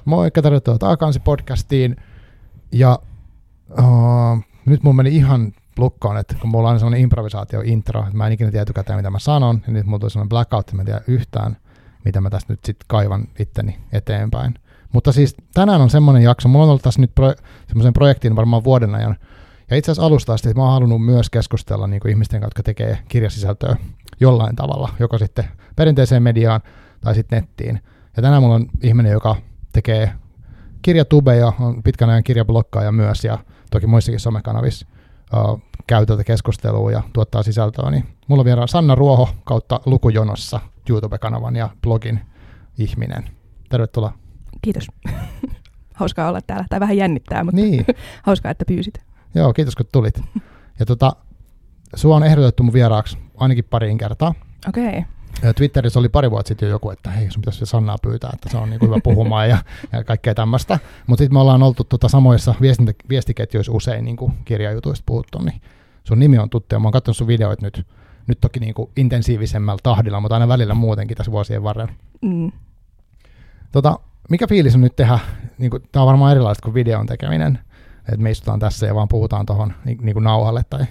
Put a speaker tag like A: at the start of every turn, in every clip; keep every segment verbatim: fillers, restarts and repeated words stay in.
A: Moikka, tervetuloa Taakansi-podcastiin. Ja uh, nyt mun meni ihan lukkoon, että kun mulla on sellainen improvisaatio-intro, että mä en ikinä tiedä etukäteen, mitä mä sanon, ja nyt mulla tuli sellainen blackout, että mä en tiedä yhtään, mitä mä tästä nyt sitten kaivan itteni eteenpäin. Mutta siis tänään on semmoinen jakso, mulla on ollut tässä nyt pro- semmoisen projektin varmaan vuoden ajan, ja itse asiassa alusta asti, että mä oon halunnut myös keskustella niin kuin ihmisten kanssa, jotka tekee kirjasisältöä jollain tavalla, joko sitten perinteiseen mediaan tai sitten nettiin. Ja tänään mulla on ihminen, joka tekee kirjatubeja, on pitkän ajan kirjabloggaaja myös, ja toki muissakin somekanavissa uh, käy tätä keskustelua ja tuottaa sisältöä. Niin mulla on vielä Sanna Ruoho kautta Lukujonossa YouTube-kanavan ja blogin ihminen. Tervetuloa.
B: Kiitos. Hauskaa olla täällä. Tai vähän jännittää, mutta niin. Hauskaa, että pyysit.
A: Joo, kiitos kun tulit. Ja tota, sua on ehdotettu mun vieraaksi ainakin pariin kertaa.
B: Okei. Okay.
A: Twitterissä oli pari vuotta sitten jo joku, että hei, sun pitäisi Sannaa pyytää, että se on niin kuin hyvä puhumaan ja, ja kaikkea tämmöistä. Mutta sitten me ollaan oltu tota samoissa viestintä, viestiketjuissa usein niin kuin kirjajutuista puhuttu, niin sun nimi on tuttu ja mä oon katsonut sun videoita nyt, nyt toki niin kuin intensiivisemmällä tahdilla, mutta aina välillä muutenkin tässä vuosien varrella. Mm. Tota, mikä fiilis on nyt tehdä, niin kuin, tää on varmaan erilaista kuin videon tekeminen, että me istutaan tässä ja vaan puhutaan tuohon niin, niin kuin nauhalle tai...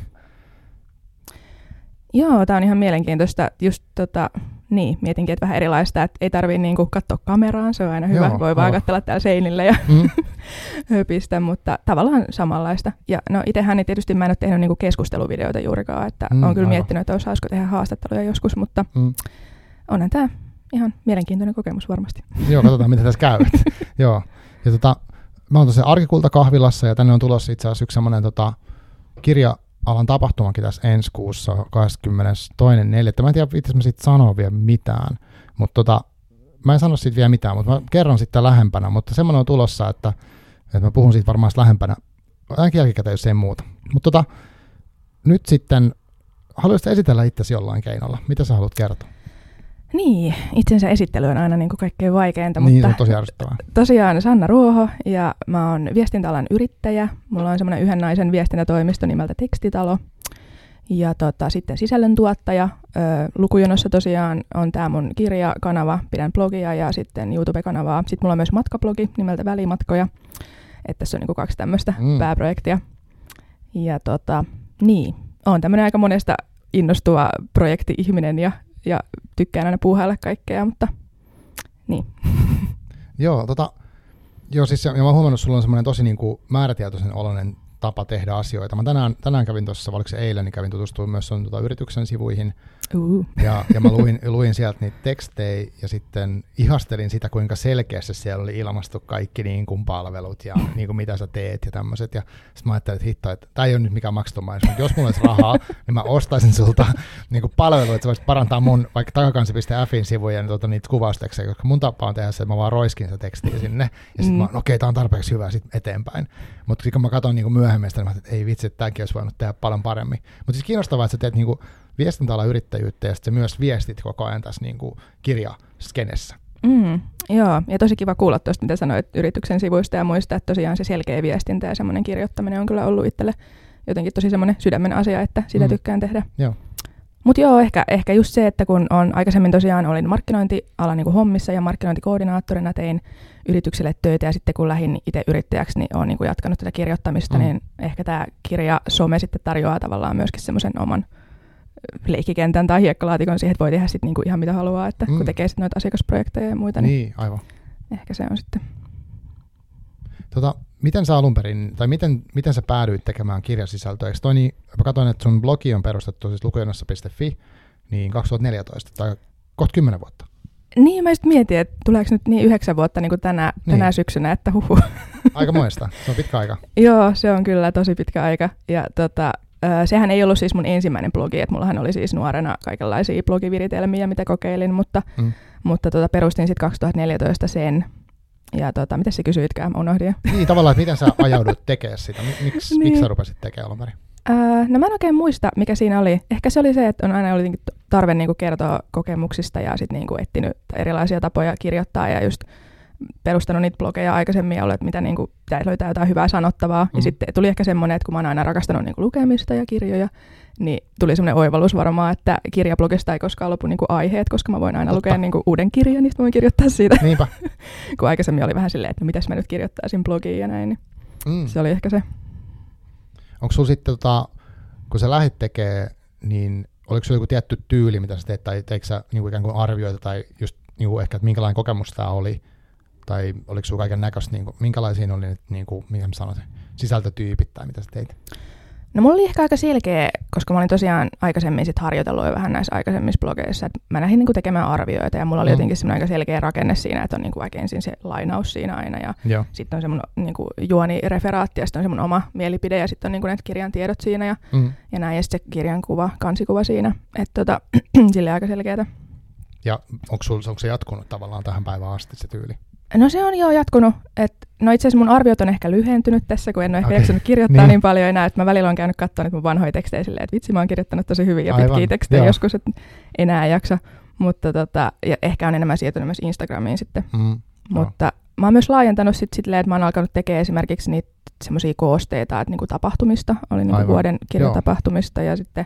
B: Joo, tämä on ihan mielenkiintoista. Just tota, niin, mietinkin, että vähän erilaista, että ei tarvitse niinku katsoa kameraan, se on aina hyvä. Joo, voi vaan katsella täällä seinillä ja mm. höpistä, mutta tavallaan samanlaista. Ja no itsehän niin tietysti mä en ole tehnyt niinku keskusteluvideoita juurikaan, että mm, olen kyllä aivan. miettinyt, että olisi hauska tehdä haastatteluja joskus, mutta mm. onhan tämä ihan mielenkiintoinen kokemus varmasti.
A: Joo, katsotaan miten tässä käy. Joo. Ja tota, mä oon tosiaan Arkikulta kahvilassa ja tänne on tulossa itse asiassa yksi semmoinen tota, kirja, alan tapahtumankin tässä ensi kuussa kahdeskymmenestoinen neljättä Mä en tiedä, itse mä siitä sanoa vielä mitään, mutta tota, mä en sano siitä vielä mitään, mutta mä kerron sitten lähempänä, mutta semmoinen on tulossa, että, että mä puhun siitä varmaan lähempänä, ainakin jälkikäteen, jos ei muuta. Mutta tota, nyt sitten, haluaisit esitellä itsesi jollain keinolla? Mitä sä haluat kertoa?
B: Niin, itsensä esittely on aina niin kuin kaikkein vaikeinta,
A: niin,
B: mutta
A: se on tosi ärsyttävää.
B: Tosiaan Sanna Ruoho ja mä oon viestintäalan yrittäjä. Mulla on semmoinen yhden naisen viestintätoimisto nimeltä Tekstitalo ja tota, sitten sisällöntuottaja. Ö, Lukujonossa tosiaan on tää mun kirjakanava, pidän blogia ja sitten YouTube-kanavaa. Sitten mulla on myös matkablogi nimeltä Välimatkoja, että tässä on niin kuin kaksi tämmöistä mm. pääprojektia. Ja tota, niin, oon tämmöinen aika monesta innostuva projekti-ihminen ja Ja tykkään aina puuhailla kaikkea, mutta niin.
A: Joo, tota, joo siis, ja mä oon huomannut, että sulla on semmoinen tosi niin kuin määrätietoisen oloinen tapa tehdä asioita. Mä tänään, tänään kävin tuossa, oliko se eilen, niin kävin tutustumaan myös sun tota, yrityksen sivuihin. Uh. Ja, ja mä luin, luin sieltä niitä tekstejä ja sitten ihastelin sitä, kuinka selkeästi siellä oli ilmastu kaikki niin kuin palvelut ja niin kuin mitä sä teet ja tämmöiset. Ja sitten mä ajattelin, että hitto, että tää ei ole nyt mikään maksettu mainos, mutta jos mulla olisi rahaa, niin mä ostaisin sulta niin kuin palveluita, että sä voisit parantaa mun vaikka takakansi piste fin sivuja ja tuota, niitä kuvaustekstejä, koska mun tapa on tehdä se, että mä vaan roiskin sitä tekstiä sinne. Ja sitten mm. mä okei, okay, tää on tarpeeksi hyvä sit eteenpäin. Mutta kun mä katson niin kuin myöhemmin sitä, niin mä ajattelin, että ei vitsi, että tämäkin olisi voinut tehdä paljon paremmin. Mutta siis kiinnostavaa, että sä teet niin kuin viestintäalan yrittäjyyttä ja sitten myös viestit koko ajan tässä niin kuin kirjaskenessä.
B: Mm, joo, ja tosi kiva kuulla tuosta, mitä sanoit yrityksen sivuista ja muista, että tosiaan se selkeä viestintä ja semmoinen kirjoittaminen on kyllä ollut itselle jotenkin tosi semmoinen sydämen asia, että sitä mm. tykkään tehdä.
A: Joo.
B: Mutta joo, ehkä, ehkä just se, että kun on aikaisemmin tosiaan olin markkinointialan niin kuin hommissa ja markkinointikoordinaattorina tein yritykselle töitä ja sitten kun lähdin itse yrittäjäksi, niin olen niin kuin jatkanut tätä kirjoittamista, mm. niin ehkä tämä kirjasome sitten tarjoaa tavallaan myöskin semmoisen oman leikkikentän tai hiekkalaatikon siihen, että voi tehdä sitten niinku ihan mitä haluaa, että mm. kun tekee sitten noita asiakasprojekteja ja muita, niin,
A: niin aivan.
B: Ehkä se on sitten.
A: Tota, miten sä alun perin, tai miten, miten sä päädyit tekemään kirjasisältöä? Eikö toi niin, mä katsoin, että sun blogi on perustettu siis lukujonossa piste fi, niin kaksituhattaneljätoista tai kohta kymmenen vuotta.
B: Niin, mä sitten mietin, että tuleeko nyt niin yhdeksän vuotta niin kuin tänä, niin. tänä syksynä, että huhu.
A: Aika moista, se on pitkä aika.
B: Joo, se on kyllä tosi pitkä aika, ja tota, sehän ei ollut siis mun ensimmäinen blogi, että mullahan oli siis nuorena kaikenlaisia blogiviritelmiä, mitä kokeilin, mutta, mm. mutta tota, perustin sitten kaksituhattaneljätoista sen. Ja tota, mitä sä kysyitkään, mä unohdin.
A: Niin, tavallaan, että miten sä ajaudut tekemään sitä? Miksi niin. sä rupesit tekemään alun perin?
B: Öö, no mä en oikein muista, mikä siinä oli. Ehkä se oli se, että on aina ollut tarve niinku kertoa kokemuksista ja sitten niinku etsinyt erilaisia tapoja kirjoittaa ja just perustanut niitä blogeja aikaisemmin ja ollut, että mitä niinku, pitäisi löytää jotain hyvää sanottavaa. Mm. Ja sitten tuli ehkä semmoinen, että kun mä oon aina rakastanut niinku lukemista ja kirjoja, niin tuli semmoinen oivallus varmaan, että kirjablogista ei koskaan lopu niinku aiheet, koska mä voin aina Totta. lukea niinku uuden kirjan, niin mä voin kirjoittaa siitä.
A: Niinpä.
B: kun aikaisemmin oli vähän silleen, että no mitäs mä nyt kirjoittaisin blogiin ja näin, niin mm. se oli ehkä se.
A: Onko sulla sitten, tota, kun sä lähdit tekemään, niin oliko sulla joku tietty tyyli, mitä sä teet, tai teikö sä niin ikään kuin arvioita, tai just niin kuin ehkä, että minkälainen kokemus tämä oli, tai oliko sulla kaiken näköistä, niin kuin, minkälaisia oli, niin kuin, mikä mä sanot, sisältötyypit, tai mitä sä teit?
B: No mulla oli ehkä aika selkeä, koska mä olin tosiaan aikaisemmin sit harjoitellut jo vähän näissä aikaisemmissa blogeissa, että mä lähdin niinku tekemään arvioita ja mulla oli mm. jotenkin semmoinen aika selkeä rakenne siinä, että on niinku vaikka ensin se lainaus siinä aina ja sitten on semmoinen niinku juonireferaatti ja sitten on semmoinen oma mielipide ja sitten on niinku näitä kirjan tiedot siinä ja, mm. ja näin ja sitten se kirjan kuva, kansikuva siinä, että tota, silleen aika selkeätä.
A: Ja onko, sul, onko se jatkunut tavallaan tähän päivään asti se tyyli?
B: No se on jo jatkunut. Et, no itse asiassa mun arviot on ehkä lyhentynyt tässä, kun en ole ehkä okay. jaksanut kirjoittaa niin. niin paljon enää, että mä välillä on käynyt katsoa nyt mun vanhoja tekstejä silleen, että vitsi mä oon kirjoittanut tosi hyvin ja Aivan. pitkiä tekstejä Joo. joskus, että enää jaksa. Mutta tota, ja ehkä on enemmän siirtynyt myös Instagramiin sitten. Mm. Mutta mä oon myös laajentanut sit silleen, että mä oon alkanut tekemään esimerkiksi niitä semmoisia koosteita, että niinku tapahtumista, oli niinku vuoden kirjatapahtumista ja sitten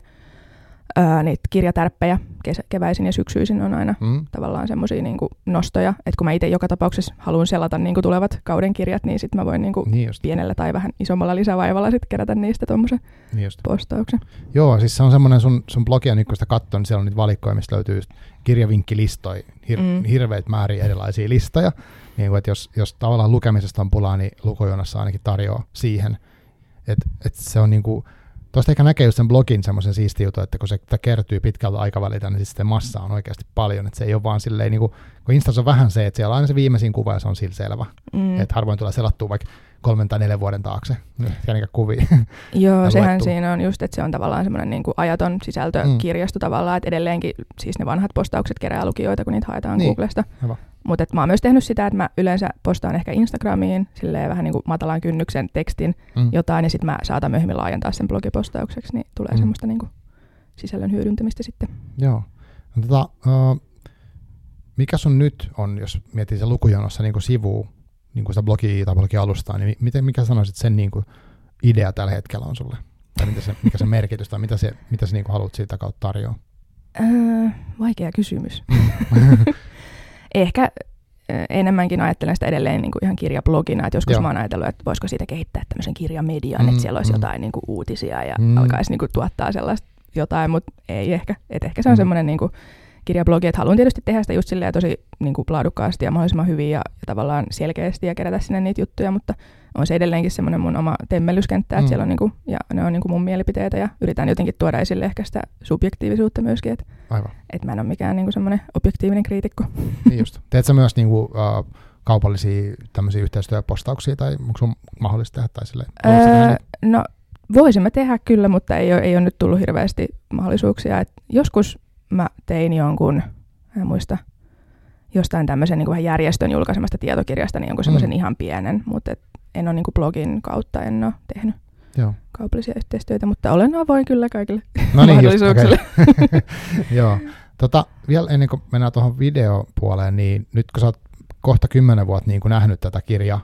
B: Öö, niitä kirjatärppejä kesä, keväisin ja syksyisin on aina mm. tavallaan semmoisia niinku nostoja, että kun mä itse joka tapauksessa haluan selata niinku tulevat kauden kirjat, niin sitten mä voin niinku niin pienellä tai vähän isommalla lisävaivalla sitten kerätä niistä tuommoisen niin postauksen. Joo, siis se on semmoinen sun, sun blogia, niin kun sitä katsoo, niin siellä on niitä valikkoja, mistä löytyy kirjavinkkilistoja, hir, mm. hirveät määriä erilaisia listoja, niin kun, että jos, jos tavallaan lukemisesta on pulaa, niin Lukujonossa ainakin tarjoaa siihen, että et se on niinku tuosta ehkä näkee just sen blogin semmoisen siisti jutun, että kun se kertyy pitkältä aikaväliltä, niin sitten massa on oikeasti paljon. Että se ei ole vaan silleen, niin kuin, kun Instassa on vähän se, että siellä on aina se viimeisin kuva ja se on sillä selvä. Mm. Että harvoin tulee selattua vaikka kolmen tai neljän vuoden taakse. Jänikään kuvia. Joo, sehän luettua. Siinä on just, että se on tavallaan semmoinen niin kuin ajaton sisältökirjasto mm. tavallaan, että edelleenkin siis ne vanhat postaukset kerää lukijoita, kun niitä haetaan niin. Googlesta. Mutta mä oon myös tehnyt sitä, että mä yleensä postaan ehkä Instagramiin silleen vähän niin kuin matalan kynnyksen tekstin mm. jotain, ja sitten mä saatan myöhemmin laajentaa sen blogipostaukseksi, niin tulee mm. semmoista niin kuin sisällön hyödyntämistä sitten. Joo.
A: No, tota, uh, mikä sun nyt on, jos miettii se Lukujonossa niin kuin sivu, niin kuin sitä blogia tai blogialustaa, niin miten, mikä sanoisit sen niin kuin idea tällä hetkellä on sulle? Tai mitä se, mikä se merkitys tai mitä, se, mitä sä niin kuin haluat siitä kautta tarjoa?
B: Äh, vaikea kysymys. Ehkä enemmänkin ajattelen sitä edelleen niin kuin ihan kirjablogina, että joskus Joo. mä oon ajatellut, että voisiko siitä kehittää tämmöisen kirjamedian, mm, että siellä olisi mm. jotain niin kuin uutisia ja mm. alkaisi niin kuin tuottaa sellaista jotain, mutta ei ehkä. Et ehkä se on mm. semmoinen niin kuin kirjablogi, että haluan tietysti tehdä sitä just silleen tosi niin kuin laadukkaasti ja mahdollisimman hyvin ja, ja tavallaan selkeästi ja kerätä sinne niitä juttuja, mutta on se edelleenkin semmoinen mun oma temmellyskenttä, että mm. siellä on niin kuin, ja ne on niin kuin mun mielipiteitä ja yritän jotenkin tuoda esille ehkä sitä subjektiivisuutta myöskin, että et mä en ole mikään niin kuin semmoinen objektiivinen kriitikko.
A: Niin just. Teet sä myös niin kuin, uh, kaupallisia tämmöisiä yhteistyöpostauksia tai onko sun mahdollista tehdä tai silleen?
B: Öö, no voisimme tehdä kyllä, mutta ei ole, ei ole nyt tullut hirveästi mahdollisuuksia. Et joskus mä tein jonkun, en muista, jostain tämmöisen niin kuin vähän järjestön julkaisemasta tietokirjasta, niin jonkun semmoisen mm. ihan pienen, mutta et en ole niin kuin blogin kautta, en ole tehnyt Joo. kaupallisia yhteistyötä, mutta olen avoin kyllä kaikille no niin, mahdollisuuksille.
A: Just, okay. Joo. Tota, vielä ennen kuin mennään tuohon videopuoleen, niin nyt kun sä oot kohta kymmenen vuotta niin kuin nähnyt tätä kirjaa,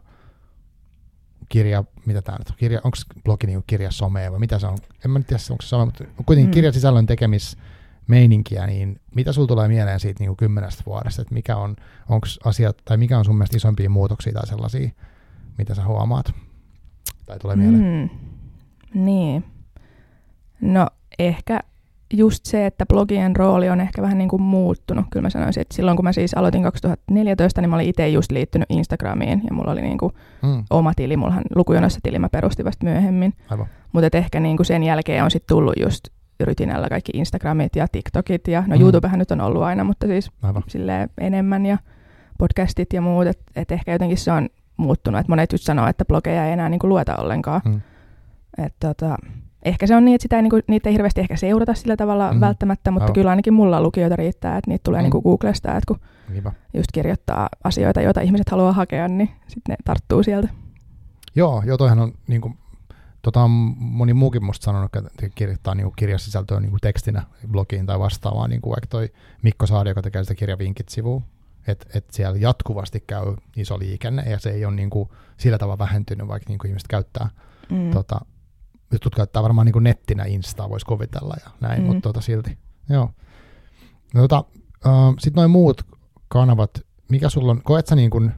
A: kirja, mitä tää nyt on, kirja, onko blogi niin kirja somea vai mitä se on? En mä nyt tiedä, onko se some, mutta kuitenkin mm. kirjasisällön tekemismeininkiä, niin mitä sulla tulee mieleen siitä niin kuin kymmenestä vuodesta, että mikä on, onko asiat, tai mikä on sun mielestä isompia muutoksia tai sellaisia, mitä sä huomaat tai tulee mieleen? Mm.
B: Niin. No ehkä just se, että blogien rooli on ehkä vähän niin kuin muuttunut. Kyllä mä sanoisin, että silloin kun mä siis aloitin kaksituhattaneljätoista, niin mä olin itse just liittynyt Instagramiin ja mulla oli niin kuin mm. oma tili. Mullahan Lukujonossa tili mä perustin vasta myöhemmin. Mutta ehkä niin kuin sen jälkeen on sitten tullut just rytinällä kaikki Instagramit ja TikTokit ja no mm. YouTubehän nyt on ollut aina, mutta siis silleen enemmän ja podcastit ja muut. Että et ehkä jotenkin se on muuttunut. Et monet just sanoo, että blogeja ei enää niin kuin lueta ollenkaan. Mm. Et tota, ehkä se on niin, että sitä ei, niinku, niitä ei hirveästi ehkä seurata sillä tavalla mm. välttämättä, mutta Aivan. kyllä ainakin mulla lukijoita riittää, että niitä tulee mm. niinku Googlesta, että kun Niinpä. just kirjoittaa asioita, joita ihmiset haluaa hakea, niin sitten ne tarttuu sieltä.
A: Joo, joo toihan on, niin kuin, tota on moni muukin musta sanonut, että kirjoittaa niin kirjasisältöä niin tekstinä blogiin tai vastaavaan, niin kuin vaikka toi Mikko Saari, joka tekee sitä kirjavinkit-sivua, että et siellä jatkuvasti käy iso liikenne ja se ei ole niin kuin sillä tavalla vähentynyt, vaikka niin kuin ihmiset käyttää mm. tota, jutut käyttää varmaan niin kuin nettinä Instaa, voisi kuvitella ja näin, mm. mutta tota silti. Joo. No, tota, uh, sitten noin muut kanavat, mikä sulla on, koet sä niin kuin,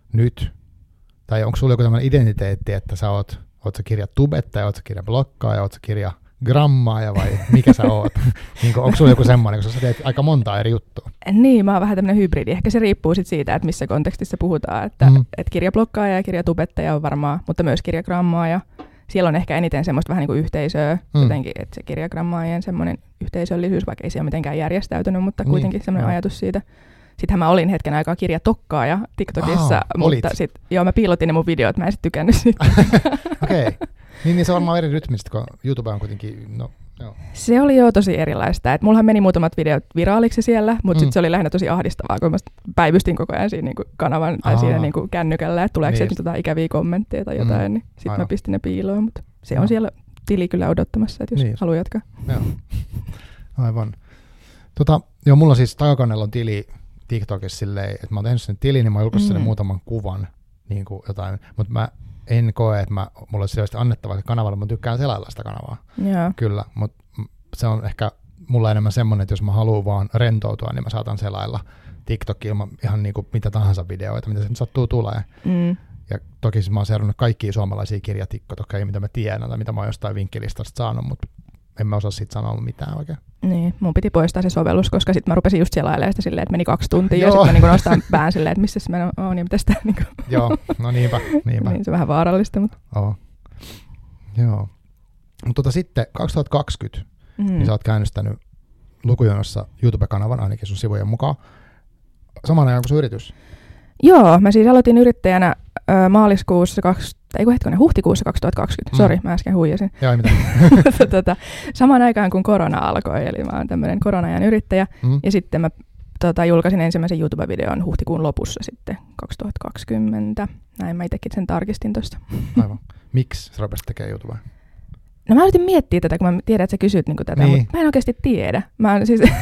A: nyt? Tai onko sulla joku tämmöinen identiteetti, että sä oot, oot sä kirjatubettaja, oot sä kirjablokkaaja, oot sä kirjagrammaaja vai mikä sä oot? niin onko sulla joku semmoinen, koska sä teet aika monta eri juttua?
B: Niin, mä oon vähän tämmöinen hybridi. Ehkä se riippuu sit siitä, että missä kontekstissa puhutaan. Että mm. et kirjablokkaaja ja kirjatubettaja on varmaan, mutta myös kirjagrammaaja. Siellä on ehkä eniten semmoista vähän niin kuin yhteisöä, mm. jotenkin, että se kirjagrammaajien semmoinen yhteisöllisyys, vaikka ei se ole mitenkään järjestäytynyt, mutta kuitenkin niin, semmoinen no. ajatus siitä. Sittenhän mä olin hetken aikaa kirjatokkaaja TikTokissa, Aha, mutta sitten joo, mä piilotin ne mun videot, mä en sitten tykännyt siitä.
A: Okei, okay. niin, niin se on varmaan eri rytmistä, kun YouTube on kuitenkin, no joo.
B: Se oli jo tosi erilaista, että mullahan meni muutamat videot viraaliksi siellä, mutta mm. sitten se oli lähinnä tosi ahdistavaa, kun mä päivystin koko ajan siinä niinku kanavan tai Aha. siinä niinku kännykällä, että tuleeko niin. sieltä jotain ikäviä kommentteja tai jotain, mm. niin sitten mä pistin ne piiloon, mutta se no. on siellä tili kyllä odottamassa, että jos niin. haluaa jatkaa.
A: Joo. Aivan. Tota, joo, mulla siis takakannella on tili TikTokissa silleen, että mä oon tehnyt sen tilin, niin mä oon julkaissut mm. muutaman kuvan, niin kuin jotain, mutta mä en koe, että mä, mulla olisi selvästi annettavaa kanavalla, mä tykkään selailla sitä kanavaa.
B: Yeah.
A: Kyllä, mutta se on ehkä mulla enemmän semmoinen, että jos mä haluan vaan rentoutua, niin mä saatan selailla TikTokia ilman ihan niin kuin mitä tahansa videoita, mitä se nyt sattuu tulee. Mm. Ja toki siis mä oon seurannut kaikkia suomalaisia kirjatikkotokeja, mitä mä tiedän tai mitä mä oon jostain vinkkelistasta saanut, mutta en mä osaa siitä sanoa mitään oikein.
B: Niin, mun piti poistaa se sovellus, koska sitten mä rupesin just selailemaan sitä silleen, että meni kaksi tuntia ja sitten mä niin nostan pään silleen, että missä mä oon ja mitä sitä niin kuin.
A: Joo, no niinpä, niinpä.
B: Niin se on vähän vaarallista, mutta.
A: Oo. Joo. Mutta tota sitten kaksituhattakaksikymmentä, mm. niin sä oot käynnistänyt lukujonossa YouTube-kanavan ainakin sun sivujen mukaan. Samaan ajan kuin sun yritys.
B: Joo, mä siis aloitin yrittäjänä ö, maaliskuussa, kaksi, ei kun hetkonen, huhtikuussa kaksituhattakaksikymmentä. Mm. Sori, mä äsken huijasin.
A: Joo, ei mitään.
B: tota, samaan aikaan kun korona alkoi, eli mä oon tämmöinen korona-ajan yrittäjä. Mm. Ja sitten mä tota, julkaisin ensimmäisen YouTube-videon huhtikuun lopussa sitten kaksituhattakaksikymmentä. Näin mä itsekin sen tarkistin tuosta.
A: Aivan. Miksi sä rupesit tekemään YouTubea?
B: No mä yritin miettiä tätä, kun mä tiedän, että sä kysyt niin tätä, niin. Mutta mä en oikeasti tiedä. Mä oon siis,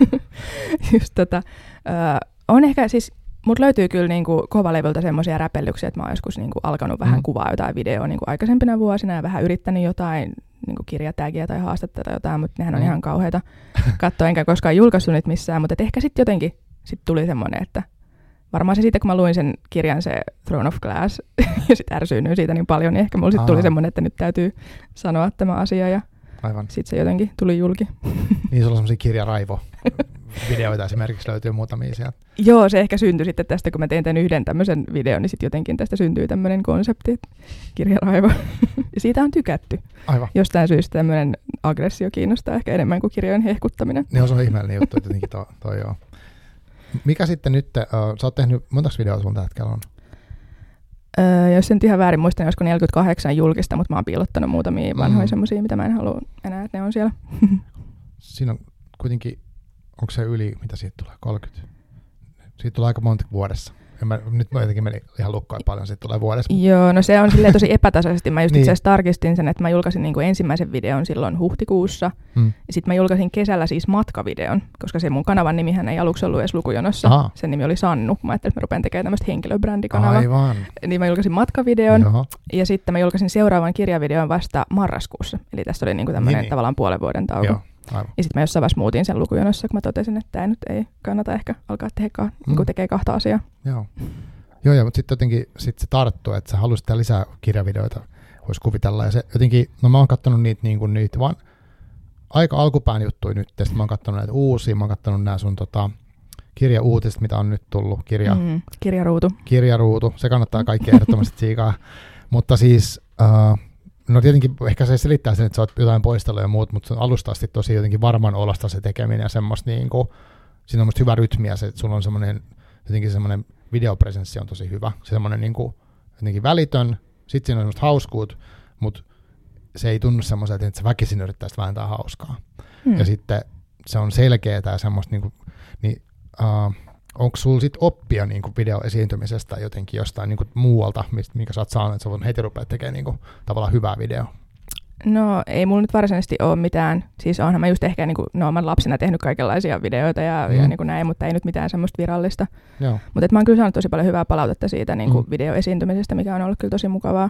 B: just tota, äh, on ehkä siis, mut löytyy kyllä niinku kovalevyltä semmoisia räpellyksiä, että mä oon joskus niinku alkanut vähän mm. kuvaa jotain videoa niinku aikaisempina vuosina ja vähän yrittänyt jotain niinku kirjatägiä tai haastetta tai jotain, mutta nehän on mm. ihan kauheita katsoa, enkä koskaan julkaissut niitä missään, mutta ehkä sitten jotenkin sit tuli semmoinen, että varmaan se siitä, kun mä luin sen kirjan, se Throne of Glass, ja sitten ärsyynnyin siitä niin paljon, niin ehkä mulla sitten tuli semmoinen, että nyt täytyy sanoa tämä asia, ja sitten se jotenkin tuli julki.
A: Niin, sulla on semmoisia kirjaraivo-videoita esimerkiksi löytyy muutamia sieltä.
B: Joo, se ehkä syntyi sitten tästä, kun mä tein tämän yhden tämmöisen videon, niin sitten jotenkin tästä syntyy tämmöinen konsepti, että kirjaraivo. Ja siitä on tykätty.
A: Aivan.
B: Jostain syystä tämmöinen aggressio kiinnostaa ehkä enemmän kuin kirjojen hehkuttaminen.
A: Niin, se on ihmeellinen juttu, että jotenkin toi, toi joo. Mikä sitten nyt, uh, sä oot tehnyt, montaks videoa sun tällä hetkellä on?
B: Öö, jos en ihan väärin muista, niin olisiko neljäkymmentäkahdeksan julkista, mutta mä oon piilottanut muutamia vanhoja mm. semmosia, mitä mä en halua enää, että ne on siellä.
A: Siinä on kuitenkin, onko se yli, mitä siitä tulee, kolmekymmentä? Siitä tulee aika monta vuodessa. Mä, nyt mä jotenkin meni ihan lukkoon paljon, siitä tulee vuodessa.
B: Joo, no se on silleen tosi epätasaisesti. Mä just niin. itse asiassa tarkistin sen, että mä julkaisin niin kuin ensimmäisen videon silloin huhtikuussa. Mm. Ja sitten mä julkaisin kesällä siis matkavideon, koska se mun kanavan nimihän ei aluksi ollut edes lukujonossa. Aha. Sen nimi oli Sannu. Mä ajattelin, että mä rupean tekemään tämmöistä henkilöbrändikanavaa.
A: Aivan.
B: Niin mä julkaisin matkavideon. Joo. Ja sitten mä julkaisin seuraavan kirjavideon vasta marraskuussa. Eli tässä oli niin kuin tämmöinen niin. tavallaan puolen vuoden tauko. Joo. Aivan. Ja sitten mä jossain vaiheessa muutin sen lukujonossa, kun mä totesin, että tämä nyt ei kannata ehkä alkaa tehdä, mm. niin tekee kahta asiaa.
A: Joo, Joo ja, mutta sitten jotenkin sit se tarttuu, että sä haluaisit tehdä lisää kirjavideoita, voisi kuvitella. Ja se jotenkin, no mä oon katsonut niitä, niin kuin niitä vaan aika alkupään juttuja nyt, ja sitten mä oon katsonut näitä uusia, mä oon katsonut nämä sun tota, kirjauutiset, mitä on nyt tullut. Kirja,
B: mm, kirjaruutu.
A: Kirjaruutu, se kannattaa kaikki ehdottomasti tsiikaa. Mutta siis... Uh, No tietenkin ehkä se selittää sen, että sä oot jotain poistellut ja muut, mutta se on alusta asti tosi jotenkin varman olosta se tekeminen ja semmoista niin kuin, siinä on musta hyvä rytmi ja se, että sulla on semmoinen, jotenkin semmoinen videopresenssi on tosi hyvä. Se semmoinen niin kuin, jotenkin välitön, sit siinä on semmoista hauskuut, mutta se ei tunnu semmoiselta, että sä väkisin yrittäisit vääntää hauskaa. Hmm. Ja sitten se on selkeää ja semmoista, niin kuin, niin, uh, onko sulla sit oppia niin kuin videoesiintymisestä jotenkin jostain niin kuin muualta, minkä sä oot saanut, että sä voit heti rupea tekemään niin kuin, tavallaan hyvää videoa?
B: No ei mulla nyt varsinaisesti ole mitään. Siis onhan mä just ehkä, niin kuin, no mä lapsena tehnyt kaikenlaisia videoita ja, mm. ja niin kuin näin, mutta ei nyt mitään semmoista virallista. Mutta mä oon kyllä saanut tosi paljon hyvää palautetta siitä niin kuin mm. videoesiintymisestä, mikä on ollut kyllä tosi mukavaa.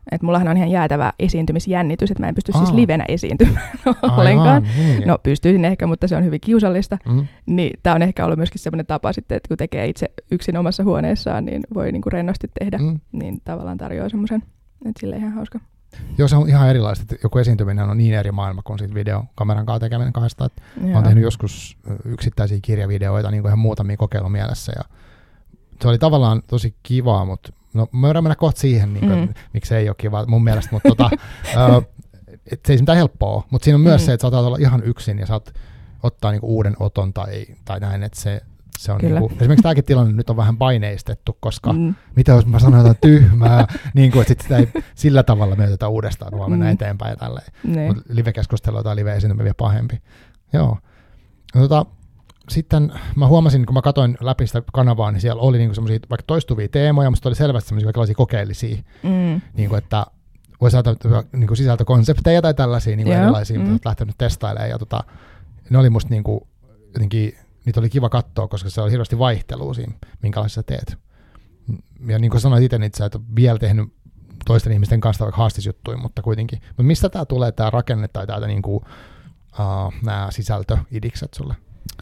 B: Että mullahan on ihan jäätävä esiintymisjännitys, että mä en pysty
A: Aa.
B: siis livenä esiintymään ollenkaan. Niin. No pystyisin ehkä, mutta se on hyvin kiusallista. Mm. Niin tää on ehkä ollut myöskin semmoinen tapa sitten, että kun tekee itse yksin omassa huoneessaan, niin voi niinku rennosti tehdä. Mm. Niin tavallaan tarjoaa semmoisen, että sille ihan hauska.
A: Joo, se on ihan erilaista, että joku esiintyminen on niin eri maailma kuin siitä videokameran kanssa tekeminen kahdesta. Mä oon tehnyt joskus yksittäisiä kirjavideoita niin kuin ihan muutamia kokeilumielessä ja se oli tavallaan tosi kivaa, mutta no mä voidaan mennä kohta siihen, niin kuin, mm. miksi se ei ole kiva mun mielestä, mutta tota, uh, se ei mitään helppoa, mutta siinä on myös mm. se, että saatat olla ihan yksin ja saat ottaa niin kuin uuden oton tai, tai näin, että se Se on niinku, esimerkiksi tämäkin tilanne nyt on vähän paineistettu, koska mm. mitä jos mä sanon jotain tyhmää, niin kuin, että sit sitä ei sillä tavalla mietitä uudestaan, vaan mennään mm. eteenpäin ja tälleen. Mutta live-keskustelua tai live-esiintymä vielä pahempi. Joo. No, tota, sitten mä huomasin, kun mä katsoin läpi sitä kanavaa, niin siellä oli niinku semmoisia vaikka toistuvia teemoja, mutta oli selvästi semmoisia kaikenlaisia kokeellisia, mm. niinku, että voi saada niinku sisältökonsepteja tai tällaisia niinku erilaisia, mitä mm. olet lähtenyt testailemaan. Ja tota, ne oli musta niinku, jotenkin niitä oli kiva katsoa, koska se oli hirveästi vaihtelua siinä, minkälaisessa teet. Ja niin kuin sanoit itse, että sä et ole vielä tehnyt toisten ihmisten kanssa vaikka haastisjuttuja, mutta kuitenkin. Mutta mistä tämä tulee, tämä rakenne tai täältä niin kuin, uh, nämä sisältöidikset sulle?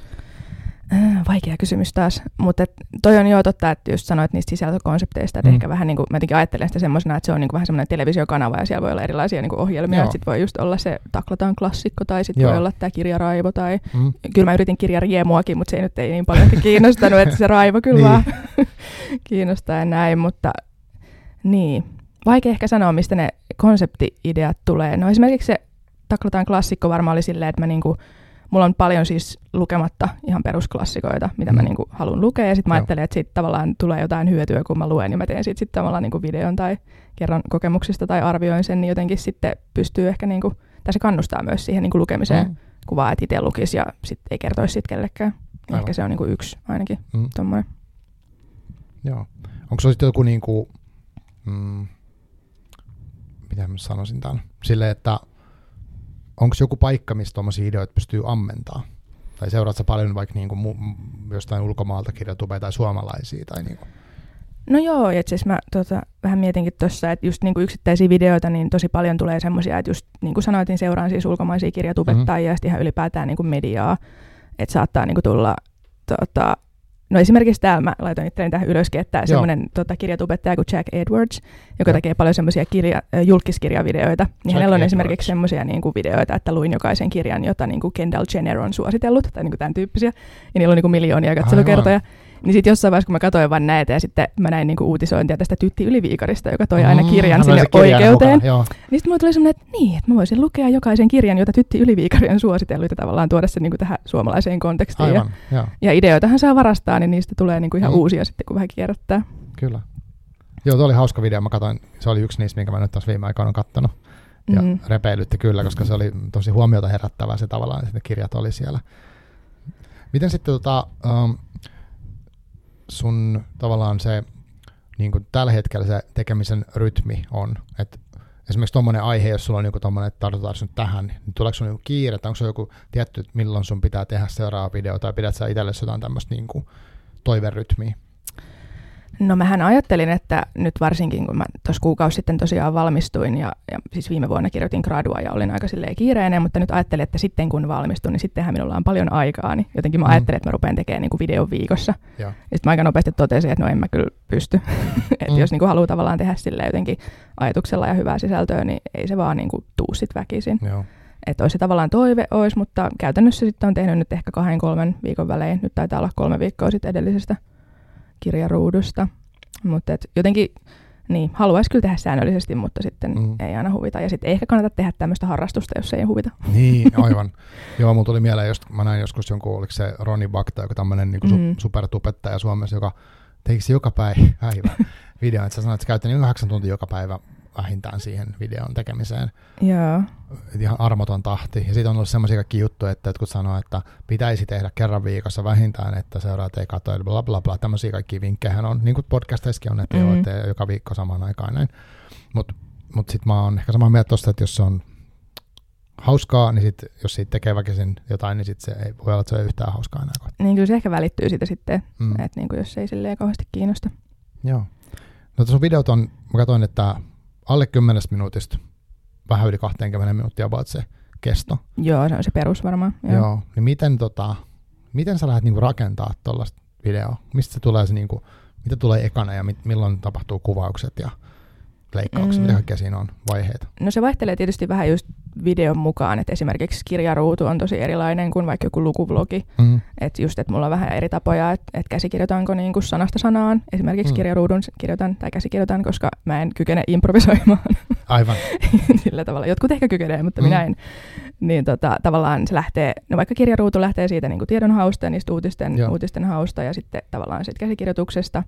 B: Äh, vaikea kysymys taas, mutta toi on jo totta, että just sanoit niistä sisältökonsepteista, että mm. ehkä vähän niin kuin, mä jotenkin ajattelen sitä semmoisena, että se on niin kuin vähän semmoinen televisiokanava ja siellä voi olla erilaisia niin kuin ohjelmia, Joo. että sit voi just olla se Taklataan klassikko tai sitten voi olla tämä Kirja Raivo tai mm. kyllä mä yritin Kirja Riemuakin, mutta se ei nyt ei niin paljon kiinnostanut, että se Raivo kyllä niin. vaan kiinnostaa ja näin, mutta niin, vaikea ehkä sanoa, mistä ne konsepti-ideat tulee. No esimerkiksi se Taklataan klassikko varmaan oli silleen, että mä niinku mulla on paljon siis lukematta ihan perusklassikoita, mitä mm. mä niinku haluan lukea, ja sitten mä ajattelen, että siitä tavallaan tulee jotain hyötyä, kun mä luen, ja mä teen siitä sitten tavallaan niinku videon tai kerron kokemuksista tai arvioin sen, niin jotenkin sitten pystyy ehkä, niinku, tai se kannustaa myös siihen niinku lukemiseen, mm. kuvaa, että itse lukisi ja sitten ei kertoisi siitä kellekään. Aivan. Ehkä se on niinku yksi ainakin mm. tommoinen.
A: Joo. Onko se sitten joku, niinku, mm, mitä mä sanoisin tämän, silleen, että onko joku paikka, missä tuommoisia ideoita pystyy ammentaa? Tai seuraat sä paljon vaikka niinku mu- jostain ulkomaalta kirjatubeja tai suomalaisia? Tai niinku?
B: No joo, itse asiassa mä tota, vähän mietinkin tuossa, että just niinku yksittäisiä videoita, niin tosi paljon tulee semmoisia, että just niin kuin sanoitin, seuraan siis ulkomaisia kirjatubettajia mm-hmm. ja sitten ihan ylipäätään niinku mediaa, että saattaa niinku tulla, tota, no esimerkiksi täällä mä laitoin itselleen tähän ylöskin, että semmoinen tota, kirjatubettaja kuin Jack Edwards, joka Joo. tekee paljon semmoisia kirja, äh, julkiskirjavideoita, niin Jack hänellä on Edwards. Esimerkiksi semmoisia niinku videoita, että luin jokaisen kirjan, jota niinku Kendall Jenner on suositellut, tai niinku tämän tyyppisiä, ja niillä on niinku miljoonia katselukertoja. Niin sitten jossain vaiheessa, kun mä katsoin vaan näitä, ja sitten mä näin niinku uutisointia tästä Tytti Yliviikarista, joka toi aina kirjan mm, sinne oikeuteen. Mukana, niin sitten mulla tuli semmoinen, että niin, että mä voisin lukea jokaisen kirjan, jota Tytti Yliviikari on suositellut, ja tavallaan tuoda sen niinku tähän suomalaiseen kontekstiin. Aivan, ja, ja ideoitahan saa varastaa, niin niistä tulee niinku ihan mm. uusia sitten, kun vähän kierrättää. Kyllä. Joo, tuo oli hauska video. Mä katsoin, se oli yksi niistä, minkä mä nyt taas viime aikoina olen kattonut. Ja mm. repeilytti kyllä, koska se oli tosi huomiota herättävää se tavallaan, että ne kirjat oli siellä. Miten sitten tota... Um, sun tavallaan se niin kuin tällä hetkellä se tekemisen rytmi on, että esimerkiksi tuommoinen aihe, jos sulla on joku tuommoinen, että tartutaan nyt tähän, niin tuleeko sun joku kiire, tai onko se joku tietty, että milloin sun pitää tehdä seuraava video, tai pidät sä itsellesi jotain tämmöistä niin kuin toiverytmiä? No mähän ajattelin, että nyt varsinkin kun mä tuossa kuukausi sitten tosiaan valmistuin ja, ja siis viime vuonna kirjoitin gradua ja olin aika silleen kiireinen, mutta nyt ajattelin, että sitten kun valmistun, niin sittenhän minulla on paljon aikaa, niin jotenkin mä mm. ajattelin, että mä rupean tekemään niin kuin videon viikossa. Ja, ja sitten mä aika nopeasti totesin, että no en mä kyllä pysty. että mm. jos niin kuin haluaa tavallaan tehdä silleen jotenkin ajatuksella ja hyvää sisältöä, niin ei se vaan niin kuin tuu sit väkisin. Että olisi tavallaan toive olisi, mutta käytännössä sitten on tehnyt nyt ehkä kahden kolmen viikon välein. Nyt taitaa olla kolme viikkoa sitten edellisestä kirjaruudusta, mutta jotenkin niin, haluaisi kyllä tehdä säännöllisesti, mutta sitten mm. ei aina huvita. Ja sitten ei ehkä kannata tehdä tämmöistä harrastusta, jos ei huvita. Niin, aivan. Joo, mulla tuli mieleen, just, mä näin joskus jonkun, oliko se Roni Bakta, joka tämmöinen niin mm. su- supertubettaja Suomessa, joka tekisi joka päivä videon. Että sä sanoit, että sä käytät niin kahdeksan tuntia joka päivä vähintään siihen videon tekemiseen. Joo. Ihan armoton tahti. Ja siitä on ollut semmoisia kaikki juttuja, että jotkut sanoo, että pitäisi tehdä kerran viikossa vähintään, että seuraat ei katso, ja bla bla bla. Tämmöisiä kaikkia vinkkejä on, niin kuin podcasteissakin on, että mm-hmm. ei ole joka viikko samaan aikaan näin. Mutta mut sitten mä oon ehkä samaa mieltä tosta, että jos se on hauskaa, niin sit, jos siitä tekee väkisin jotain, niin sit se ei voi olla, että se ei yhtään hauskaa enää. Niin kyllä se ehkä välittyy siitä sitten, mm. että niin jos ei silleen kauheasti kiinnosta.
A: Joo. No tuossa videot on, mä katsoin, että alle kymmenestä minuutista vähän yli kaksikymmentä minuuttia about se kesto.
B: Joo, se on se perus varmaan. Joo,
A: Joo. Niin miten, tota, miten sä lähdet niinku rakentaa tuollaista videoa? Mistä se tulee se, niinku, mitä tulee ekana ja mit, milloin tapahtuu kuvaukset ja leikkaukset? Mm. Mitä kaikkea siinä on vaiheita?
B: No se vaihtelee tietysti vähän just videon mukaan, että esimerkiksi kirjaruutu on tosi erilainen kuin vaikka joku lukuvlogi. Mm. Että just, että mulla on vähän eri tapoja, että et käsikirjoitanko niinku sanasta sanaan. Esimerkiksi mm. kirjaruudun kirjoitan tai käsikirjoitan, koska mä en kykene improvisoimaan.
A: Aivan.
B: Sillä tavalla. Jotkut ehkä kykenee, mutta mm. minä en. Niin tota, tavallaan se lähtee, no vaikka kirjaruutu lähtee siitä niinku tiedonhausta ja niistä uutisten, uutisten hausta ja sitten tavallaan siitä käsikirjoituksesta.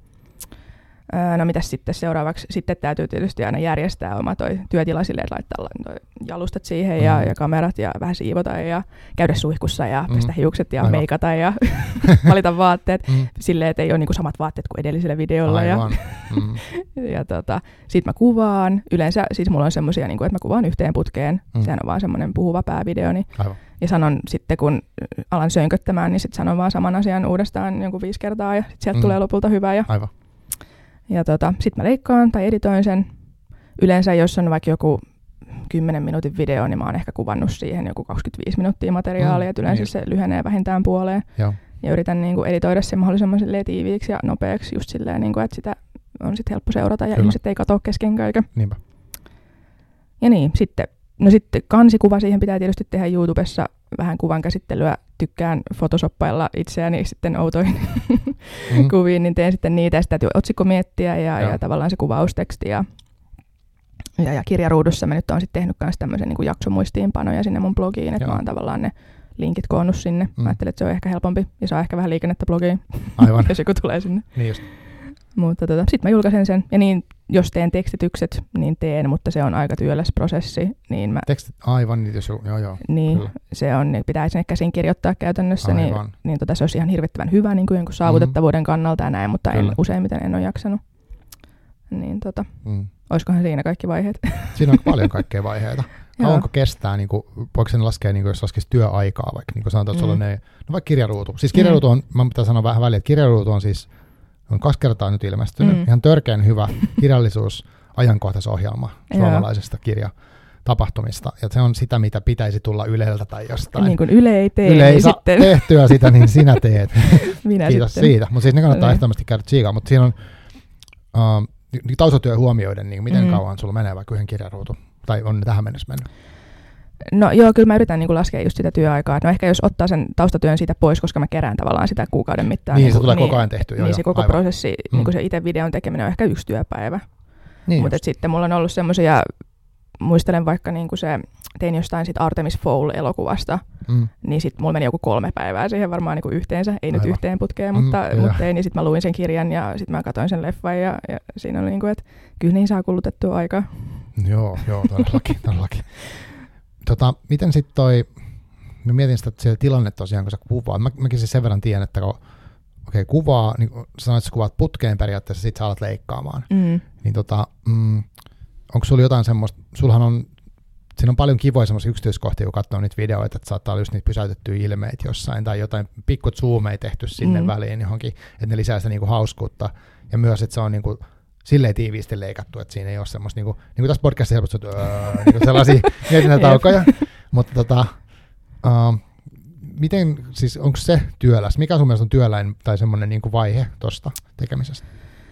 B: No mitäs sitten seuraavaksi? Sitten täytyy tietysti aina järjestää oma toi työtila silleen, että laittaa toi jalustat siihen mm. ja, ja kamerat ja vähän siivota ja käydä suihkussa ja mm. pestä hiukset ja Aivan. meikata ja valita vaatteet. Mm. Silleen, että ei ole niinku samat vaatteet kuin edellisellä videolla. Aivan. Ja, mm. ja tota, sit mä kuvaan. Yleensä siis mulla on semmosia, niinku, että mä kuvaan yhteen putkeen. Mm. Sehän on vaan semmoinen puhuva päävideoni.
A: Aivan.
B: Ja sanon sitten, kun alan sönköttämään, niin sit sanon vaan saman asian uudestaan jonkun viisi kertaa ja sit sieltä mm. tulee lopulta hyvä. Ja
A: Aivan.
B: Ja tota, sit mä leikkaan tai editoin sen. Yleensä jos on vaikka joku kymmenen minuutin video, niin mä oon ehkä kuvannut siihen joku kaksikymmentäviisi minuuttia materiaalia. Mm, yleensä niin. Se lyhenee vähintään puoleen. Joo. Ja yritän niinku editoida sen mahdollisimman tiiviiksi ja nopeaksi just silleen, niinku, että sitä on sit helppo seurata ja Kyllä. ihmiset ei katso kesken kaiken.
A: Niinpä.
B: Ja niin, sitten, no sitten kansikuva siihen pitää tietysti tehdä YouTubessa vähän kuvan käsittelyä. Tykkään photoshoppailla itseäni sitten outoihin mm. kuviin, niin teen sitten niitä. Ja sitten täytyy otsikko miettiä ja, ja tavallaan se kuvausteksti. Ja, ja, ja kirjaruudussa mä nyt oon sitten tehnyt myös tämmöisen niin kuin jaksomuistiinpanoja sinne mun blogiin, että Joo. mä oon tavallaan ne linkit koonnut sinne. Mm. Mä ajattelin, että se on ehkä helpompi ja saa ehkä vähän liikennettä blogiin,
A: Aivan.
B: jos joku tulee sinne.
A: Niin just.
B: Mutta tota, sitten mä julkaisen sen. Ja niin, jos teen tekstitykset, niin teen, mutta se on aika työläs prosessi. Niin mä,
A: Tekstit, aivan, niin jos, joo joo.
B: Niin, kyllä. se on, niin pitää sinne käsin kirjoittaa käytännössä, niin, niin tota, se olisi ihan hirvittävän hyvä niin kuin jonkun saavutettavuuden mm. kannalta ja näin, mutta en, useimmiten en ole jaksanut. Niin tota, mm. olisikohan siinä kaikki vaiheet?
A: Siinä on paljon kaikkea vaiheita. Kauanko kestää, niin kuin, voiko sen laskea, niin kuin, jos laskisi työaikaa, vaikka niin kuin sanotaan, että mm. sulla on ne, no vaikka kirjaruutu. Siis kirjaruutu on, mm. mä pitää sanoa vähän väliin, että kirjaruutu on siis on kaksi kertaa nyt ilmestynyt. Mm. Ihan törkeän hyvä kirjallisuusajankohtaisohjelma suomalaisesta kirjatapahtumista. Ja se on sitä, mitä pitäisi tulla Yleltä tai jostain.
B: Niin kuin Yle ei tee,
A: Yle ei
B: niin
A: saa
B: sitten
A: tehtyä sitä, niin sinä teet.
B: Minä
A: Kiitos
B: sitten.
A: siitä. Mutta siis ne kannattaa ehdottomasti käydä tsiikaan. Mutta siinä on uh, taustatyö huomioiden, niin miten mm. kauan sulla menee vaikka yhden kirjaruutu. Tai on ne tähän mennessä mennyt?
B: No joo, kyllä mä yritän niin kuin laskea just sitä työaikaa. No ehkä jos ottaa sen taustatyön siitä pois, koska mä kerään tavallaan sitä kuukauden mittaan.
A: Niin,
B: niin
A: se tulee
B: niin,
A: koko ajan tehty.
B: Niin
A: joo,
B: se koko
A: aivan.
B: prosessi, mm. niin kuin se itse videon tekeminen on ehkä yksi työpäivä. Niin Mutta sitten mulla on ollut semmoisia, muistelen vaikka niin kuin se, tein jostain sit Artemis Fowl-elokuvasta, mm. niin sitten mulla meni joku kolme päivää siihen varmaan niin kuin yhteensä. Ei aivan. Nyt yhteen putkeen, mutta, mm, mutta tein. Ja sitten mä luin sen kirjan ja sitten mä katsoin sen leffan ja, ja siinä oli niin kuin, että kyllä niin saa kulutettua aikaa.
A: Joo, joo, todellakin, todellakin. Tota, miten sitten toi, mä mietin sitä siellä tilanne tosiaan, kun sä kuvaat. Mä, mäkin siis sen verran tiedän, että kun okay, kuvaa, niin sä sanoit, että sä kuvaat putkeen periaatteessa, sit sä alat leikkaamaan. Mm. Niin tota, mm, onko sulla jotain semmoista, sulhan on, siinä on paljon kivoja semmoisia yksityiskohtia, kun katsoo niitä videoita, että saattaa olla just niitä pysäytettyjä ilmeitä jossain, tai jotain pikkut zoomeja tehty sinne mm. väliin johonkin, että ne lisää sitä niinku hauskuutta. Ja myös, että se on niinku silleen tiiviisti leikattu, että siinä ei ole semmoista, niin kuin, niin kuin tässä podcastissa helposti, että öö, niin sellaisia mietintätaukoja, mutta tota, uh, miten, siis onko se työläs? Mikä sun mielestä on työläin tai semmoinen niin kuin vaihe tuosta tekemisestä?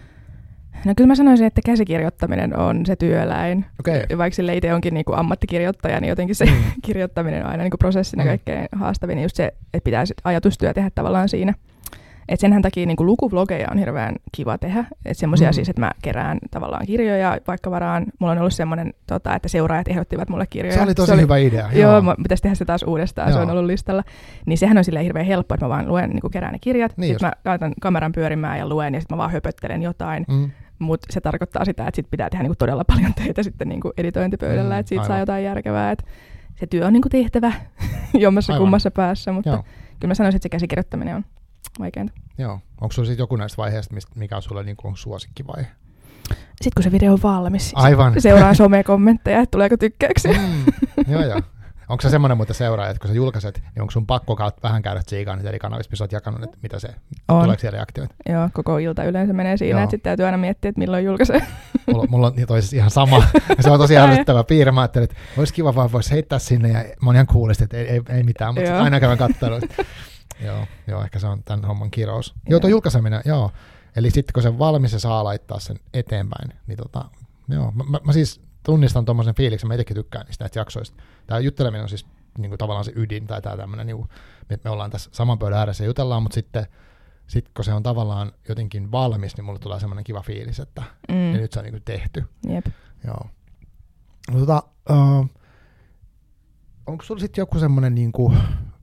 B: No kyllä mä sanoisin, että käsikirjoittaminen on se työläin.
A: Okay.
B: Vaikka sille itse onkin niin kuin ammattikirjoittaja, niin jotenkin se mm. kirjoittaminen on aina niin kuin prosessina mm. kaikkein haastavin. Just se, että pitää ajatustyö tehdä tavallaan siinä. Et senhän takia niin kuin lukuvlogeja on hirveän kiva tehdä. Että semmoisia mm. siis, että mä kerään tavallaan kirjoja, vaikka varaan. Mulla on ollut semmoinen, tota, että seuraajat ehdottivat mulle kirjoja.
A: Se oli tosi se hyvä oli, idea.
B: Joo, joo pitäisi tehdä se taas uudestaan, joo. Se on ollut listalla. Niin sehän on silleen hirveän helppo, että mä vaan luen, niin kuin kerään ne kirjat. Niin sitten mä laitan kameran pyörimään ja luen ja sitten mä vaan höpöttelen jotain. Mm. Mutta se tarkoittaa sitä, että sit pitää tehdä niin kuin todella paljon töitä sitten niin kuin editointipöydällä, mm, että siitä aivan. Saa jotain järkevää. Et se työ on niin kuin tehtävä jommassa aivan. Kummassa päässä, mutta joo. Kyllä mä sanoisin, että se käsikirjoittaminen on vaikeinta.
A: Joo. Onko sulla sitten joku näistä vaiheista, mikä on sulle niin kuin suosikkivaihe?
B: Sitten kun se video on valmis,
A: aivan.
B: Seuraan some-kommentteja, että tuleeko tykkäyksiä.
A: Mm, joo, joo. Onko se semmoinen muuten seuraaja, että kun sä julkaiset, niin onko sun pakko vähän käydä tsiikaan niitä eri kanavissa, missä olet jakanut, että mitä se, on. Tuleeko siellä reaktioita?
B: Joo, koko ilta yleensä menee siinä, joo. Että sitten täytyy aina miettiä, että milloin julkaisee.
A: mulla, mulla on toisessa ihan sama. Se on tosi ärsyttävä piirre. Mä ajattelin, että olisi kiva vaan voisi heittää sinne ja mä oon ihan kuulisti, että ei, ei, ei mitään, mutta aina käyn katsonut. joo, joo, ehkä se on tämän homman kirous. Joo, tuo julkaiseminen, joo. Eli sitten kun se on valmis ja saa laittaa sen eteenpäin, niin tota, joo. Mä, mä, mä siis tunnistan tuommoisen fiiliksen, mä itsekin tykkään niistä näistä jaksoista. Tämä jutteleminen on siis niin kuin tavallaan se ydin tai tämä tämmöinen, niin että me ollaan tässä saman pöydän ääressä ja jutellaan, mutta sitten sit kun se on tavallaan jotenkin valmis, niin mulle tulee semmoinen kiva fiilis, että mm. nyt se on niin kuin tehty.
B: Jep.
A: Joo. No, tota, uh, onko sulla sitten joku semmoinen, niin kuin,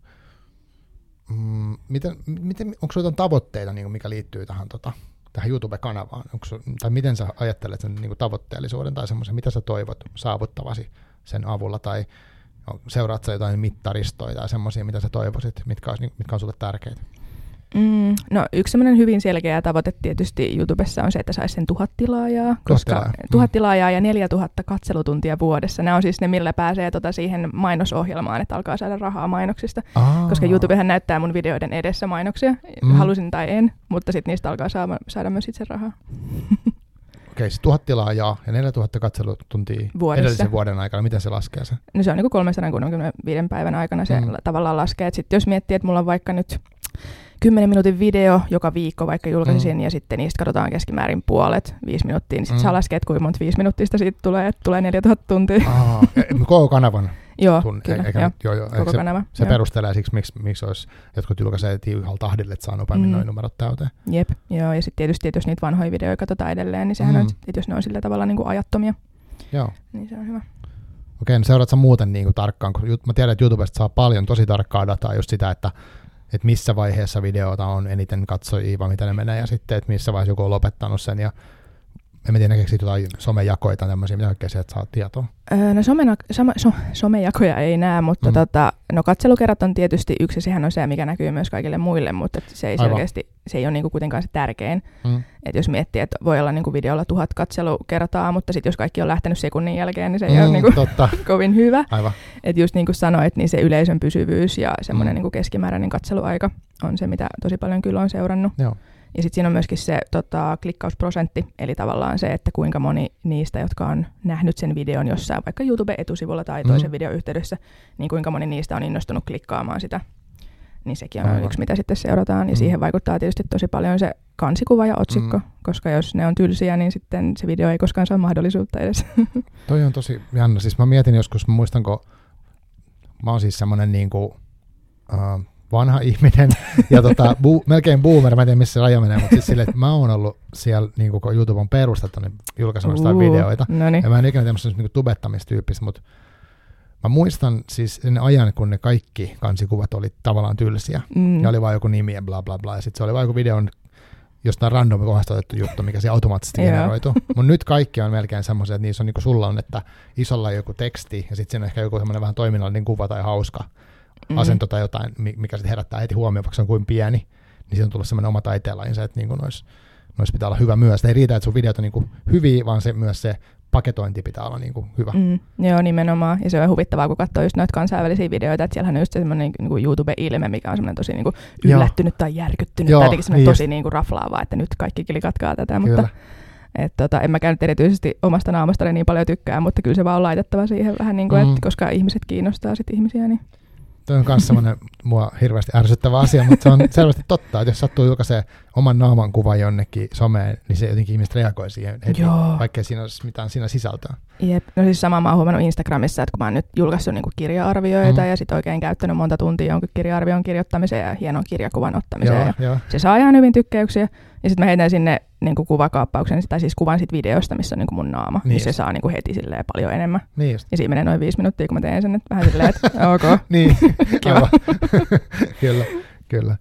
A: mm, miten, miten, onko sulla jotain tavoitteita, niin kuin mikä liittyy tähän, tota, tähän YouTube-kanavaan? Onko sun, tai miten sä ajattelet sen niin kuin tavoitteellisuuden tai semmoisen, mitä sä toivot saavuttavasi sen avulla, tai seuraat sä jotain mittaristoja tai semmoisia, mitä sä toivoisit, mitkä, olisi, mitkä on sulle tärkeitä?
B: Mm, no yksi semmoinen hyvin selkeä tavoite tietysti YouTubessa on se, että saisi sen tuhat tilaajaa, koska
A: tilaajaa.
B: tuhat tilaajaa ja neljätuhatta katselutuntia vuodessa. Nämä on siis ne, millä pääsee tota siihen mainosohjelmaan, että alkaa saada rahaa mainoksista, Aa. koska YouTubehan näyttää mun videoiden edessä mainoksia, mm. halusin tai en, mutta sitten niistä alkaa saada, saada myös itse rahaa.
A: Okei, siis tuhat tilaajaa ja neljätuhatta katselutuntia vuodessa. Edellisen vuoden aikana. Miten se laskee se?
B: No se on niin kuin kolmesataakuusikymmentäviisi päivän aikana se mm. tavallaan laskee. Et sit jos miettii, että mulla on vaikka nyt kymmenen minuutin video joka viikko vaikka julkaisin mm. ja sitten niistä katsotaan keskimäärin puolet, viisi minuuttia, niin sitten mm. saa laskea, että kuinka monta viisi minuuttista siitä tulee, että tulee neljätuhatta tuntia.
A: Aa, koko kanavan?
B: Joo,
A: tunne,
B: kyllä,
A: eikä,
B: joo.
A: joo, joo.
B: Koko
A: se,
B: kanava.
A: Se
B: joo.
A: perustelee siksi, miksi, miksi olisi, jotkut julkaisee tiivihalla tahdille, että saa nopeammin mm. noin numerot täyteen.
B: Jep, joo, ja sitten tietysti, että jos niitä vanhoja videoita katsotaan edelleen, niin sehän mm. on, että jos ne on sillä tavalla niin kuin ajattomia,
A: joo.
B: niin se on hyvä.
A: Okei, no seuraatko muuten niin kuin tarkkaan, kun mä tiedän, että YouTubesta saa paljon tosi tarkkaa dataa just sitä, että että missä vaiheessa videota on eniten katsojia, vai mitä ne menee, ja sitten, että missä vaiheessa joku on lopettanut sen, ja en tiedä, näkeekö jotain somejakoja tai tämmöisiä, mitä kaikkea sieltä saa tietoa?
B: Öö, no somena, some, so, somejakoja ei näe, mutta mm. tota, no katselukerrat on tietysti yksi, ja sehän on se, mikä näkyy myös kaikille muille, mutta se ei selkeästi, se ei ole niinku kuitenkaan se tärkein. Mm. Et jos miettii, että voi olla niinku videolla tuhat katselukertaa, mutta sitten jos kaikki on lähtenyt sekunnin jälkeen, niin se ei mm, ole niinku kovin hyvä. Että just niin kuin sanoit, niin se yleisön pysyvyys ja semmoinen mm. niinku keskimääräinen katseluaika on se, mitä tosi paljon kyllä on seurannut. Joo. Ja sitten siinä on myöskin se tota, klikkausprosentti, eli tavallaan se, että kuinka moni niistä, jotka on nähnyt sen videon jossain, vaikka YouTube-etusivulla tai toisen mm. videon yhteydessä, niin kuinka moni niistä on innostunut klikkaamaan sitä. Niin sekin on Aivan. yksi, mitä sitten seurataan. Ja mm. siihen vaikuttaa tietysti tosi paljon se kansikuva ja otsikko, mm. koska jos ne on tylsiä, niin sitten se video ei koskaan saa mahdollisuutta edes.
A: Toi on tosi jännä. Siis mä mietin joskus, mä muistan, kun mä oon siis semmoinen niinku... Uh, vanha ihminen ja tota, bu, melkein boomer, mä en tiedä missä se raja menee, mutta siis silleen, että mä oon ollut siellä, niin kun YouTube on perustettu, niin julkaisemassa uh, videoita. Noniin. Ja mä en ikinä tämmöistä niin tubettamistyyppistä, mutta mä muistan siis sen ajan, kun ne kaikki kansikuvat oli tavallaan tylsiä. Mm. Ja oli vaan joku nimi ja bla bla bla. Ja sitten se oli vaan joku videon jostain random kohdasta otettu juttu, mikä se automaattisesti generoitu. Mutta nyt kaikki on melkein semmoisia, että niissä on niin kuin sulla on, että isolla joku teksti ja sitten siinä on ehkä joku semmoinen vähän toiminnallinen kuva tai hauska Mm-hmm. asento tai jotain, mikä sitten herättää heti huomioon, vaikka se on kuin pieni, niin siitä on tullut semmoinen oma taiteenlajinsa, että niin noissa nois pitää olla hyvä myös. Ei riitä, että sun videot on niin kuin hyviä, vaan se, myös se paketointi pitää olla niin kuin hyvä.
B: Mm, joo, nimenomaan. Ja se on huvittavaa, kun katsoo just noita kansainvälisiä videoita, että siellähän on just semmoinen niin kuin YouTube-ilme, mikä on semmoinen tosi niin kuin yllättynyt tai järkyttynyt, joo, tai jotenkin semmoinen niin tosi niin kuin raflaavaa, että nyt kaikki klikatkaa tätä, kyllä. Mutta et tota, en mäkään nyt erityisesti omasta naamastani niin paljon tykkää, mutta kyllä se vaan on laitettava siihen vähän, niin kuin, mm. että koska ihmiset kiinnostaa sit ihmisiä, niin
A: Tuo on myös semmoinen mua hirveästi ärsyttävä asia, mutta se on selvästi totta, että jos sattuu julkaisee oman naaman kuvan jonnekin someen, niin se jotenkin ihmiset reagoi siihen heti, vaikkei siinä olisi mitään siinä sisältöä.
B: Jep, no siis sama mä oon huomannut Instagramissa, että kun mä oon nyt julkaissut niinku kirja-arvioita mm. ja sit oikein käyttänyt monta tuntia jonkun kirja-arvion kirjoittamiseen ja hienon kirjakuvan ottamiseen. Joo, ja jo. Se saa ihan hyvin tykkäyksiä. Ja sitten mä heitän sinne niinku kuvakaappauksen, tai siis kuvan sit videosta, missä on niinku mun naama. Niin, niin se saa niinku heti silleen paljon enemmän. Niin just. Ja siinä menee noin viisi minuuttia, kun mä teen sen, että vähän silleen, että ok.
A: Niin, kiva. Kyllä, kyllä.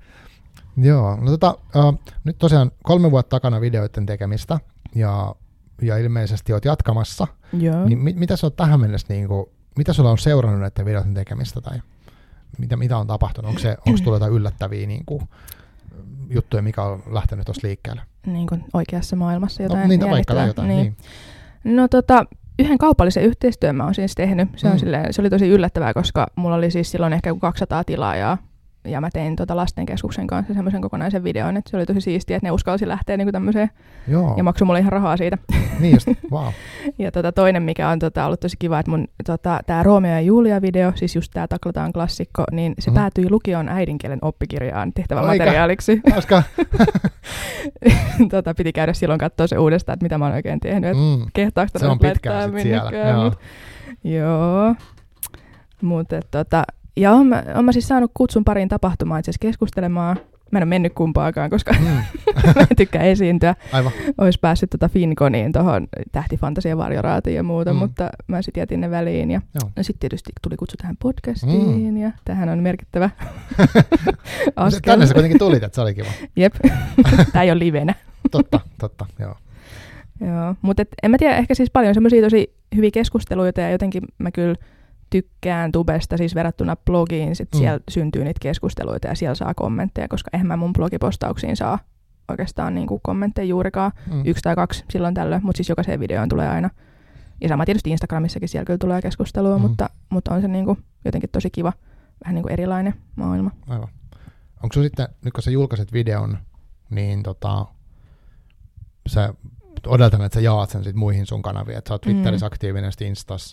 A: Joo, no tota, uh, nyt tosiaan kolme vuotta takana videoiden tekemistä, ja, ja ilmeisesti oot jatkamassa. Joo. Niin mit, mitä sä oot tähän mennessä, niinku, mitä sulla on seurannut näiden videoiden tekemistä, tai mitä, mitä on tapahtunut? Onko se, onko tullut jotain yllättäviä niinku, juttuja, mikä on lähtenyt tuossa liikkeelle?
B: Niin kuin oikeassa maailmassa jotain.
A: No, niin, vaikka jotain, niin.
B: niin. No tota, yhden kaupallisen yhteistyön mä oon siis tehnyt. Se, on mm. silleen, se oli tosi yllättävää, koska mulla oli siis silloin ehkä kaksisataa tilaajaa ja mä tein tota lastenkeskuksen kanssa semmoisen kokonaisen videon, että se oli tosi siistiä, että ne uskalsi lähteä niinku tämmöiseen
A: Joo.
B: ja maksoi mulle ihan rahaa siitä.
A: Niin just, wow.
B: Ja tota, toinen, mikä on tota, ollut tosi kiva, että mun tota, tää Romeo ja Julia-video, siis just tää Taklataan klassikko, niin se mm-hmm. päätyi lukion äidinkielen oppikirjaan tehtävän
A: Oika.
B: materiaaliksi.
A: Hauska.
B: tota, piti käydä silloin katsoa se uudestaan, että mitä mä oon oikein tehnyt, että mm. kehtaako
A: se on pitkään sit siellä. Joo.
B: Mut, joo. Mutta tota, ja oon mä, oon mä siis saanut kutsun pariin tapahtumaan itse asiassa keskustelemaan. Mä en ole mennyt kumpaakaan, koska mm. mä en tykkää esiintyä.
A: Aivan.
B: Ois päässyt tota Finconiin tuohon Tähtifantasian varjoraatiin ja muuta, mm. mutta mä sitten jätin ne väliin. Ja no sitten tietysti tuli kutsu tähän podcastiin mm. ja tähän on merkittävä askel.
A: Tänne sä kuitenkin tulit, että se oli kiva.
B: Jep, tää ei ole livenä.
A: totta, totta, joo.
B: Joo, mutta en mä tiedä, ehkä siis paljon semmoisia tosi hyviä keskusteluita ja jotenkin mä kyllä tykkään tubesta siis verrattuna blogiin, sit mm. siellä syntyy niitä keskusteluita ja siellä saa kommentteja, koska eihän mä mun blogipostauksiin saa oikeastaan niinku kommentteja juurikaan, mm. yksi tai kaksi silloin tällöin, mutta siis jokaiseen videoon tulee aina. Ja sama tietysti Instagramissakin siellä kyllä tulee keskustelua, mm. mutta, mutta on se niinku jotenkin tosi kiva, vähän niinku erilainen maailma.
A: Aivan. Onko sun sitten, nyt kun sä julkaiset videon, niin tota, sä odotan, että sä jaat sen sit muihin sun kanaviin, että sä oot Twitterissä mm. aktiivinen, sitten Instas.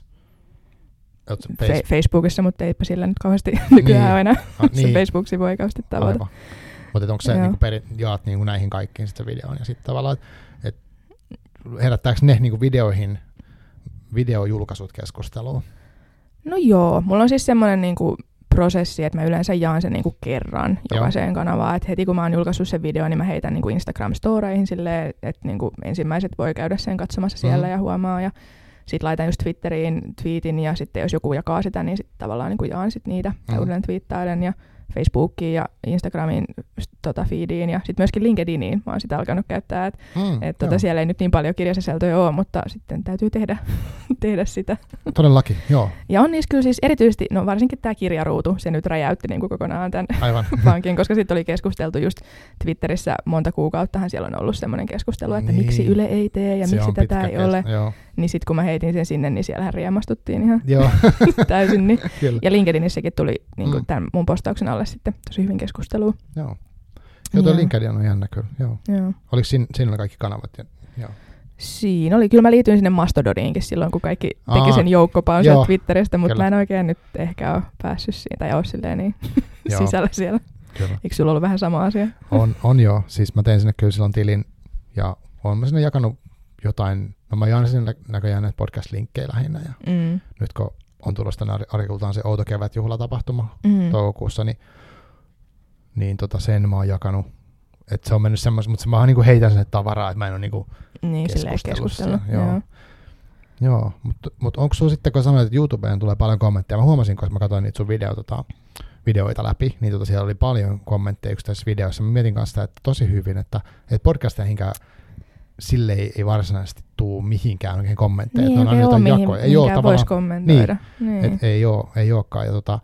B: Face- Facebookissa, mutta eipä sillä nyt kauheasti nykyään niin. aina. Ah, niin. Se Facebook-sivu ei kauheasti tavoita.
A: Mutta onko se niinku peri, jaat niinku näihin kaikkiin sitten videoon ja sitten tavallaan, että et herättääkö ne niinku videoihin, videojulkaisut keskusteluun?
B: No joo, mulla on siis semmoinen niinku prosessi, että mä yleensä jaan sen niinku kerran jokaiseen kanavaan, että heti kun mä oon julkaissut sen videon, niin mä heitän niinku Instagram-storeihin silleen, että niinku ensimmäiset voi käydä sen katsomassa siellä mm-hmm. ja huomaa ja sitten laitan just Twitteriin tweetin ja sitten jos joku jakaa sitä, niin sitten tavallaan niin kuin jaan sit niitä mm. ja uudelleen twiittailen ja Facebookiin ja Instagramin tota, feediin ja sitten myöskin LinkedIniin mä oon sitä alkanut käyttää, että mm, et, tota, siellä ei nyt niin paljon kirjasisältöjä ole, mutta sitten täytyy tehdä, tehdä sitä.
A: Todellakin, joo.
B: Ja on niissä kyllä siis erityisesti, no varsinkin tämä kirjaruutu, se nyt räjäytti niin kuin kokonaan tämän pankin, koska sitten oli keskusteltu just Twitterissä monta kuukauttahan siellä on ollut semmoinen keskustelu, että niin. miksi Yle ei tee ja se miksi tätä ei kes- ole. Joo. Niin sitten kun mä heitin sen sinne, niin siellähän riemastuttiin ihan
A: joo.
B: täysin. Niin. Ja LinkedInissäkin tuli niin kuin mm. tämän mun postauksen alle sitten tosi hyvin keskustelua.
A: Joo. Joo, tuo LinkedIn on jännä kyllä. Joo.
B: Joo.
A: Oliko siinä, siinä kaikki kanavat? Ja, joo.
B: Siinä oli. Kyllä mä liityin sinne Mastodoniinkin silloin, kun kaikki Aa, teki sen joukkopaun sieltä Twitteristä, mutta kyllä. mä en oikein nyt ehkä ole päässyt siihen, tai ole silleen niin sisällä siellä. Kyllä. Eikö sulla ollut vähän sama asia?
A: On, on joo. Siis mä tein sinne kyllä silloin tilin, ja olen mä sinne jakanut jotain, no mä jaan sinne näköjään näitä podcast-linkkejä lähinnä, ja mm. nyt kun on tulossa tänne Arikultaan se Outo kevät-juhlatapahtuma mm. toukokuussa, niin, niin tota sen mä oon jakanut. Että se on mennyt semmoisen, mutta mä niinku heitän sinne tavaraa, että mä en ole niinku
B: niin, keskustelussa.
A: Joo. Joo. Joo, mutta mut onko sulla sitten, kun sanoit, että YouTubeen tulee paljon kommentteja, mä huomasin, kun mä katsoin niitä sun video, tota, videoita läpi, niin tota siellä oli paljon kommentteja yksittäisissä videoissa. Mä mietin kanssa sitä, että tosi hyvin, että, että podcasteihinkään sille ei, ei varsinaisesti tuu mihinkään oikein kommentteja.
B: Niin, ei ole mihin, mihinkään voisi kommentoida.
A: Niin, niin. Et ei, ole, ei olekaan. Ja tota,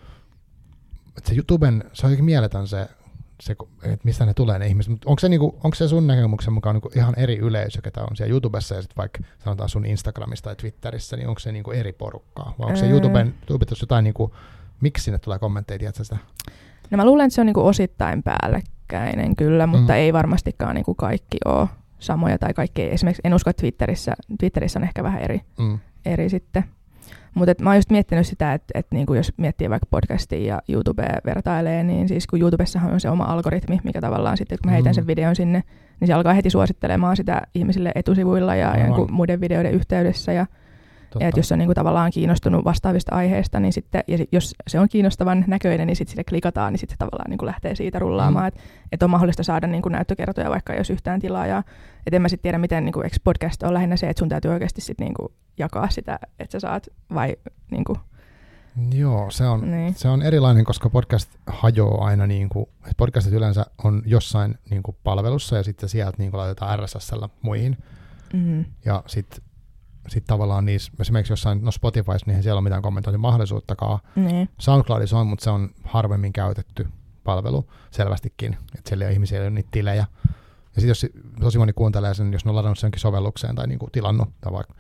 A: et se YouTuben, se on jotenkin mieletön se, se että mistä ne tulee ne ihmiset. Mut onko se, niinku, onko se sun näkemyksen mukaan niinku ihan eri yleisö, ketä on siellä YouTubessa ja sitten vaikka sanotaan sun Instagramissa tai Twitterissä, niin onko se niinku eri porukkaa? Vai onko se YouTuben, YouTubet jotain, niinku, miksi sinne tulee kommentteja, tiedätkö sitä?
B: No mä luulen, että se on niinku osittain päällekkäinen kyllä, mutta mm. ei varmastikaan niinku kaikki ole samoja tai kaikki. Esimerkiksi en usko, että Twitterissä, Twitterissä on ehkä vähän eri, mm. eri sitten. Mutta mä oon just miettinyt sitä, että et niinku jos miettii vaikka podcastia ja YouTubea vertailee, niin siis kun YouTubessahan on se oma algoritmi, mikä tavallaan sitten, kun mä heitän sen videon sinne, niin se alkaa heti suosittelemaan sitä ihmisille etusivuilla ja, ja muiden videoiden yhteydessä. Ja, ja että jos on niinku tavallaan kiinnostunut vastaavista aiheista, niin sitten, ja sit, jos se on kiinnostavan näköinen, niin sitten sille klikataan, niin sitten se tavallaan niinku lähtee siitä rullaamaan. Mm. Että et on mahdollista saada niinku näyttökertoja, vaikka jos yhtään tilaa. Että en mä sitten tiedä, miten niinku, podcast on lähinnä se, että sun täytyy oikeasti sit niinku jakaa sitä, että sä saat, vai niinku.
A: Joo, se on, niin. se on erilainen, koska podcast hajoaa aina, niinku, että podcastit yleensä on jossain niinku palvelussa, ja sitten sieltä niinku laitetaan R S S:llä muihin. Mm. Ja sitten Sitten tavallaan niissä, esimerkiksi jossain no Spotifyssa, niin siellä on mitään kommentointimahdollisuuttakaan. Niin. SoundCloudissa on, mutta se on harvemmin käytetty palvelu selvästikin, että siellä ei ihmisiä ei ole niitä tilejä. Ja sitten jos tosi moni kuuntelee sen, jos ne on ladannut senkin sovellukseen tai niinku tilannut, tai vaikka,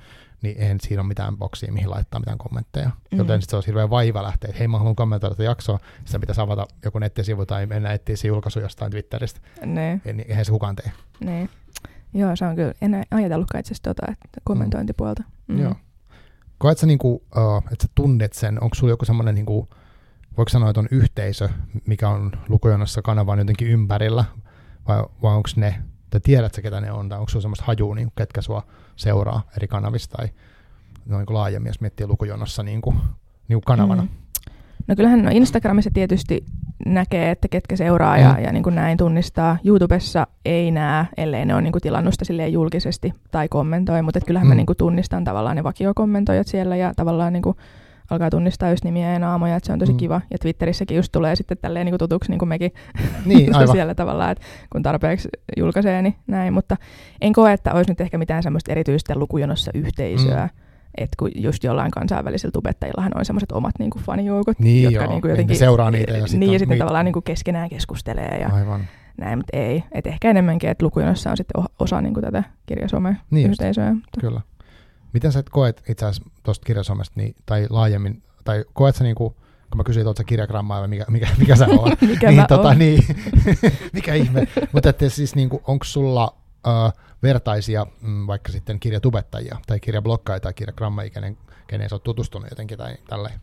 A: niin eihän siinä ole mitään boksia, mihin laittaa mitään kommentteja.
B: Mm.
A: Joten sitten se on hirveän vaiva lähteä, että hei mä haluan kommentoida tätä jaksoa, sitten pitäisi avata joku nettisivu tai mennä etsiä se julkaisu jostain Twitteristä.
B: Ne.
A: Eihän se kukaan tee.
B: Ne. Joo, se on kyllä, en ajatellutkaan itse asiassa tota, että kommentointipuolta. Mm.
A: Joo. Koet sä, niinku, uh, että sä tunnet sen, onko sulla joku semmoinen, niinku, voiko sanoa, että on yhteisö, mikä on Lukujonossa kanavan jotenkin ympärillä, vai, vai onko ne, tai tiedät sä ketä ne on, tai onko sulla semmoista hajua, niinku, ketkä sua seuraa eri kanavista, tai no, niinku laajemmin, jos miettii Lukujonossa niinku, niinku kanavana? Mm.
B: No kyllähän no Instagramissa tietysti näkee, että ketkä seuraa ja, mm. ja niin kuin näin tunnistaa. YouTubessa ei näe, ellei ne ole niin kuin tilannut sitä silleen julkisesti tai kommentoi, mutta kyllähän mm. mä niin kuin tunnistan tavallaan ne vakiokommentoijat siellä ja tavallaan niin kuin alkaa tunnistaa just nimiä ja naamoja, että se on tosi mm. kiva. Ja Twitterissäkin just tulee sitten tälleen niin kuin tutuksi niin kuin mekin
A: niin, aivan.
B: siellä tavallaan, että kun tarpeeksi julkaisee, niin näin. Mutta en koe, että olisi nyt ehkä mitään semmoista erityistä Lukujonossa yhteisöä. Mm. Että kun just jollain kansainvälisillä tubettajillahan on semmoiset omat niinku fanijoukot,
A: niin
B: jotka
A: joo,
B: niinku jotenkin
A: seuraa niitä ja
B: niin, ja sitten tavallaan niinku keskenään keskustelee ja
A: aivan.
B: näin, mutta ei. Et ehkä enemmänkin, että Lukujonossa on sitten osa niinku tätä kirjasome-yhteisöä.
A: Niin kyllä. Miten sä koet itse asiassa tuosta kirjasomesta, niin, tai laajemmin, tai koet sä niinku, kun mä kysyin, että oot sä kirjagrammaa vai mikä, mikä, mikä sä oot?
B: mikä
A: niin,
B: mä
A: tota,
B: oon?
A: Niin, mikä ihme. Mutta että siis niinku, onko sulla uh, vertaisia mm, vaikka sitten kirjatubettajia tai kirjablokkaajia tai kirjagrammaajia, kenen, kenen sä oot tutustunut jotenkin tai tälleen?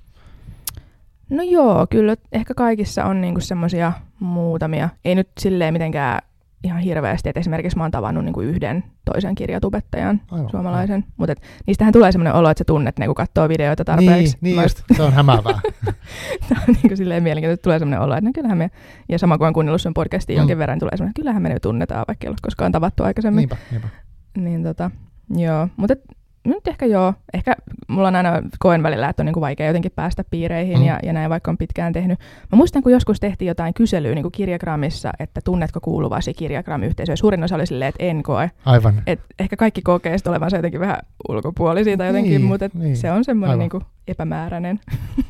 B: No joo, kyllä ehkä kaikissa on niinku semmoisia muutamia. Ei nyt silleen mitenkään ihan hirveästi, että esimerkiksi mä oon tavannut niinku yhden toisen kirjatubettajan, aivan, suomalaisen, aivan. Mutta niistähän tulee semmoinen olo, että sä tunnet ne, kun katsoo videoita tarpeeksi.
A: Niin, niin just, se on hämäävää.
B: Tämä on niinku silleen mielenkiintoista, että tulee semmoinen olo, että no kyllähän me, ja sama kuin on kuunnellut sen podcastin mm. jonkin verran, tulee semmoinen, että kyllähän me nyt tunnetaan, vaikka ei ole koskaan tavattu aikaisemmin.
A: Niinpä, niinpä.
B: Niin tota, joo, mutta nyt ehkä joo, ehkä mulla on aina koen välillä, että on niinku vaikea jotenkin päästä piireihin mm. ja, ja näin, vaikka on pitkään tehnyt. Mä muistan, kun joskus tehtiin jotain kyselyä niinku Kirjagramissa, että tunnetko kuuluvasi Kirjagram-yhteisöön. Suurin osa oli silleen, että en koe.
A: Aivan.
B: Et ehkä kaikki kokee sit olevansa jotenkin vähän ulkopuolisia tai jotenkin, niin, mutta niin. Se on semmoinen niinku epämääräinen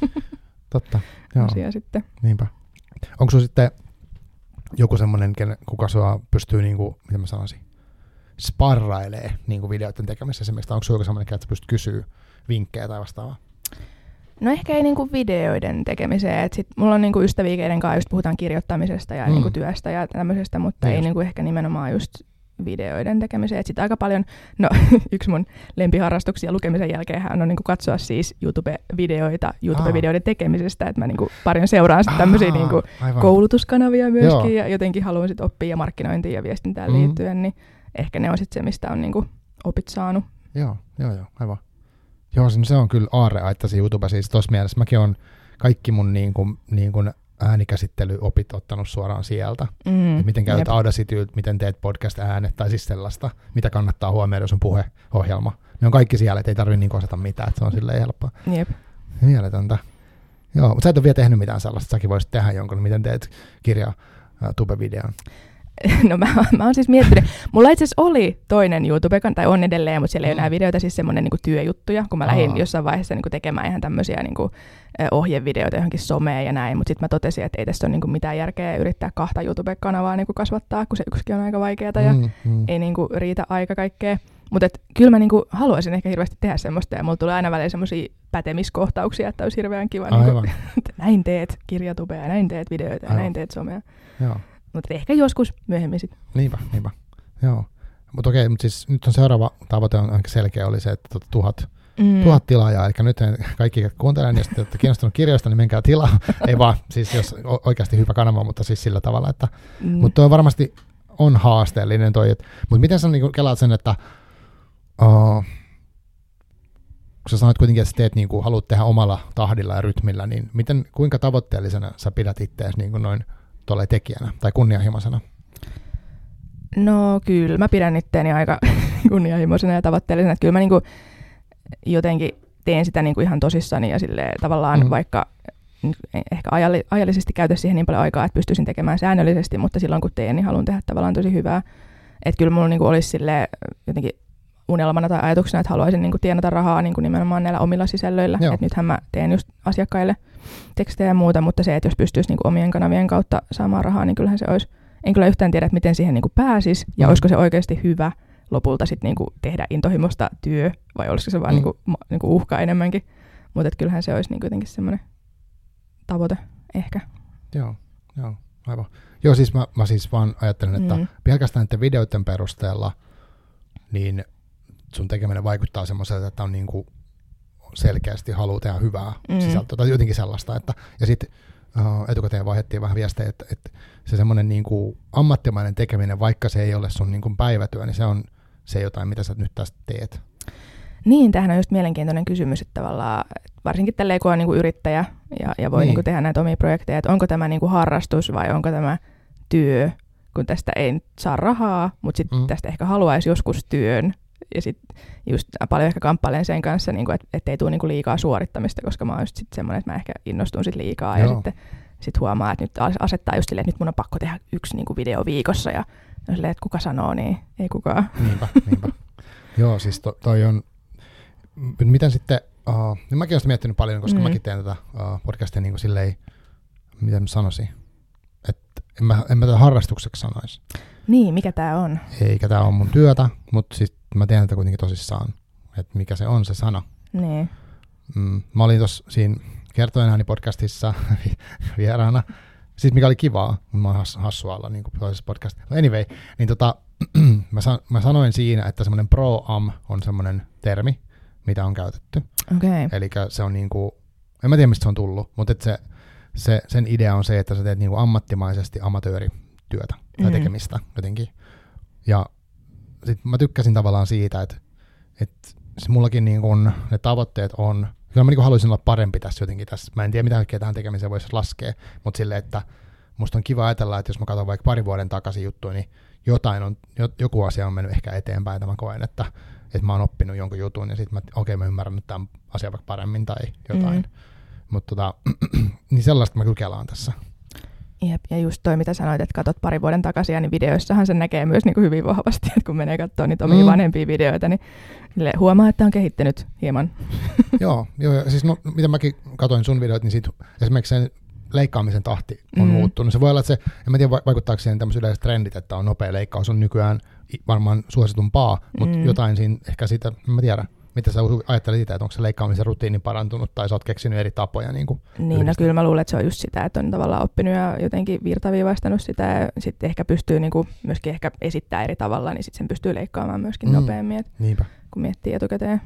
A: Totta, joo.
B: asia sitten.
A: Niinpä. Onko sulla sitten joku semmoinen, kuka sua pystyy, niinku, miten mä sanoisin, sparrailee niin kuin videoiden tekemisessä esimerkiksi, onko sinulla sellainen, että pystyt kysyä vinkkejä tai vastaavaa?
B: No ehkä ei niinku videoiden tekemiseen. Et sit mulla on niinku ystäviä, keiden kanssa just puhutaan kirjoittamisesta ja mm. niinku työstä ja tämmöisestä, mutta niin ei niinku ehkä nimenomaan just videoiden tekemiseen. Sitten aika paljon, no yksi mun lempiharrastuksia lukemisen jälkeen on niinku katsoa siis YouTube-videoita YouTube-videoiden tekemisestä, että mä niinku paljon seuraan sit tämmöisiä niinku koulutuskanavia myöskin Joo. ja jotenkin haluan sit oppia ja markkinointiin ja viestintään mm. liittyen, niin ehkä ne on sitten se, mistä on niinku opit saanut.
A: Joo, joo, joo, aivan. Joo, se on kyllä aarreaittasi YouTube. Siis tuossa mielessä mäkin olen kaikki mun niin kuin, niin kuin äänikäsittelyopit ottanut suoraan sieltä. Mm, miten käytät Audacityt, miten teet podcast-äänet tai siis sellaista, mitä kannattaa huomioida, jos on puheohjelma. Ne on kaikki siellä, ettei tarvitse niin osata mitään, että se on silleen helppoa.
B: Jep.
A: Mieletöntä. Joo, mutta sä et ole vielä tehnyt mitään sellaista, säkin voisit tehdä jonkun, miten teet kirja tube-videon.
B: No mä, mä oon siis miettinyt, mulla itse asiassa oli toinen YouTube, tai on edelleen, mutta siellä ei ole enää videoita, siis semmoinen niinku työjuttuja, kun mä lähdin jossain vaiheessa niinku tekemään ihan tämmöisiä niinku ohjevideoita johonkin someen ja näin, mutta sitten mä totesin, että ei tässä ole niinku mitään järkeä yrittää kahta YouTube-kanavaa niinku kasvattaa, kun se yksikin on aika vaikeaa ja mm, mm. ei niinku riitä aika kaikkea. Mutta kyllä mä niinku haluaisin ehkä hirveästi tehdä semmoista, ja mulla tulee aina välillä semmoisia pätemiskohtauksia, että olisi hirveän kiva, niinku, että näin teet kirjatubea, näin teet videoita ja näin teet somea.
A: Joo.
B: Mutta ehkä joskus myöhemmin sitten.
A: Niinpä, niinpä. Joo. Mutta okei, mutta siis nyt on seuraava tavoite on aika selkeä, oli se, että tuota, tuhat, mm. tuhat tilaajaa. Eli nyt kaikki, jotka kuuntelevat, niin jos olette kiinnostunut kirjoista, niin menkää tilaa. Ei vaan, siis jos oikeasti hyvä kanava, mutta siis sillä tavalla, että mm. mutta toi varmasti on haasteellinen toi. Mutta miten sä niin kelaat sen, että uh, kun sä sanoit kuitenkin, että teet, niin kuin, haluat tehdä omalla tahdilla ja rytmillä, niin miten, kuinka tavoitteellisena sä pidät itseäsi niin kuin noin tuolle tekijänä tai kunnianhimoisena?
B: No kyllä, mä pidän itteeni aika kunnianhimoisena ja tavoitteellisena. Että kyllä mä niinku jotenkin teen sitä niinku ihan tosissani ja silleen, tavallaan mm. vaikka ehkä ajalli, ajallisesti käytä siihen niin paljon aikaa, että pystyisin tekemään säännöllisesti, mutta silloin kun teen, niin haluan tehdä tavallaan tosi hyvää. Että kyllä mulla niinku olisi silleen jotenkin unelmana tai ajatuksena, että haluaisin niinku tienata rahaa niinku nimenomaan näillä omilla sisällöillä. Että nythän mä teen just asiakkaille tekstejä ja muuta, mutta se, että jos pystyisi niinku omien kanavien kautta saamaan rahaa, niin kyllähän se olisi. En kyllä yhtään tiedä, että miten siihen niinku pääsisi ja mm. olisiko se oikeasti hyvä lopulta sitten niinku tehdä intohimosta työ, vai olisiko se vaan mm. niinku, niinku uhka enemmänkin. Mutta kyllähän se olisi niinku jotenkin semmoinen tavoite ehkä.
A: Joo, joo, aivan. Joo, siis mä, mä siis vaan ajattelen, että mm. pelkästään näiden videoiden perusteella niin sun tekeminen vaikuttaa semmoiselta, että on niinku selkeästi haluaa tehdä hyvää mm. sisältöä tai jotenkin sellaista. Että, ja sitten uh, etukäteen vaihdettiin vähän viestejä, että, että se semmoinen niinku ammattimainen tekeminen, vaikka se ei ole sun niinku päivätyö, niin se on se jotain, mitä sä nyt tästä teet.
B: Niin, tämähän on just mielenkiintoinen kysymys, että tavallaan varsinkin tälleen, kun on niinku yrittäjä ja, ja voi niin. niinku tehdä näitä omia projekteja, että onko tämä niinku harrastus vai onko tämä työ, kun tästä ei nyt saa rahaa, mutta sitten mm. tästä ehkä haluaisi joskus työn. Ja sitten just paljon ehkä kamppailen sen kanssa, niinku, että et ei tule niinku liikaa suorittamista, koska mä oon just sit semmoinen, että mä ehkä innostun sit liikaa. Joo. Ja sitten sit huomaa, että nyt asettaa just silleen, että nyt mun on pakko tehdä yksi niinku video viikossa. Ja silleen, että kuka sanoo, niin ei kukaan.
A: Niinpä, niinpä. Joo, siis to, toi on... Miten sitten... Uh, niin mäkin olen sitä miettinyt paljon, koska mm. mäkin teen tätä uh, podcastia niin kuin silleen, miten mä sanoisin, että en mä, en mä tätä harrastukseksi sanoisi.
B: Niin, mikä tää on?
A: Eikä tää on mun työtä, mutta siis mä teen tätä kuitenkin tosissaan, että mikä se on se sana.
B: Niin.
A: Mm, mä olin tuossa siinä Kertojen podcastissa vieraana, siis mikä oli kivaa, mutta mä oon hassua olla niin kuin toisessa podcastissa. Anyway, niin tota, mä, san, mä sanoin siinä, että semmoinen pro-am on semmoinen termi, mitä on käytetty.
B: Okay.
A: Eli se on niinku, en mä tiedä mistä se on tullut, mutta et se, se, sen idea on se, että sä teet niinku ammattimaisesti amatöörityötä tai mm. tekemistä jotenkin. Ja sit mä tykkäsin tavallaan siitä, että et mullakin niinku ne tavoitteet on, kyllä mä niinku haluaisin olla parempi tässä jotenkin tässä. Mä en tiedä mitä kaikkea tähän tekemiseen voisi laskea, mutta silleen, että musta on kiva ajatella, että jos mä katson vaikka pari vuoden takaisin juttuja, niin jotain on, joku asia on mennyt ehkä eteenpäin, että mä koen, että että mä oon oppinut jonkun jutun ja sitten mä, okei okay, mä ymmärrän nyt tämän asian vaikka paremmin tai jotain. Mm. Mutta tota, niin sellaista mä kyllä kelaan tässä.
B: Jep, ja just toi mitä sanoit, että katot pari vuoden takaisin, niin videoissahan se näkee myös niin kuin hyvin vahvasti, että kun menee katsoa niitä omia mm. vanhempia videoita, niin huomaa, että on kehittynyt hieman. Joo,
A: joo ja siis no, mitä mäkin katoin sun videoita, niin siitä esimerkiksi sen leikkaamisen tahti on mm. muuttunut. Se voi olla, että se, en mä tiedä vaikuttaako siihen tämmöiset yleiset trendit, että on nopea leikkaus, on nykyään varmaan suositumpaa, mutta mm. jotain siinä ehkä siitä, en mä tiedä, mitä sä ajattelet itse, että onko se leikkaamisen rutiini parantunut tai sä oot keksinyt eri tapoja niin kuin
B: Niin, no kyllä mä luulen, että se on just sitä, että on tavallaan oppinut ja jotenkin virtaviivaistanut sitä ja sitten ehkä pystyy niin kuin myöskin ehkä esittämään eri tavalla, niin sitten sen pystyy leikkaamaan myöskin mm. nopeammin, että
A: Niinpä.
B: kun miettii etukäteen.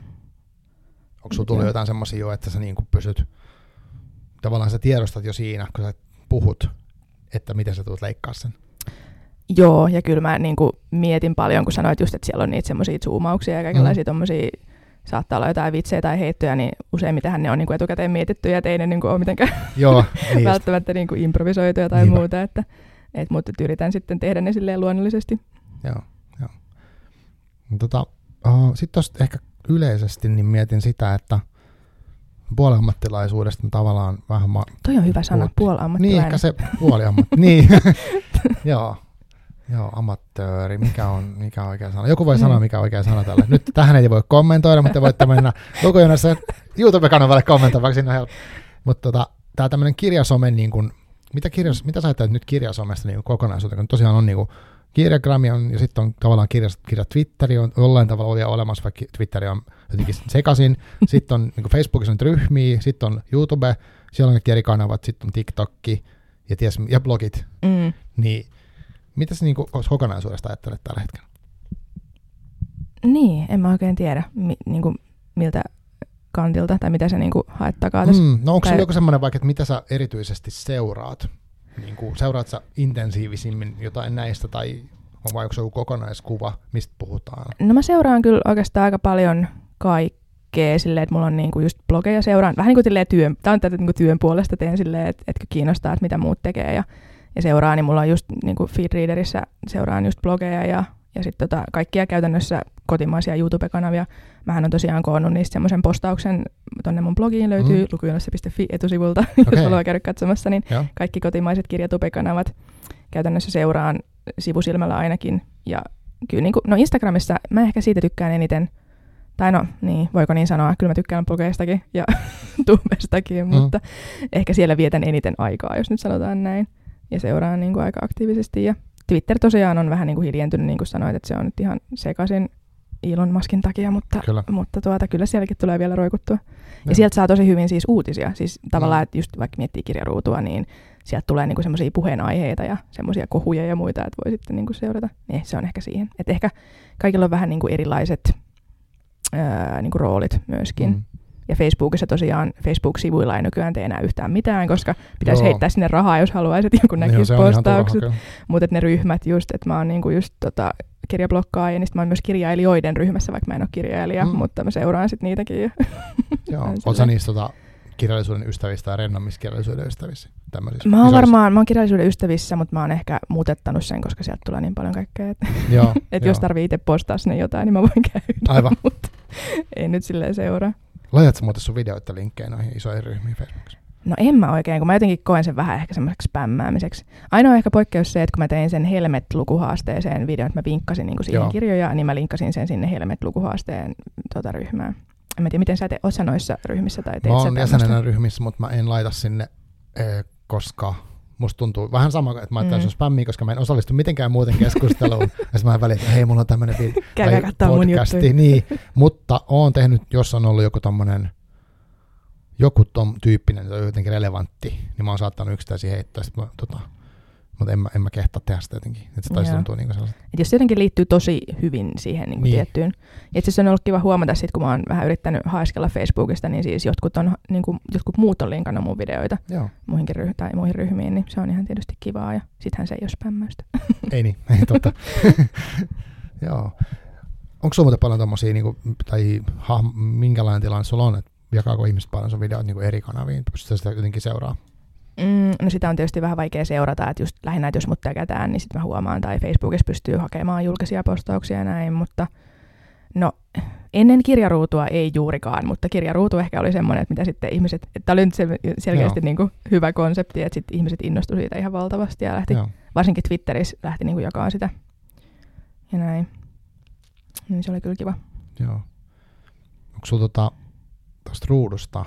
A: Onko sulla tullut jotain semmoisia jo, että sä niin kuin pysyt, tavallaan sä tiedostat jo siinä, kun sä puhut, että miten sä tulet leikkaa sen?
B: Joo, ja kyllä mä niin kuin mietin paljon, kun sanoit just, että siellä on niitä semmoisia zoomauksia ja kaikenlaisia mm. tommosia, saattaa olla jotain vitsejä tai heittoja, niin useimmitenhän ne on niin kuin etukäteen mietitty ja ei ne niin kuin ole mitenkään
A: Joo, niin
B: välttämättä niin kuin improvisoituja tai Niinpä. muuta, että, et, mutta yritän sitten tehdä ne silleen luonnollisesti.
A: Joo, joo. Tota, uh, sitten tuosta ehkä yleisesti niin mietin sitä, että puoliammattilaisuudesta tavallaan vähän... Ma-
B: Toi on hyvä sana, puoliammattilainen.
A: Niin, ehkä se puoliammatti. niin, joo. Joo, amatööri. Mikä on, mikä on oikea sana? Joku voi sanoa, mikä on oikea sana tälle. Nyt tähän ei voi kommentoida, mutta voitte mennä Lukujonossa YouTube-kanavalle kommentoimaan, siinä on helppo. Mutta tota, tää tämmönen kirjasome, niin kun, mitä, kirjas, mitä sä ajattelet nyt kirjasomesta niin kokonaisuuteen, kun tosiaan on niin kuin, kirjagrammi on, ja sitten on tavallaan kirja, kirja Twitteri on jollain tavalla oli olemassa, vaikka Twitteri on jotenkin sekaisin. Sitten on niin Facebookissa on ryhmiä, sitten on YouTube, siellä on kaikki eri kanavat, sitten on TikTokki ja, ties, ja blogit.
B: Mm.
A: Niin, mitä sä niin kokonaisuudesta ajattelet tällä hetkellä?
B: Niin, en mä oikein tiedä, mi, niin kuin, miltä kantilta tai mitä sä niin kuin, haet takaa tässä.
A: Mm, no onko sulla joku semmoinen vaikka, että mitä sä erityisesti seuraat? Niin kuin, seuraat sä intensiivisimmin jotain näistä tai vai onko se joku kokonaiskuva, mistä puhutaan? No
B: mä seuraan kyllä oikeastaan aika paljon kaikkea silleen, että mulla on niinku just blogeja seuraan. Vähän niin kuin työn, tää on tätä niinku työn puolesta teen silleen, että, että kiinnostaa, että mitä muut tekee ja, ja seuraan, niin mulla on just niinku Feedreaderissä seuraan just blogeja ja, ja sitten tota, kaikkia käytännössä kotimaisia YouTube-kanavia. Mähän on tosiaan koonnut niistä semmoisen postauksen, tonne mun blogiin löytyy mm. lukujonossa piste fi etusivulta, okay. jos haluaa käydä katsomassa, niin ja. Kaikki kotimaiset kirjatube-kanavat käytännössä seuraan sivusilmällä ainakin. Ja kyllä niin kuin, no Instagramissa mä ehkä siitä tykkään eniten, tai no niin, voiko niin sanoa, kyllä mä tykkään blogeistakin ja tubestakin, mm. mutta ehkä siellä vietän eniten aikaa, jos nyt sanotaan näin. Ja seuraan niin kuin aika aktiivisesti ja Twitter tosiaan on vähän niin kuin hiljentynyt, niin kuin sanoit, että se on nyt ihan sekaisin Elon Muskin takia, mutta kyllä, mutta tuota, kyllä sielläkin tulee vielä roikuttua. Ja, ja sieltä saa tosi hyvin siis uutisia. Siis tavallaan, no. että just vaikka miettii kirjaruutua, niin sieltä tulee niinku semmoisia puheenaiheita ja semmoisia kohuja ja muita, että voi sitten niinku seurata. Niin, se on ehkä siihen. Että ehkä kaikilla on vähän niinku erilaiset ää, niinku roolit myöskin. Mm. Ja Facebookissa tosiaan, Facebook-sivuilla ei nykyään tee enää yhtään mitään, koska pitäisi Joo. heittää sinne rahaa, jos haluaisit, joku näkisi postaukset. Mutta ne ryhmät just, että mä oon niinku just tota, kirjablokkaaja, niin sitten mä oon myös kirjailijoiden ryhmässä, vaikka mä en ole kirjailija, mm. mutta mä seuraan sitten niitäkin. Ja
A: Joo, oot sä niistä tota, kirjallisuuden ystävistä ja rennommissa kirjallisuuden ystävissä?
B: Mä oon varmaan, mä oon kirjallisuuden ystävissä, mutta mä oon ehkä muutettanut sen, koska sieltä tulee niin paljon kaikkea, että et jos tarvii itse postaa sinne jotain, niin mä voin käydä.
A: Aivan.
B: Mutta ei nyt silleen seuraa.
A: Laitatko muuten sun videoita linkkejä noihin isoihin ryhmiin Facebookissa?
B: No en mä oikein, kun mä jotenkin koen sen vähän ehkä semmoiseksi spämmäämiseksi. Ainoa ehkä poikkeus se, että kun mä tein sen Helmet-lukuhaasteeseen videon, että mä vinkkasin niin siihen kirjoja, niin mä linkkasin sen sinne Helmet-lukuhaasteen tota, ryhmään. En mä tiedä, miten sä teet, oot sä noissa ryhmissä tai teet
A: mä
B: sä
A: oon jäsenenä ryhmissä, mutta mä en laita sinne, eh, koska musta tuntuu vähän sama, että mä ajattelen, mm. se on spämmiä, koska mä en osallistu mitenkään muuten keskusteluun. Ja sitten mä välillä, että hei, mulla on tämmönen video
B: tai podcasti.
A: Niin, mutta oon tehnyt, jos on ollut joku tommonen joku tom tyyppinen, tai jotenkin relevantti, niin mä oon saattanut yksittäisiä heittää, sit mä, tota, mutta en mä, en mä kehtaa tehdä sitä jotenkin. Että se taisi tuntua niin kuin
B: et jos se jotenkin liittyy tosi hyvin siihen niin kuin niin. tiettyyn. Ja itse asiassa on ollut kiva huomata, sit, kun mä oon vähän yrittänyt haiskella Facebookista, niin siis jotkut, on, niin kuin, jotkut muut on linkannut mun videoita muihinkin ryh- tai muihin ryhmiin, niin se on ihan tietysti kivaa. Ja sittenhän se ei ole spämmäystä.
A: Ei niin, ei totta. Joo. Onko sulla muuten paljon tommosia, niin kuin, tai ha, minkälainen tilanne sulla on, että jakaako ihmiset paljon sun videot niin kuin eri kanaviin? Pystytkö sitä jotenkin seuraa?
B: Mm, no sitä on tietysti vähän vaikea seurata, että just lähinnä, että jos mut täkätään, niin sitten mä huomaan, tai Facebookissa pystyy hakemaan julkisia postauksia ja näin, mutta no ennen kirjaruutua ei juurikaan, mutta kirjaruutu ehkä oli semmoinen, että mitä sitten ihmiset, että oli nyt selkeästi niin kuin hyvä konsepti, että sitten ihmiset innostuivat siitä ihan valtavasti ja lähti, Joo. varsinkin Twitterissä lähti niin kuin jakaa sitä ja näin, niin se oli kyllä kiva.
A: Joo. Onko sulla tota, tuosta ruudusta,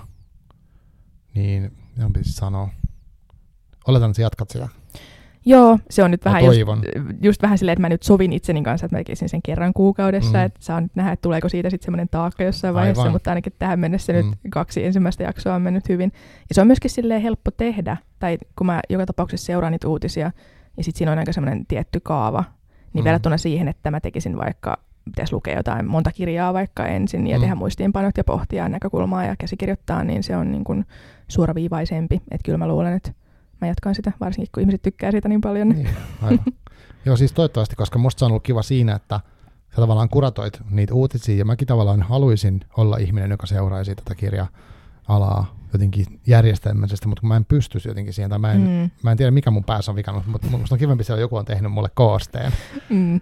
A: niin mitä pitäisi sanoa? Oletan, että sä jatkat sitä.
B: Joo, se on nyt vähän just, just vähän silleen, että mä nyt sovin itseni kanssa, että mä tekisin sen kerran kuukaudessa, mm. että saa nyt nähdä, että tuleeko siitä sitten semmoinen taakka jossain vaiheessa, Aivan. mutta ainakin tähän mennessä mm. nyt kaksi ensimmäistä jaksoa on mennyt hyvin. Ja se on myöskin silleen helppo tehdä, tai kun mä joka tapauksessa seuraan niitä uutisia, ja sitten siinä on aika semmoinen tietty kaava, niin mm. verrattuna siihen, että mä tekisin vaikka, pitäisi lukea jotain monta kirjaa vaikka ensin, ja mm. tehdä muistiinpanot ja pohtia näkökulmaa ja käsikirjoittaa, niin se on niin kuin suoraviivaisempi, että kyllä mä luulen, että mä jatkan sitä, varsinkin kun ihmiset tykkää siitä niin paljon.
A: Niin, aivan. Joo, siis toivottavasti, koska musta se on ollut kiva siinä, että sä tavallaan kuratoit niitä uutisia, ja mäkin tavallaan haluaisin olla ihminen, joka seuraisi tätä kirja-alaa jotenkin järjestelmällisesti, mutta kun mä en pystyisi jotenkin siihen, tai mä en, mm. mä en tiedä mikä mun päässä on vikannut, mutta musta on kivempi siellä, joku on tehnyt mulle koosteen.
B: Mm.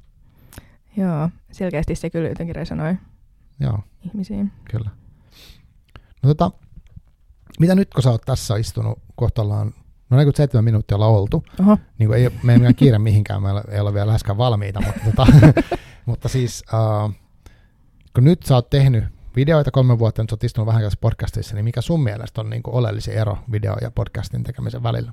B: Joo, selkeästi se kyllä jotenkin resonoi
A: Joo.
B: ihmisiin.
A: Kyllä. No tota, mitä nyt, kun sä oot tässä istunut kohtallaan, no neljäkymmentäseitsemän minuuttia ollaan oltu, Oho. Niin kuin ei, me ei mikään kiire mihinkään, meillä ei ole vielä läheskään valmiita, mutta, tota, mutta siis uh, kun nyt sä oot tehnyt videoita kolme vuotta, nyt sä oot istunut vähän tässä podcastissa, niin mikä sun mielestä on niin kuin oleellisin ero video- ja podcastin tekemisen välillä?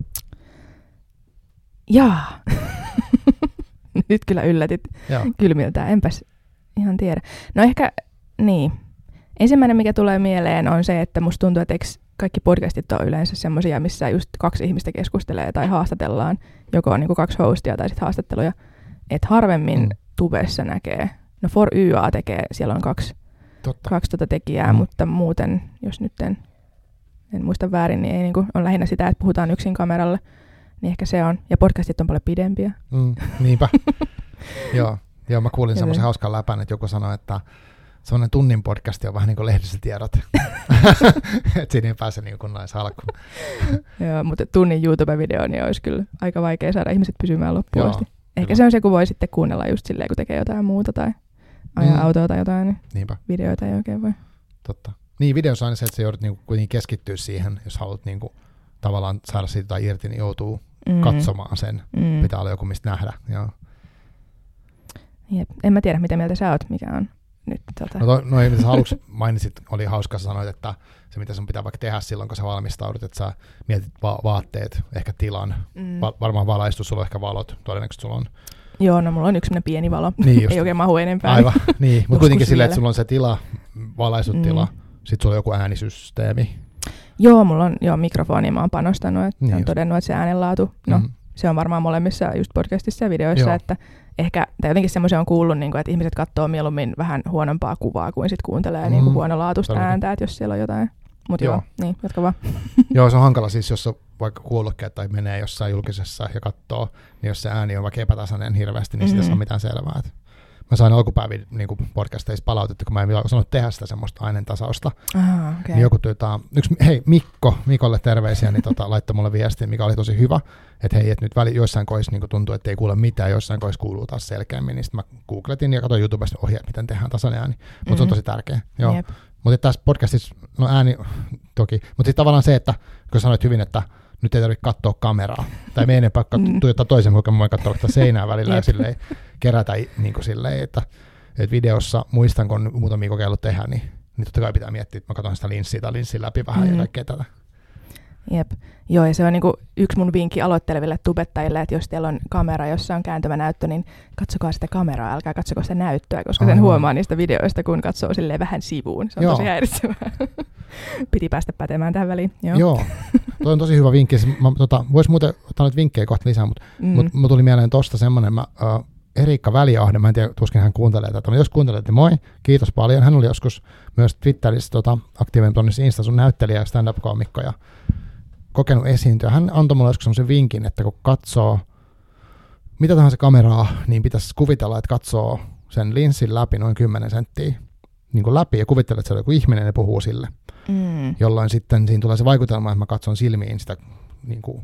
B: Jaa, nyt kyllä yllätit Joo. kylmiltään, enpäs ihan tiedä. No ehkä, niin. Ensimmäinen, mikä tulee mieleen, on se, että musta tuntuu, että kaikki podcastit on yleensä semmoisia, missä just kaksi ihmistä keskustelee tai haastatellaan. Joko on niin kuin kaksi hostia tai sitten haastatteluja. Että harvemmin mm. tubessa näkee. No For Y A tekee, siellä on kaksi, kaksi tuota tekijää, mm. mutta muuten, jos nyt en, en muista väärin, niin ei niin kuin, on lähinnä sitä, että puhutaan yksin kameralle. Niin ehkä se on. Ja podcastit on paljon pidempiä.
A: Mm, niinpä. Joo. Joo, mä kuulin semmoisen hauskan läpän, että joku sanoi, että semmoinen tunnin podcasti on vähän niin kuin lehdistötiedot. Että siinä ei pääse niin kuin nais alkuun.
B: Joo, mutta tunnin YouTube-video niin olisi kyllä aika vaikea saada ihmiset pysymään loppuun asti. Ehkä kyllä. Se on se, kun voi sitten kuunnella just silleen, kun tekee jotain muuta tai ajaa mm. autoa tai jotain, niin Niinpä. Videoita ei oikein voi.
A: Totta. Niin, videossa on se, että sä joudut niinku kuitenkin keskittyä siihen, jos haluat niinku tavallaan saada siitä jotain irti, niin joutuu mm. katsomaan sen. Mm. Pitää olla joku, mistä nähdä. Joo.
B: Jep. En mä tiedä, mitä mieltä sä oot, mikä on nyt tota...
A: No toi, noin, mitä sä aluksi mainitsit, oli hauska, sanoit, että se mitä sun pitää vaikka tehdä silloin, kun sä valmistaudut, että sä mietit va- vaatteet, ehkä tilan, mm. Va- varmaan valaistus, sulla on ehkä valot, todennäköisesti sulla on.
B: Joo, no mulla on yksi pieni valo,
A: niin
B: ei oikein mahu enempää.
A: Aivan, niin, mutta kuitenkin silleen, että sulla on se tila, valaistutila, mm. sitten sulla on joku äänisysteemi.
B: Joo, mulla on jo mikrofoni, mä oon panostanut, että
A: niin
B: on
A: just.
B: todennut, että se äänenlaatu, no mm. se on varmaan molemmissa just podcastissa ja videoissa, joo. että ehkä, tai jotenkin semmoisen on kuullut, niin kuin, että ihmiset katsoo mieluummin vähän huonompaa kuvaa, kuin sit kuuntelee mm. niin kuin huonolaatuista Tarvikin. ääntä, että jos siellä on jotain. Mutta joo. joo, niin, jatka vaan.
A: Joo, se on hankala siis, jos on vaikka kuulokkeet tai menee jossain julkisessa ja katsoo, niin jos se ääni on vaikka epätasainen hirveästi, niin mm-hmm. sitä saa mitään selvää. Mä sain alkupäivin niin podcasteissa palautetta, kun mä en osannut tehdä sitä semmoista aineentasausta.
B: Ah, okay.
A: Niin joku tyytää, yksi, hei Mikko, Mikolle terveisiä, niin tota, laittoi mulle viestiä, mikä oli tosi hyvä, että hei, että nyt väli, joissain koissa niin tuntuu, että ei kuule mitään, joissain koissa kuuluu taas selkeämmin, niin sitten mä googletin ja katsoin YouTubesta ohjeet, miten tehdään tasainen ääni, mutta mm-hmm. se on tosi tärkeä. Joo. Yep. Mutta tässä podcastissa, no ääni toki, mutta sitten tavallaan se, että kun sanoit hyvin, että nyt ei tarvitse katsoa kameraa, tai me ei enempää mm. tuijottaa toisen, kun mä voin katsoa seinää välillä ja silleen kerätä niin kuin silleen, että, että videossa, muistan kun muutamia kokeillut tehdä, niin, niin totta kai pitää miettiä, että mä katson sitä linssiä tai linssin läpi vähän mm. ja kaikkea tätä.
B: Jep. Joo, ja se on niinku yksi mun vinkki aloitteleville tubettajille, että jos teillä on kamera, jossa on kääntyvä näyttö, niin katsokaa sitä kameraa, älkää katsoko sitä näyttöä, koska sen Aivan. huomaa niistä videoista, kun katsoo silleen vähän sivuun. Se on Joo. tosi häiritsevää. Piti päästä pätemään tähän väliin. Joo,
A: Joo. Toi on tosi hyvä vinkki. Mä, tota, vois muuten ottaa nyt vinkkejä kohta lisää, mutta mm. mut, mut tuli mieleen tosta semmoinen, mä, uh, Eriikka Väliahde, mä en tiedä, tuskin hän kuuntelee tätä, mutta jos kuuntelette, moi, kiitos paljon. Hän oli joskus myös Twitterissä tota, aktiivinen tuonnissa Insta, sun näyttelijä ja stand-up-koomikko ja kokenut esiintyä. Hän antoi mulle joskus semmoisen vinkin, että kun katsoo mitä tahansa kameraa, niin pitäisi kuvitella, että katsoo sen linssin läpi noin kymmenen senttiä niin kuin läpi ja kuvittelee, että se on joku ihminen ja puhuu sille. Mm. Jolloin sitten siinä tulee se vaikutelma, että mä katson silmiin sitä niin kuin,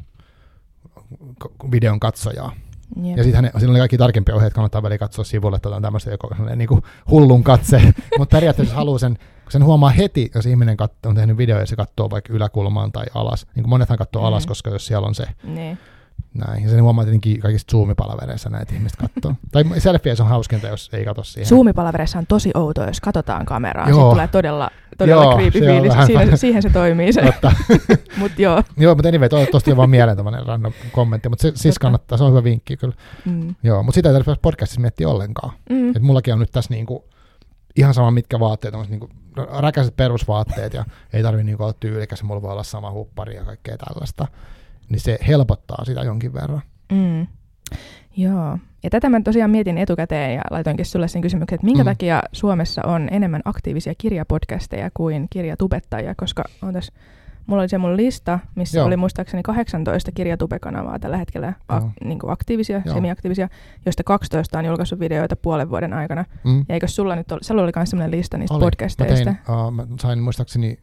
A: videon katsojaa. Yep. Ja sitten siinä oli kaikki tarkempia ohjeet, kannattaa väliin katsoa sivulle, että on tämmöistä joku niin kuin hullun katse. Mutta periaatteessa haluaa sen, kun sen huomaa heti, jos ihminen katso, on tehnyt video ja se katsoo vaikka yläkulmaan tai alas. Niin kuin monethan katsoo mm. alas, koska jos siellä on se. Mm. Näin. Ja sen huomaa tietenkin kaikista Zoom-palavereissa näitä ihmiset katsoo. Tai selfieessä on hauskinta, jos ei katso siihen.
B: Zoom-palavereissa on tosi outoa, jos katsotaan kameraan. Sitten tulee todella, todella creepy fiilis. Siinä, siihen se toimii se. Mut joo. Joo,
A: mutta anyway, tuosta on vaan mieleen tämmöinen random kommentti. Mutta se, siis kannattaa, se on hyvä vinkki kyllä. Mm. Joo, mutta sitä ei tarvitse podcastissa miettiä ollenkaan. Mm. Et mullakin on nyt tässä niinku, ihan sama mitkä vaatteet, on niinku, räkäiset perusvaatteet ja ei tarvitse niinku olla tyylikäs, mulla voi olla sama huppari ja kaikkea tällaista. Niin se helpottaa sitä jonkin verran. Mm.
B: Joo. Ja tätä mä tosiaan mietin etukäteen ja laitoinkin sulle sen kysymyksen, että minkä mm. takia Suomessa on enemmän aktiivisia kirjapodcasteja kuin kirjatubettajia, koska on tässä, mulla oli se mun lista, missä Joo. oli muistaakseni kahdeksantoista kirjatubekanavaa tällä hetkellä ak- niin kuin aktiivisia, Joo. semi-aktiivisia, joista kaksitoista on julkaissut videoita puolen vuoden aikana. Mm. Ja eikö sulla nyt ole, sulla oli myös sellainen lista niistä oli. podcasteista?
A: Mä, tein, uh, mä sain muistaakseni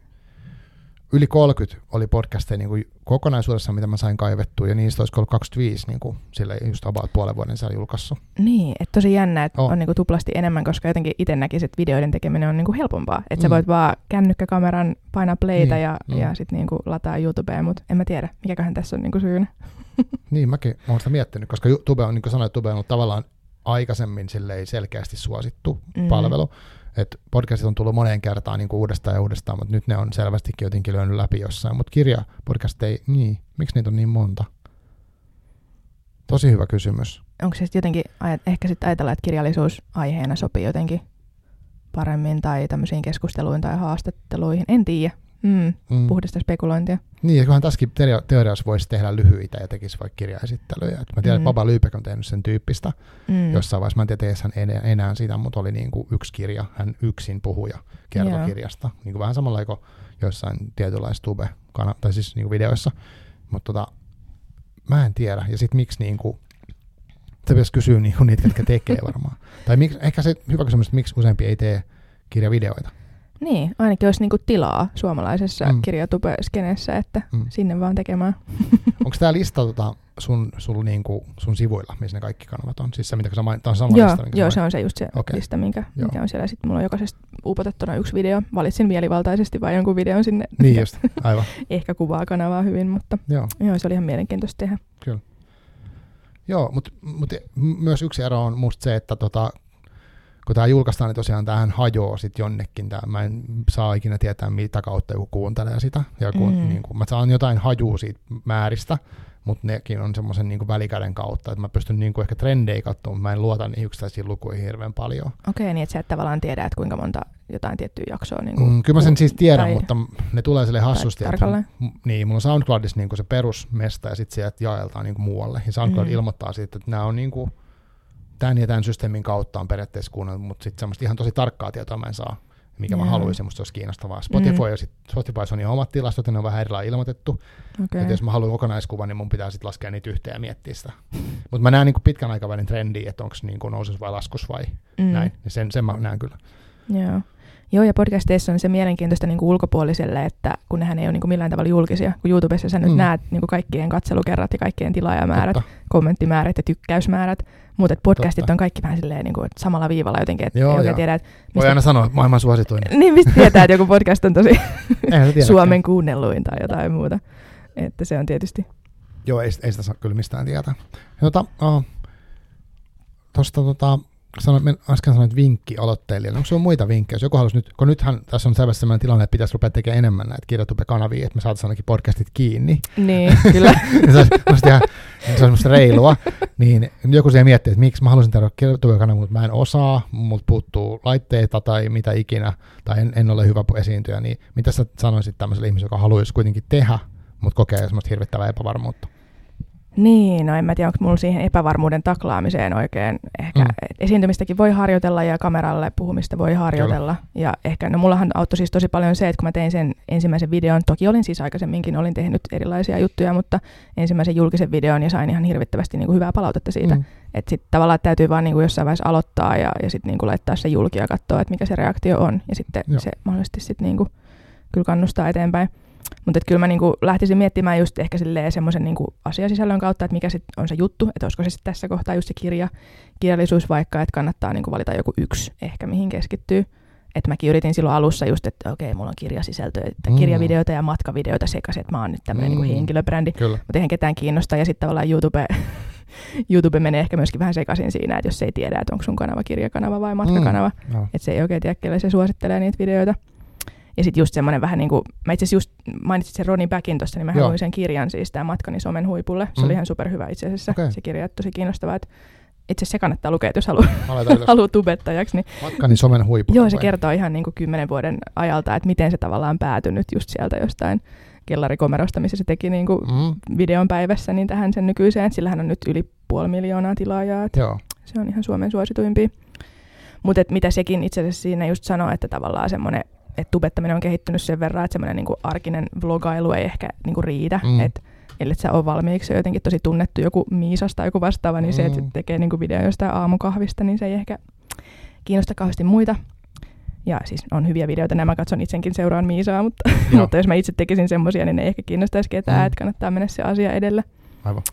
A: yli kolmekymmentä oli podcasteja niin kuin kokonaisuudessaan, mitä mä sain kaivettua, ja niistä olisi ollut kaksikymmentäviisi niin kuin, sille just about puolen vuoden siellä julkaissut.
B: Niin, että tosi jännä, että oh. on niin kuin tuplasti enemmän, koska jotenkin itse näkisin, että videoiden tekeminen on niin kuin helpompaa. Että mm. sä voit vaan kännykkäkameran painaa playtä niin, ja, mm. ja sitten niin kuin lataa YouTubeen, mutta en mä tiedä, mikäköhän tässä on niin kuin syynä.
A: Niin, mäkin oon sitä miettinyt, koska YouTube on, niin kuin sanoin, Tube on ollut tavallaan aikaisemmin selkeästi suosittu mm. palvelu. Että podcastit on tullut moneen kertaan niin kuin uudestaan ja uudestaan, mutta nyt ne on selvästikin jotenkin lyönyt läpi jossain. Mutta kirjapodcast ei, niin, miksi niitä on niin monta? Tosi hyvä kysymys.
B: Onko se sitten jotenkin, ehkä sitten ajatellaan, että kirjallisuus aiheena sopii jotenkin paremmin tai tämmöisiin keskusteluihin tai haastatteluihin? En tiedä. Mm, mm. Puhdista spekulointia.
A: Niin, ja kyllähän tässäkin teoriassa voisi tehdä lyhyitä ja tekisi vaikka kirjaesittelyjä. Et mä tiedän, mm. että Baba Lyypek on tehnyt sen tyyppistä. Mm. Jossain vaiheessa, mä en tiedä, tees hän enää, enää sitä, mutta oli niin kuin yksi kirja, hän yksin puhuja kertoi kirjasta. Niin kuin vähän samalla kuin jossain tietynlaisissa tube tai siis niin kuin videoissa. Mutta tota, mä en tiedä. Ja sitten miksi niin kuin, se pitäisi kysyä niin kuin niitä, jotka tekee varmaan. Tai miksi, ehkä se hyvä kysymys, että miksi useampi ei tee kirjavideoita.
B: Niin, ainakin olisi niinku tilaa suomalaisessa mm. kirjatube-skenessä, että mm. sinne vaan tekemään.
A: Onko tämä lista tota, sun, sun, niinku, sun sivuilla, missä ne kaikki kanavat on? Siis se, mitä sä mainit, on sama
B: joo,
A: lista?
B: Joo, se on se just se okay. lista, minkä, mikä on siellä. Sitten mulla on jokaisesta upotettuna yksi video. Valitsin mielivaltaisesti vain jonkun videon sinne.
A: Niin just, aivan.
B: Ehkä kuvaa kanavaa hyvin, mutta joo. joo, se oli ihan mielenkiintoista tehdä.
A: Kyllä. Joo, mutta mut myös yksi ero on musta se, että tota, kun tämä julkaistaan, niin tosiaan tämähän hajoaa sitten jonnekin. Tää, mä en saa ikinä tietää, mitä kautta joku kuuntelee sitä. Ja kun, mm. niin kun, mä saan jotain hajua siitä määristä, mutta nekin on semmoisen niin välikäden kautta, että mä pystyn niin ehkä trendejä katsomaan, mutta mä en luota niihin yksittäisiin lukuihin hirveän paljon.
B: Okei, niin että sä et tavallaan tiedä, että kuinka monta jotain tiettyä jaksoa. Niin kuin,
A: mm, kyllä mä sen siis tiedän,
B: tai,
A: mutta ne tulee sille hassusti.
B: Että,
A: niin, mulla on SoundCloudissa niin se perusmesta ja sitten sieltä jaeltaan niin muualle. Ja SoundCloud mm. ilmoittaa siitä, että nämä on niin kuin, tämän ja tämän systeemin kautta on periaatteessa kuunnellut, mutta sitten semmoista ihan tosi tarkkaa tietoa mä en saa, mikä yeah. mä haluaisin, musta olisi kiinnostavaa. Spotify, mm. ja sit Spotify on ihan omat tilastot, ja ne on vähän erilailla ilmoitettu. Okay. Että jos mä haluan kokonaiskuvan, niin mun pitää sitten laskea niitä yhteen ja miettiä sitä. Mutta mä näen niin kuin pitkän aikavälin trendiä, että onko niin kuin nousus vai laskus vai mm. näin. Ja sen, sen mä näen kyllä.
B: Joo. Joo, ja podcasteissa on se mielenkiintoista niin kuin ulkopuoliselle, että kun nehän ei ole niin kuin millään tavalla julkisia, kun YouTubessa sä nyt mm. näet niin kuin kaikkien katselukerrat ja kaikkien tilaajamäärät, Totta. kommenttimäärät ja tykkäysmäärät, mutta podcastit Totta. on kaikki vähän silleen niin kuin, että samalla viivalla jotenkin, että
A: joo,
B: ei oikein tiedä, että mistä...
A: Voi aina sanoa, maailman suosituin.
B: Niin, mistä tietää, että joku podcast on tosi Suomen kuunnelluin tai jotain muuta, että se on tietysti...
A: Joo, ei, ei sitä saa kyllä mistään tietää. Jota, oh, tosta tota... Sanoin, äsken sanoin, että vinkki aloittelijalle. Onko sinulla muita vinkkejä? Jos joku haluaisi nyt, kun nythän tässä on selvästi sellainen tilanne, että pitäisi rupea tekemään enemmän näitä kirjatube-kanavia, että me saataisiin ainakin podcastit kiinni.
B: Niin, kyllä.
A: se olisi musta ihan, se olisi musta reilua. Niin joku siihen miettii, että miksi mä haluaisin tehdä kirjatube-kanavia, mutta mä en osaa, multa puuttuu laitteita tai mitä ikinä, tai en, en ole hyvä esiintyjä. Niin mitä sä sanoisit tämmöiselle ihmiselle, joka haluaisi kuitenkin tehdä, mutta kokee semmoista hirvittävää epävarmuutta?
B: Niin, no en mä tiedä, onko mulla siihen epävarmuuden taklaamiseen oikein. Ehkä mm. esiintymistäkin voi harjoitella ja kameralle puhumista voi harjoitella. Kyllä. Ja ehkä, no mullahan auttoi siis tosi paljon se, että kun mä tein sen ensimmäisen videon, toki olin siis aikaisemminkin, olin tehnyt erilaisia juttuja, mutta ensimmäisen julkisen videon ja sain ihan hirvittävästi niin kuin hyvää palautetta siitä. Mm. Että sitten tavallaan täytyy vaan niin kuin jossain vaiheessa aloittaa ja, ja sitten niin kuin laittaa se julki ja katsoa, että mikä se reaktio on. Ja sitten Joo. se mahdollisesti sitten niin kuin kyllä kannustaa eteenpäin. Mutta kyllä mä niinku lähtisin miettimään just ehkä semmoisen niinku asiasisällön kautta, että mikä sit on se juttu, että olisiko se sit tässä kohtaa just se kirja, kirjallisuus vaikka, että kannattaa niinku valita joku yksi ehkä mihin keskittyy. Että mäkin yritin silloin alussa just, että okei, mulla on kirjasisältöä, että mm. kirjavideoita ja matkavideoita sekaisin, että mä oon nyt tämmöinen mm. niinku henkilöbrändi, mutta eihän ketään kiinnosta. Ja sitten tavallaan YouTube, YouTube menee ehkä myöskin vähän sekaisin siinä, että jos ei tiedä, että onko sun kanava kirjakanava vai matkakanava, mm. no. että se ei oikein tiedä, kelle se suosittelee niitä videoita. Ja sitten just semmoinen vähän niin kuin, mä itse asiassa just mainitsin sen Ronnie Backin tuossa, niin mä luin sen kirjan siis, tämä Matkani somen huipulle. Se mm. oli ihan superhyvä itse asiassa, okay. Se kirja on tosi kiinnostavaa, että itse asiassa se kannattaa lukea, että jos haluaa halu tubettajaksi. Niin,
A: Matkani somen huipulle.
B: Joo, se vai? Kertoo ihan niin kuin kymmenen vuoden ajalta, että miten se tavallaan päätynyt just sieltä jostain kellarikomerosta, missä se teki niin kuin mm. videon päivässä, niin tähän sen nykyiseen. Sillähän on nyt yli puoli miljoonaa tilaajaa, Joo. Se on ihan Suomen suosituimpia. Mutta mitä sekin itse asiassa siinä just sanoo, että tavallaan semmoinen, että tubettaminen on kehittynyt sen verran, että semmoinen niinku arkinen vlogailu ei ehkä niinku riitä. Mm. Et, ellei sä ole valmiiksi jotenkin tosi tunnettu joku Miisas tai joku vastaava, niin mm. se, että tekee niinku video jostain aamukahvista, niin se ei ehkä kiinnosta kauheasti muita. Ja siis on hyviä videoita, nämä katson itsenkin seuraan Miisaa, mutta, mutta jos mä itse tekisin semmosia, niin ne ei ehkä kiinnostaisi ketään, mm. että kannattaa mennä se asia edellä.
A: Aivan.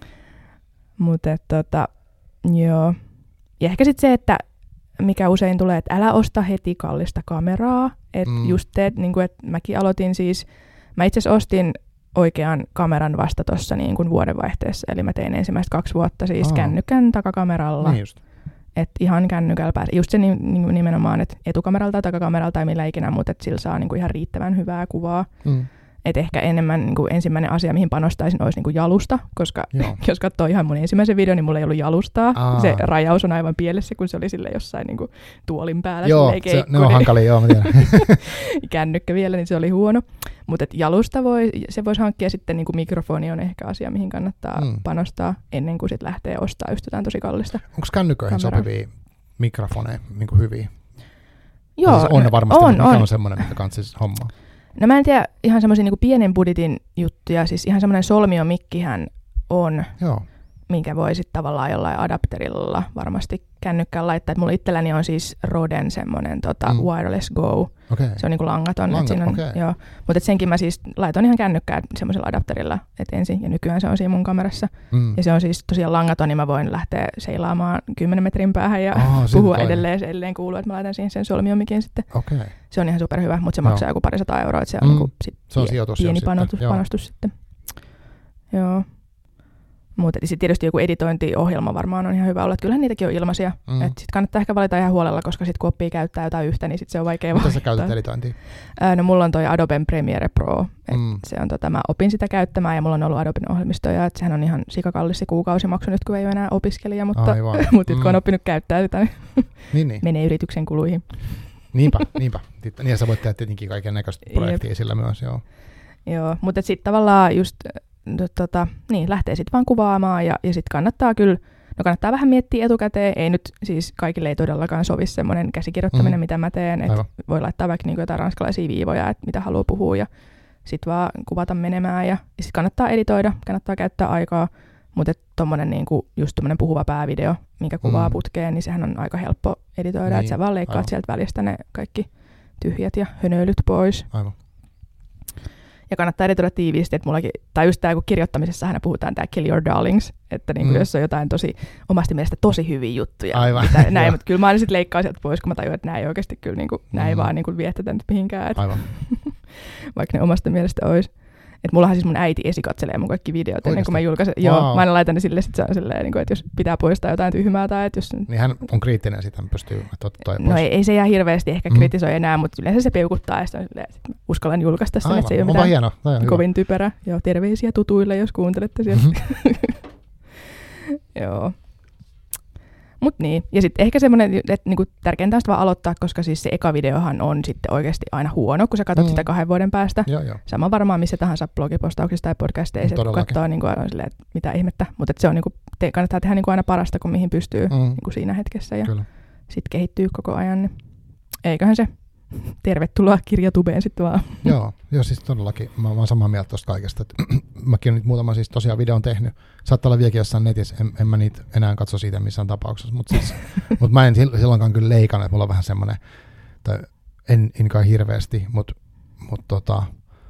B: Mutta tota, joo. Ja ehkä sitten se, että mikä usein tulee, että älä osta heti kallista kameraa. Että mm. just teet, niin kuin, että mäkin aloitin siis, mä itse asiassa ostin oikean kameran vasta tuossa niin kuin vuodenvaihteessa. Eli mä tein ensimmäistä kaksi vuotta siis Aa. kännykän takakameralla.
A: Niin just.
B: Että ihan kännykällä pääsee. Just se nimenomaan, että etukameralta tai takakameralta tai millä ikinä, mutta että sillä saa niin kuin ihan riittävän hyvää kuvaa. Mm. Että ehkä enemmän niin kuin ensimmäinen asia, mihin panostaisin, olisi niin kuin jalusta, koska Joo. jos katsoo ihan mun ensimmäisen videon, niin mulla ei ollut jalustaa. Aa. Se rajaus on aivan pielessä, kun se oli sille jossain niin kuin tuolin päällä.
A: Joo, se, ne on hankalia, joo, mä tiedän.
B: Kännykkä vielä, niin se oli huono. Mutta jalusta voi, se voisi hankkia sitten, niin kuin mikrofoni on ehkä asia, mihin kannattaa mm. panostaa ennen kuin sit lähtee ostaa just jotain tosi kallista. Onko
A: kännyköihin kameraa sopivia mikrofoneja niin kuin hyviä?
B: Joo,
A: siis on ne varmasti,
B: on,
A: mikä
B: on.
A: on semmoinen, mikä kanssa siis hommaa.
B: No mä en tiedä ihan semmoisia niin kuin pienen budjetin juttuja, siis ihan semmoinen solmiomikkihän on,
A: Joo.
B: minkä voi sitten tavallaan jollain adapterilla varmasti kännykkään laittaa. Et mulla itselläni on siis Roden semmoinen tota, mm. Wireless Go,
A: okay.
B: se on niin kuin langaton.
A: Langat,
B: on,
A: okay.
B: joo. Mutta senkin mä siis laitoin ihan kännykkään semmoisella adapterilla et ensin, ja nykyään se on siinä mun kamerassa. Mm. Ja se on siis tosiaan langaton, niin mä voin lähteä seilaamaan kymmenen metrin päähän ja Aha, puhua edelleen, se edelleen kuuluu, että mä laitan siihen sen solmiomikin sitten.
A: Okay.
B: Se on ihan superhyvä, mutta se maksaa no. joku parisataa euroa, että se on,
A: mm.
B: niinku sit
A: se on
B: pieni panostus, panostus sitten. Joo. Mutta sitten tietysti joku editointiohjelma varmaan on ihan hyvä olla, että kyllähän niitäkin on ilmaisia. Mm. Sitten kannattaa ehkä valita ihan huolella, koska sitten kun oppii käyttää jotain yhtä, niin sitten se on vaikea
A: vaihtaa.
B: Mitä
A: sä käytät editointia?
B: Ää, no mulla on toi Adobe Premiere Pro.
A: Mm.
B: Se on tota, mä opin sitä käyttämään ja mulla on ollut Adoben ohjelmistoja, että sehän on ihan sikakallis se kuukausimaksu nyt, kun ei ole enää opiskelija, mutta, mutta nyt kun on oppinut käyttää sitä, niin, niin, niin. menee yrityksen kuluihin.
A: Niinpä, niinpä. Niin ja sä voit tehdä tietenkin kaiken näköistä projektia sillä myös, joo.
B: Joo, mutta sitten tavallaan just tota, niin, lähtee sitten vaan kuvaamaan ja, ja sitten kannattaa kyllä, no kannattaa vähän miettiä etukäteen, ei nyt siis kaikille ei todellakaan sovi semmoinen käsikirjoittaminen, mm. mitä mä teen, että voi laittaa vaikka niinku jotain ranskalaisia viivoja, että mitä haluaa puhua ja sitten vaan kuvata menemään ja, ja sitten kannattaa editoida, kannattaa käyttää aikaa, mutta tommonen niinku, just tommonen puhuva päävideo, minkä kuvaa mm. putkeen, niin sehän on aika helppo editoida, niin, että sä vaan leikkaat aivan. sieltä välistä ne kaikki tyhjät ja hönöilyt pois.
A: Aivan.
B: Ja kannattaa editoida tiiviisti, että mullakin, tai just tämä, kun kirjoittamisessa aina puhutaan tämä kill your darlings, että niinku, mm. jos on jotain tosi, omasta mielestä tosi hyviä juttuja, mitä, näin, mutta kyllä mä aina sitten leikkaan sieltä pois, kun mä tajuan, että nämä ei oikeasti kyllä, niinku, nämä mm. ei vaan niinku, vie tätä nyt mihinkään, että, vaikka ne omasta mielestä olisi. Että mullahan siis mun äiti esikatselee mun kaikki videot ennen kuin mä julkaisen. Wow. Joo, mä aina laitan ne sille, sit se on silleen, niin kuin, että jos pitää poistaa jotain tyhmää tai että jos...
A: Niin hän on kriittinen, sit hän pystyy ottaa pois.
B: No ei, ei se ihan hirveästi ehkä mm. kritisoi enää, mutta yleensä se peukuttaa ja sitten sit uskallan julkaista sen, että se ei ole mitään
A: hieno.
B: kovin typerä. Joo, terveisiä tutuille, jos kuuntelette sieltä. Mm-hmm. Joo. Mut niin, ja sitten ehkä semmoinen, että niinku tärkeintä on vaan aloittaa, koska siis se eka videohan on sitten oikeasti aina huono, kun sä katsot mm. sitä kahden vuoden päästä.
A: Joo, joo.
B: Sama varmaan missä tahansa blogipostauksissa tai podcasteissa, kun katsoo niinku aina silleen, että mitä ihmettä. Mutta se on niinku, te, kannattaa tehdä niinku aina parasta, kun mihin pystyy mm. niinku siinä hetkessä ja sitten kehittyy koko ajan. Niin eiköhän se tervetuloa kirjatubeen sitten vaan.
A: Joo, joo, siis todellakin. Mä oon samaa mieltä tuosta kaikesta. Mäkin olen nyt muutaman siis tosiaan videon tehnyt. Saattaa olla vieläkin jossain netissä, en, en mä niitä enää katso siitä missään tapauksessa, mutta siis, mut mä en silloinkaan kyllä leikannut, että mulla on vähän semmoinen, tai en inkaan hirveästi, mutta mut tota,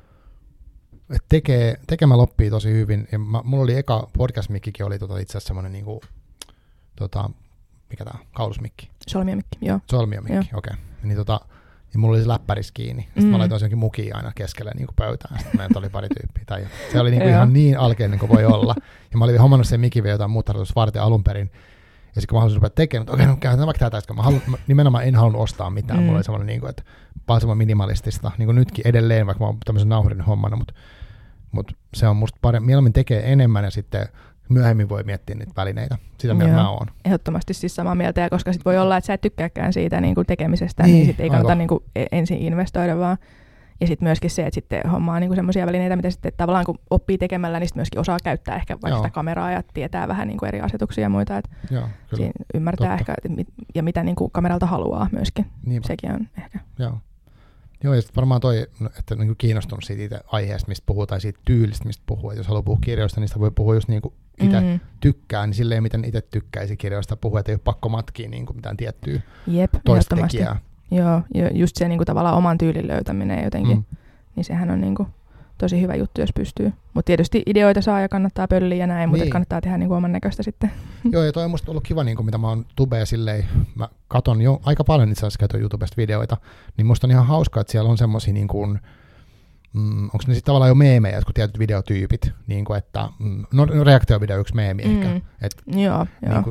A: tekee, tekemä loppii tosi hyvin. Ja mä, mulla oli eka podcast-mikkikin, oli tota itse asiassa semmoinen niinku, tota, mikä tää on, kaulusmikki?
B: Solmiomikki, joo.
A: Solmiomikki, okei. Okay. Niin tota, ja mulla oli se läppäris kiinni. Sitten mm. mä laitoin jonkin mukiin aina keskelle niin kuin pöytään. Sitten meillä oli pari tyyppiä. Tai se oli niin kuin ihan niin alkeinen kuin voi olla. Ja mä olin hommannut sen mikin vielä jotain muuta tarkoitus varten alun perin. Ja sitten kun mä halusin rupea tekemään, että okei, no käytetään vaikka tätä. Mä haluan, nimenomaan en halunnut ostaa mitään. Mm. Mulla oli semmoinen, niin kuin, että paljon semmoinen minimalistista. Niin kuin nytkin edelleen, vaikka mä oon tämmöisen nauhurin hommannut. Mutta, mutta se on musta paremmin. Mieluummin tekee enemmän ja sitten myöhemmin voi miettiä niitä välineitä. Sitä mieltä mä oon.
B: Ehdottomasti siis samaa mieltä, ja koska sit voi olla, että sä et tykkääkään siitä niin kuin tekemisestä, niin, niin sit ei kannata niin kuin ensin investoida vaan. Ja sitten myöskin se, että sitten hommaa niin semmoisia välineitä, mitä sitten tavallaan kun oppii tekemällä, niin sitten myöskin osaa käyttää ehkä vaikka Joo. sitä kameraa ja tietää vähän niin kuin eri asetuksia ja muita. Että Joo, siinä ymmärtää Totta. ehkä, mit, ja mitä niin kuin kameralta haluaa myöskin. Niinpä. Sekin on ehkä.
A: Joo. Joo, ja sitten varmaan toi, että niin kuin kiinnostunut siitä itse aiheesta, mistä puhuu, tai siitä tyylistä, mistä puhuu. Että jos haluaa puhua kirjoista, niin sitä voi puhua just niin kuin itse mm-hmm. tykkää, niin silleen, miten itse tykkäisi kirjoista puhua, että ei ole pakko matkia niin kuin mitään tiettyä
B: Jep,
A: toista tekijää.
B: Joo, just se niin kuin tavallaan oman tyylin löytäminen jotenkin, mm. niin sehän on niin kuin tosi hyvä juttu, jos pystyy. Mutta tietysti ideoita saa ja kannattaa pölliä ja näin, niin. mutta kannattaa tehdä niin kuin oman näköistä sitten.
A: Joo, ja toi on musta ollut kiva, niin kuin mitä mä oon tubea silleen, mä katon jo aika paljon itse asiassa käytön YouTubesta videoita, niin musta on ihan hauskaa, että siellä on semmosia niin kuin, mm, onko ne sitten tavallaan jo meemejä, jotkut tietyt videotyypit, niin kuin että, mm, no reaktiovideo yksi meemi mm. ehkä. Et,
B: joo,
A: niin
B: joo.
A: Kuin,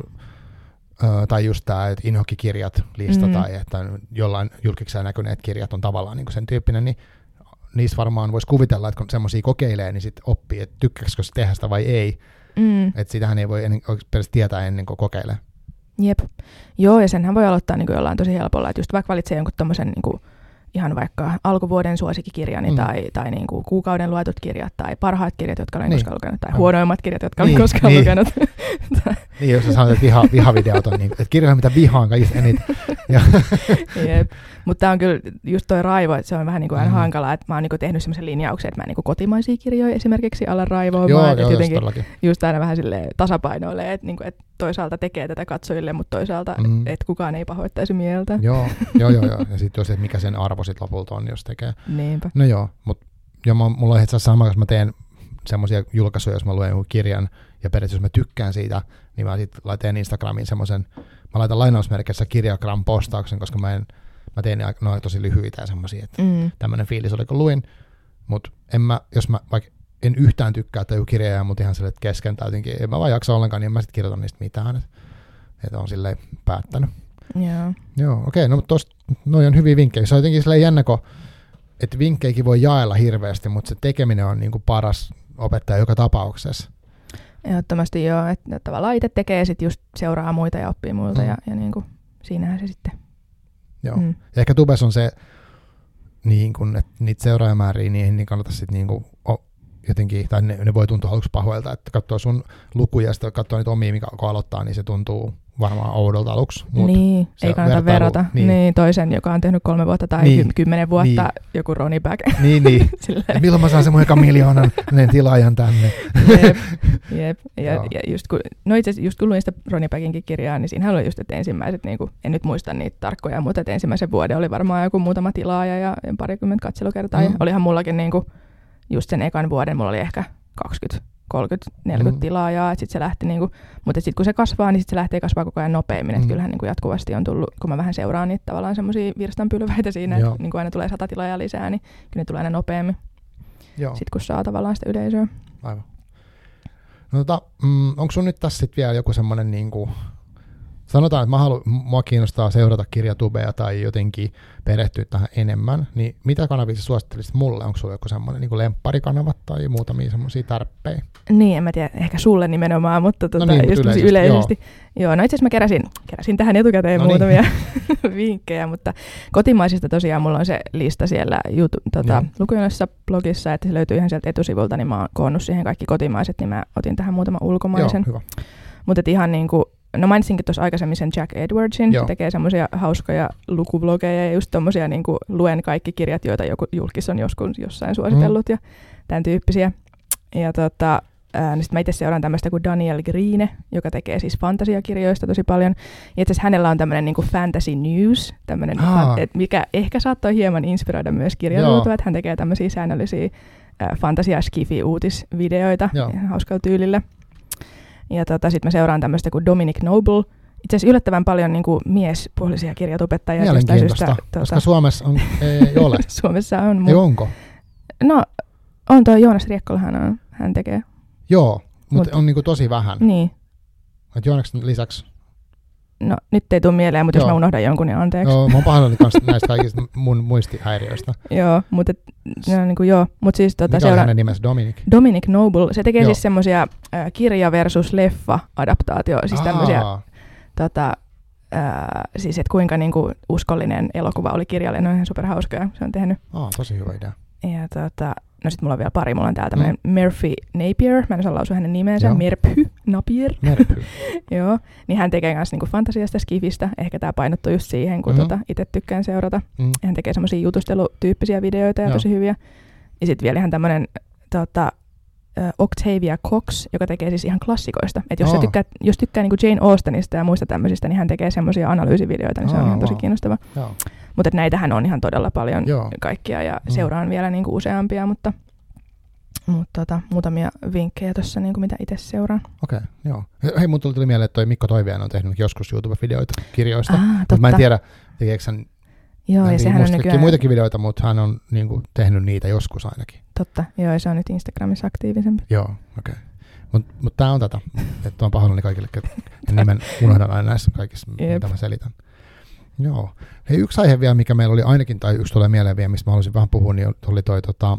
A: ö, tai just tämä, että Inhokki-kirjat lista mm. tai että jollain julkikseen näkyneet kirjat on tavallaan niin kuin sen tyyppinen, niin niissä varmaan voisi kuvitella, että kun semmoisia kokeilee, niin sitten oppii, että tykkääkö se tehdä sitä vai ei. Mm. Että sitähän ei voi ennen, oikeasti tietää ennen kuin kokeilee.
B: Jep. Joo, ja senhän voi aloittaa niin kuin jollain tosi helpolla, että just vaikka valitsee jonkun tommosen niin kuin ihan vaikka alkuvuoden suosikkikirjani mm. tai, tai niin kuin kuukauden luetut kirjat tai parhaat kirjat, jotka olen niin. koskaan lukenut, tai huonoimmat kirjat, jotka olen niin. koskaan niin. lukenut.
A: Niin, jos sä sanot, että viha, vihavideot on, niin, että kirjoja, mitä vihaan kaikista eniten.
B: Jep. Mutta tämä on kyllä just toi raivo, että se on vähän niin kuin aina mm-hmm. hankalaa, että mä oon niin kuin tehnyt semmoisen linjauksen, että mä en niin kuin kotimaisia kirjoja esimerkiksi ala raivoamaan.
A: Joo,
B: että
A: joo,
B: jotenkin
A: todellakin.
B: Just aina vähän silleen tasapainoilee, että, niin kuin, että toisaalta tekee tätä katsojille, mutta toisaalta, mm. että kukaan ei pahoittaisi mieltä.
A: Joo, joo, joo, joo. Ja sitten jos, että mikä sen arvo sitten lopulta on, jos tekee.
B: Niinpä.
A: No joo, mutta jo, mulla on itse asiassa sama, jos mä teen semmoisia julkaisuja, jos mä luen jonkun kirjan, ja periaatteessa jos mä tykkään siitä, niin mä sitten laitan Instagramiin semmoisen, mä laitan lainausmerkissä kirjagram-postauksen, koska mä en, mä teen noin tosi lyhyitä ja semmoisia, että mm. tämmöinen fiilis oli kun luin, mutta en mä, jos mä vaikka en yhtään tykkää tai kirjaa, mutta ihan silleen, että kesken tai jotenkin, en mä vaan jaksa ollenkaan, niin en mä sit kirjoita niistä mitään. Että et on silleen päättänyt.
B: Joo.
A: Joo, okei, okay, no tosta, noi on hyviä vinkkejä. Se on jotenkin silleen jännä, että vinkkejäkin voi jaella hirveästi, mutta se tekeminen on niinku paras opettaja joka tapauksessa.
B: Ehdottomasti joo, että tavallaan itse tekee ja sitten just seuraa muita ja oppii muilta
A: mm.
B: ja, ja niinku, siinähän se sitten.
A: Joo,
B: Mm.
A: ja ehkä Tubes on se, niin kun, että niitä seuraajamääriä niin, niin kannata sitten niinku, jotenkin, tai ne, ne voi tuntua aluksi pahoilta, että katsoo sun lukuja ja sitten katsoo niitä omia, mikä kun aloittaa, niin se tuntuu varmaan oudolta aluksi.
B: Niin, ei kannata verrata. Niin. niin, toisen, joka on tehnyt kolme vuotta tai niin. kymmenen vuotta, niin. joku Ronnie Back.
A: Niin, niin. Milloin mä saan semmoinen eka miljoonan tilaajan tänne?
B: Jep, jep. Ja, ja just kun, no itse asiassa just kun luin sitä Ronnie Backinkin kirjaa, niin siinähän oli just, että ensimmäiset, niin kuin, en nyt muista niitä tarkkoja, mutta että ensimmäisen vuoden oli varmaan joku muutama tilaaja ja parikymmentä katselukertaa. Mm. Olihan mullakin niin kuin, just sen ekan vuoden, mulla oli ehkä kaksikymmentä, kolmekymmentä, neljäkymmentä mm. tilaajaa, että sitten se lähti niinku, mutta sitten kun se kasvaa, niin sitten se lähtee kasvaa koko ajan nopeammin, että mm. kyllähän niinku jatkuvasti on tullut, kun mä vähän seuraan niitä tavallaan semmoisia virstanpylväitä siinä, että niinku aina tulee sata tilaajaa lisää, niin kyllä ne tulee aina nopeammin, sitten kun saa tavallaan sitä yleisöä.
A: Aivan. No tota, mm, onko sun nyt tässä sitten vielä joku semmoinen niinku, sanotaan, että mä haluan, mua kiinnostaa seurata kirjatubea tai jotenkin perehtyä tähän enemmän, niin mitä kanavia sä suosittelisit mulle? Onko sulla joku semmoinen niin kuin lempparikanavat tai muutamia semmoisia tarpeja?
B: Niin, en mä tiedä, ehkä sulle nimenomaan, mutta tuota, no niin, just yleisesti. yleisesti. Joo. Joo, no itse asiassa mä keräsin, keräsin tähän etukäteen no muutamia niin. vinkkejä, mutta kotimaisista tosiaan mulla on se lista siellä YouTube, tota, lukujonossa blogissa, että se löytyy ihan sieltä etusivulta, niin mä oon koonnut siihen kaikki kotimaiset, niin mä otin tähän muutaman ulkomaisen.
A: Joo, hyvä.
B: Mutta ihan niin kuin no mainitsinkin tuossa aikaisemmin sen Jack Edwardsin, Joo. se tekee semmoisia hauskoja lukuvlogeja ja just tommosia niin kuin luen kaikki kirjat, joita joku julkis on joskus jossain suositellut mm. ja tämän tyyppisiä. Ja tota, ää, niin sit mä itse seuraan tämmöistä kuin Daniel Greene, joka tekee siis fantasiakirjoista tosi paljon. Ja itse asiassa hänellä on tämmöinen niin kuin Fantasy News, tämmöinen, fan, mikä ehkä saattoi hieman inspiroida myös kirjaluutua, että hän tekee tämmöisiä säännöllisiä ää, fantasia-skifi-uutisvideoita hauskalla tyylillä. Ja tota, sitten mä seuraan tämmöistä kuin Dominic Noble. Itse asiassa yllättävän paljon niin kuin miespuolisia kirjatubettajia.
A: Mielenkiintoista, syystä, tuota, koska Suomessa on, ei ole.
B: Suomessa on.
A: Ei onko?
B: No, on tuo Joonas Riekkola, hän, on, hän tekee.
A: Joo, mutta Mut, on niin kuin tosi vähän.
B: Niin.
A: Et Joonaksen lisäksi?
B: No, nyt ei tule mieleen, mutta Joo. jos mä unohdan jonkun, niin anteeksi.
A: Joo, mä oon pahoillani kanssa näistä kaikista mun muistihäiriöistä.
B: Joo, mutta no, niin kuin, joo. Mut siis, tota,
A: mikä
B: seura-
A: on hänen nimensä? Dominic?
B: Dominic Noble. Se tekee
A: joo.
B: siis semmoisia äh, kirja versus leffa adaptaatio. Siis tämmöisiä, tota, äh, siis että kuinka niin kuin, uskollinen elokuva oli kirjalle. Ne on ihan superhauskoja. Se on tehnyt.
A: Aa, tosi hyvä idea.
B: Ja tota, no sit mulla on vielä pari. Mulla on täällä tämmönen mm. Murphy Napier. Mä en osaa lausua hänen nimensä. Merphy Napier.
A: Merphy.
B: Joo. Niin hän tekee myös niinku fantasiasta, skifistä. Ehkä tää painottuu just siihen, kun mm-hmm. tota, itse tykkään seurata. Mm. Hän tekee semmosia jutustelutyyppisiä videoita ja Joo. tosi hyviä. Ja sit vielä ihan tämmönen tota, uh, Octavia Cox, joka tekee siis ihan klassikoista. Et jos, oh. tykkää, jos tykkää niinku Jane Austenista ja muista tämmöisistä, niin hän tekee semmosia analyysivideoita, niin oh, se on ihan tosi wow. kiinnostava. Joo. Mutta näitähän on ihan todella paljon Joo. kaikkia ja mm. seuraan vielä niinku useampia, mutta, mutta tota, muutamia vinkkejä tuossa, niinku mitä itse seuraan.
A: Okei, okay, joo. Hei, mun tuli mieleen, että toi Mikko Toiviainen on tehnyt joskus YouTube-videoita kirjoista.
B: Ah,
A: mutta mä en tiedä, tekeekö hän,
B: joo, hän ja sehän on nykyään
A: muitakin videoita, mutta hän on niinku tehnyt niitä joskus ainakin.
B: Totta, joo, ja se on nyt Instagramissa aktiivisempi.
A: Joo, okei. Okay. Mutta mut tää on tätä, että on pahoillani kaikille, että nimen unohdan aina näissä kaikissa, yep. mitä mä selitän. Joo. Hei, yksi aihe vielä, mikä meillä oli ainakin, tai yksi tulee mieleen vielä, mistä mä haluaisin vähän puhua, niin oli toi tota,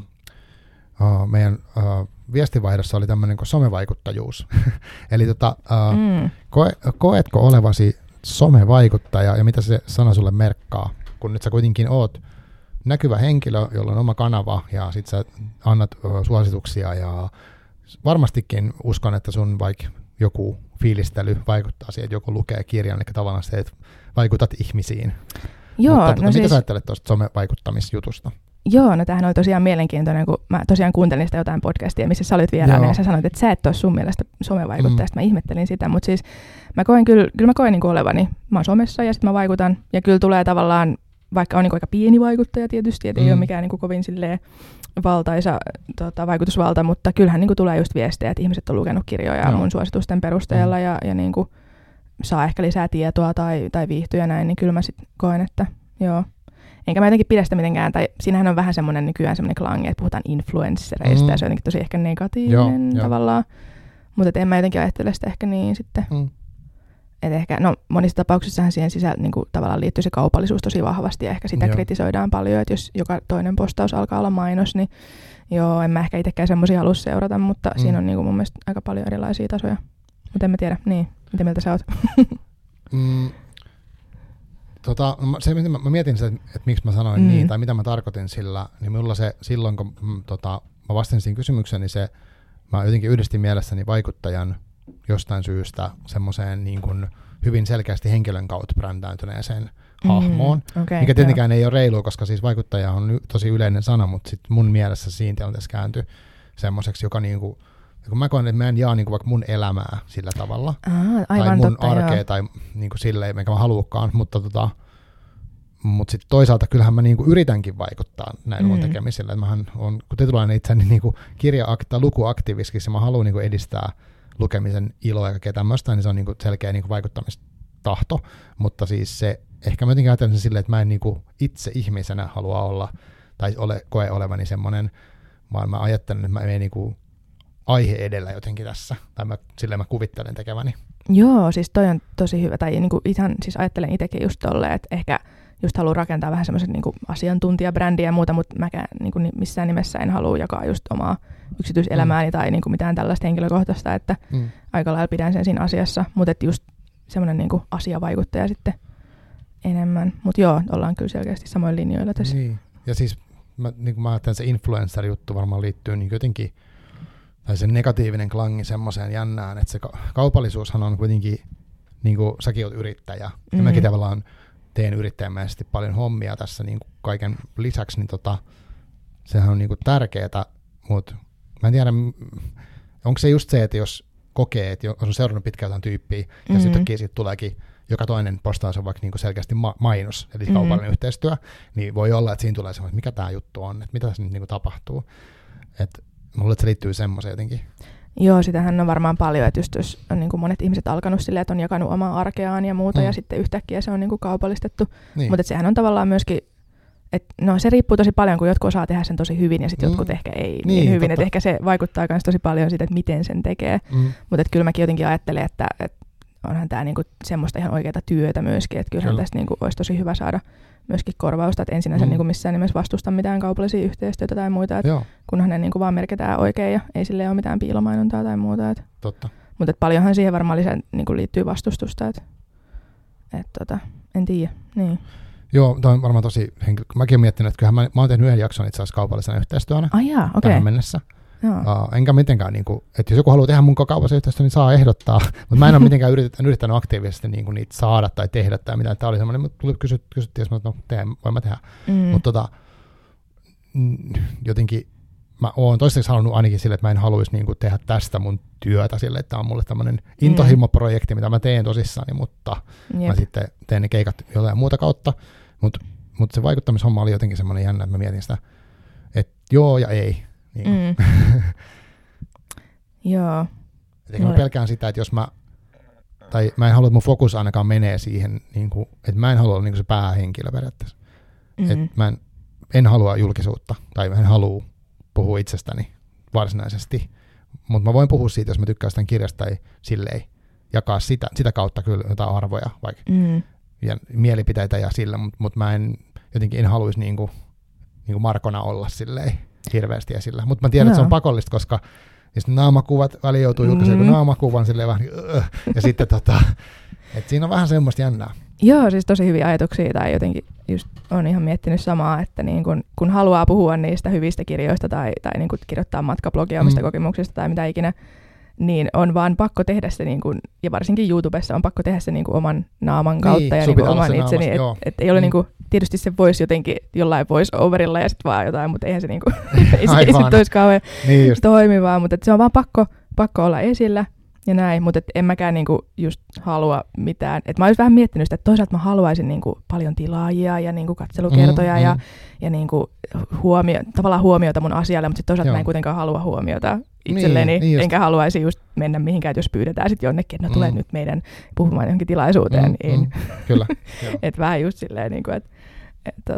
A: uh, meidän uh, viestinvaihdossa oli tämmöinen kuin somevaikuttajuus. Eli tota, uh, mm. koe, koetko olevasi somevaikuttaja ja mitä se sana sulle merkkaa, kun nyt sä kuitenkin oot näkyvä henkilö, jolla on oma kanava ja sit sä annat uh, suosituksia ja varmastikin uskon, että sun vaikka joku fiilistely vaikuttaa siihen, että joku lukee kirjan, eli tavallaan se, että vaikutat ihmisiin.
B: Joo,
A: Mutta,
B: no
A: mutta
B: siis,
A: mitä sä ajattelet tuosta somevaikuttamisjutusta?
B: Joo, no tämähän oli tosiaan mielenkiintoinen, kun mä tosiaan kuuntelin sitä jotain podcastia, missä sä olit vieraana, ja sä sanoit, että sä et ole sun mielestä somevaikuttaja, mm. mä ihmettelin sitä, mutta siis mä koen kyllä, kyllä mä koen niin kuin olevani, mä oon somessa ja sitten mä vaikutan, ja kyllä tulee tavallaan, vaikka on niin kuin aika pieni vaikuttaja tietysti, että mm. ei ole mikään niin kuin kovin silleen valtaisa tota, vaikutusvalta, mutta kyllähän niin kuin tulee just viestejä, että ihmiset on lukenut kirjoja no. mun suositusten perusteella mm. ja, ja niin kuin saa ehkä lisää tietoa tai, tai viihtyä näin, niin kyllä mä sitten koen, että joo. enkä mä jotenkin pidä sitä mitenkään, tai siinähän on vähän semmoinen nykyään semmoinen klangi, että puhutaan influenssereista, mm. ja se on jotenkin tosi ehkä negatiivinen joo, tavallaan. Mutta en mä jotenkin ajattele sitä ehkä niin sitten. Mm. Et ehkä, no monissa tapauksissahan siihen sisällä niin tavallaan liittyy se kaupallisuus tosi vahvasti, ja ehkä sitä joo. kritisoidaan paljon, että jos joka toinen postaus alkaa olla mainos, niin joo, en mä ehkä itsekään semmoisia halua seurata, mutta mm. siinä on niin kuin mun mielestä aika paljon erilaisia tasoja. Mutta en mä tiedä, niin, mitä mieltä sä oot?
A: mm. Tota, se, mä, mä mietin sitä, että, että miksi mä sanoin mm. niin, tai mitä mä tarkoitin sillä, niin minulla se silloin, kun mm, tota, mä vastasin siihen kysymykseen, niin se, mä jotenkin yhdistin mielessäni vaikuttajan jostain syystä semmoiseen niin kuin hyvin selkeästi henkilön kautta brändäytyneeseen mm. hahmoon, okay, mikä tietenkään joo. ei ole reilua, koska siis vaikuttaja on tosi yleinen sana, mutta sit mun mielessä siinä tilanteessa kääntyi semmoiseksi, joka niinku, kun mä koen, että mä en jaa niinku vaikka mun elämää sillä tavalla,
B: Aha, aivan
A: tai mun
B: totta,
A: arkea,
B: joo.
A: tai niinku silleen, minkä mä haluukaan, mutta tota, mut sitten toisaalta kyllähän mä niinku yritänkin vaikuttaa näin mm. mun tekemisillä, että mähän on, kun tietynlainen itseäni niinku kirja- lukuaktiviskissa, mä haluan niinku edistää lukemisen iloa ja kaikkea tämmöistä, niin se on niinku selkeä niinku vaikuttamistahto, mutta siis se, ehkä mä jotenkin ajattelen sen silleen, että mä en niinku itse ihmisenä halua olla, tai ole, koe olevani semmoinen, vaan mä ajattelen, että mä menen niinku aihe edellä jotenkin tässä, tai mä, silleen mä kuvittelen tekeväni.
B: Joo, siis toi on tosi hyvä, tai niinku ihan, siis ajattelen itsekin just tolleen, että ehkä just haluan rakentaa vähän semmoisen niinku asiantuntijabrändiä ja muuta, mutta mäkään niinku missään nimessä en halua jakaa just omaa yksityiselämääni mm. tai niinku mitään tällaista henkilökohtaista, että mm. aika lailla pidän sen siinä asiassa, mutta just semmoinen niinku asiavaikuttaja sitten enemmän. Mutta joo, ollaan kyllä selkeästi samoin linjoilla tässä.
A: Niin. Ja siis mä, niin mä ajattelen, se influencer-juttu varmaan liittyy niin jotenkin, tai se negatiivinen klangi semmoiseen jännään, että se ka- kaupallisuushan on kuitenkin, niin kuin säkin olet yrittäjä, mm-hmm. ja mäkin tavallaan teen yrittäjämäisesti paljon hommia tässä niin kuin kaiken lisäksi, niin tota, sehän on niin kuin tärkeää, mutta mä en tiedä, onko se just se, että jos kokee, että jos on seurannut pitkään jotain tyyppiä, ja mm-hmm. sitten siitä tuleekin joka toinen postaus on vaikka niinku selkeästi ma- mainos, eli mm-hmm. kaupallinen yhteistyö, niin voi olla, että siinä tulee semmoinen, että mikä tämä juttu on, että mitä tässä nyt niinku tapahtuu. Että mä luulen, että se liittyy semmoiseen jotenkin.
B: Joo, sitähän on varmaan paljon, että just jos on niin kuin monet ihmiset alkanut silleen, että on jakanut omaa arkeaan ja muuta, mm. ja sitten yhtäkkiä se on niin kuin kaupallistettu. Niin. Mutta sehän on tavallaan myöskin, että no se riippuu tosi paljon, kun jotkut osaa tehdä sen tosi hyvin, ja sitten mm. jotkut ehkä ei niin, niin hyvin, että ehkä se vaikuttaa myös tosi paljon siitä, että miten sen tekee. Mm. Mutta kyllä mäkin jotenkin ajattelen, että, että onhan tämä niinku semmoista ihan oikeaa työtä myöskin, että kyllähän kyllä. tästä niinku olisi tosi hyvä saada myöskin korvausta, että ensinnänsä mm. niinku missään nimessä vastusta mitään kaupallisia yhteistyötä tai muita, että kunhan ne niinku vaan merkitään oikein ja ei sille ole mitään piilomainontaa tai muuta. Et.
A: Totta.
B: Mutta paljonhan siihen varmaan lisää niinku liittyy vastustusta, että et tota, en tiedä. Niin.
A: Joo, tämä on varmaan tosi henkilö. Mäkin olen miettinyt, että kyllähän mä, mä oon tehnyt yhden jakson itse asiassa kaupallisena yhteistyönä
B: ah, jaa, okay.
A: tähän mennessä. Uh, enkä mitenkään, niin kuin, että jos joku haluaa tehdä mun kaupallisen yhteistyön, niin saa ehdottaa, mutta mä en ole mitenkään yrittänyt, yrittänyt aktiivisesti niin kuin niitä saada tai tehdä tai mitään. Tämä oli semmoinen, mutta kysyt, kysyttiin, että no, teen, voin mä tehdä. Mm. Mutta tota, jotenkin mä oon toistaiseksi halunnut ainakin sille, että mä en haluaisi niin kuin tehdä tästä mun työtä sille, että tämä on mulle tämmöinen intohimo-projekti, mitä mä teen tosissani, mutta Jep. mä sitten teen ne keikat jotain muuta kautta. Mutta mut se vaikuttamishomma oli jotenkin semmoinen jännä, että mä mietin sitä, että joo ja ei. Niin.
B: Mm. Joo.
A: Eikä mä pelkään sitä, että jos mä, tai mä en halua, että mun fokus ainakaan menee siihen, niin kuin, että mä en halua olla niin kuin se päähenkilö periaatteessa. Mm-hmm. Että mä en, en halua julkisuutta, tai mä en halua puhua itsestäni varsinaisesti. Mutta mä voin puhua siitä, jos mä tykkään sitä kirjasta tai silleen, jakaa sitä, sitä kautta kyllä jotain arvoja vaikka, mm. ja mielipiteitä ja sillä, mutta mut mä en jotenkin en haluaisi niin kuin, niin kuin Markona olla silleen hirveästi esillä. Mutta mä tiedän, no. että se on pakollista, koska naamakuvat väliin joutuu julkaiseen mm. naamakuvan silleen vähän uh, ja sitten tota, että siinä on vähän semmoista jännää.
B: Joo, siis tosi hyviä ajatuksia tai jotenkin just on ihan miettinyt samaa, että niin kun, kun haluaa puhua niistä hyvistä kirjoista tai, tai niin kun kirjoittaa matkablogia omista mm. kokemuksista tai mitä ikinä, niin on vaan pakko tehdä se, niin kun, ja varsinkin YouTubessa on pakko tehdä se niin kun oman naaman kautta niin, ja niin kun oman itseni, että et ei ole mm. niin kun, tietysti se voisi jotenkin jollain voice-overilla ja sitten vaan jotain, mutta eihän se niin kun, ei, se, ei sit olisi kauhean niin toimivaa, mutta se on vaan pakko, pakko olla esillä ja näin, mutta en mäkään niinku just halua mitään. Et mä olisin vähän miettinyt sitä, että toisaalta mä haluaisin niinku paljon tilaajia ja niinku katselukertoja mm, ja, mm. ja niinku huomio, tavallaan huomiota mun asialle, mutta sitten toisaalta Joo. mä en kuitenkaan halua huomiota itselleni, niin, niin enkä haluaisi just mennä mihinkään, että jos pyydetään sitten jonnekin, että no tulee mm. nyt meidän puhumaan johonkin tilaisuuteen. Mm, niin.
A: mm, kyllä.
B: Että vähän just silleen, niinku, että et, tota,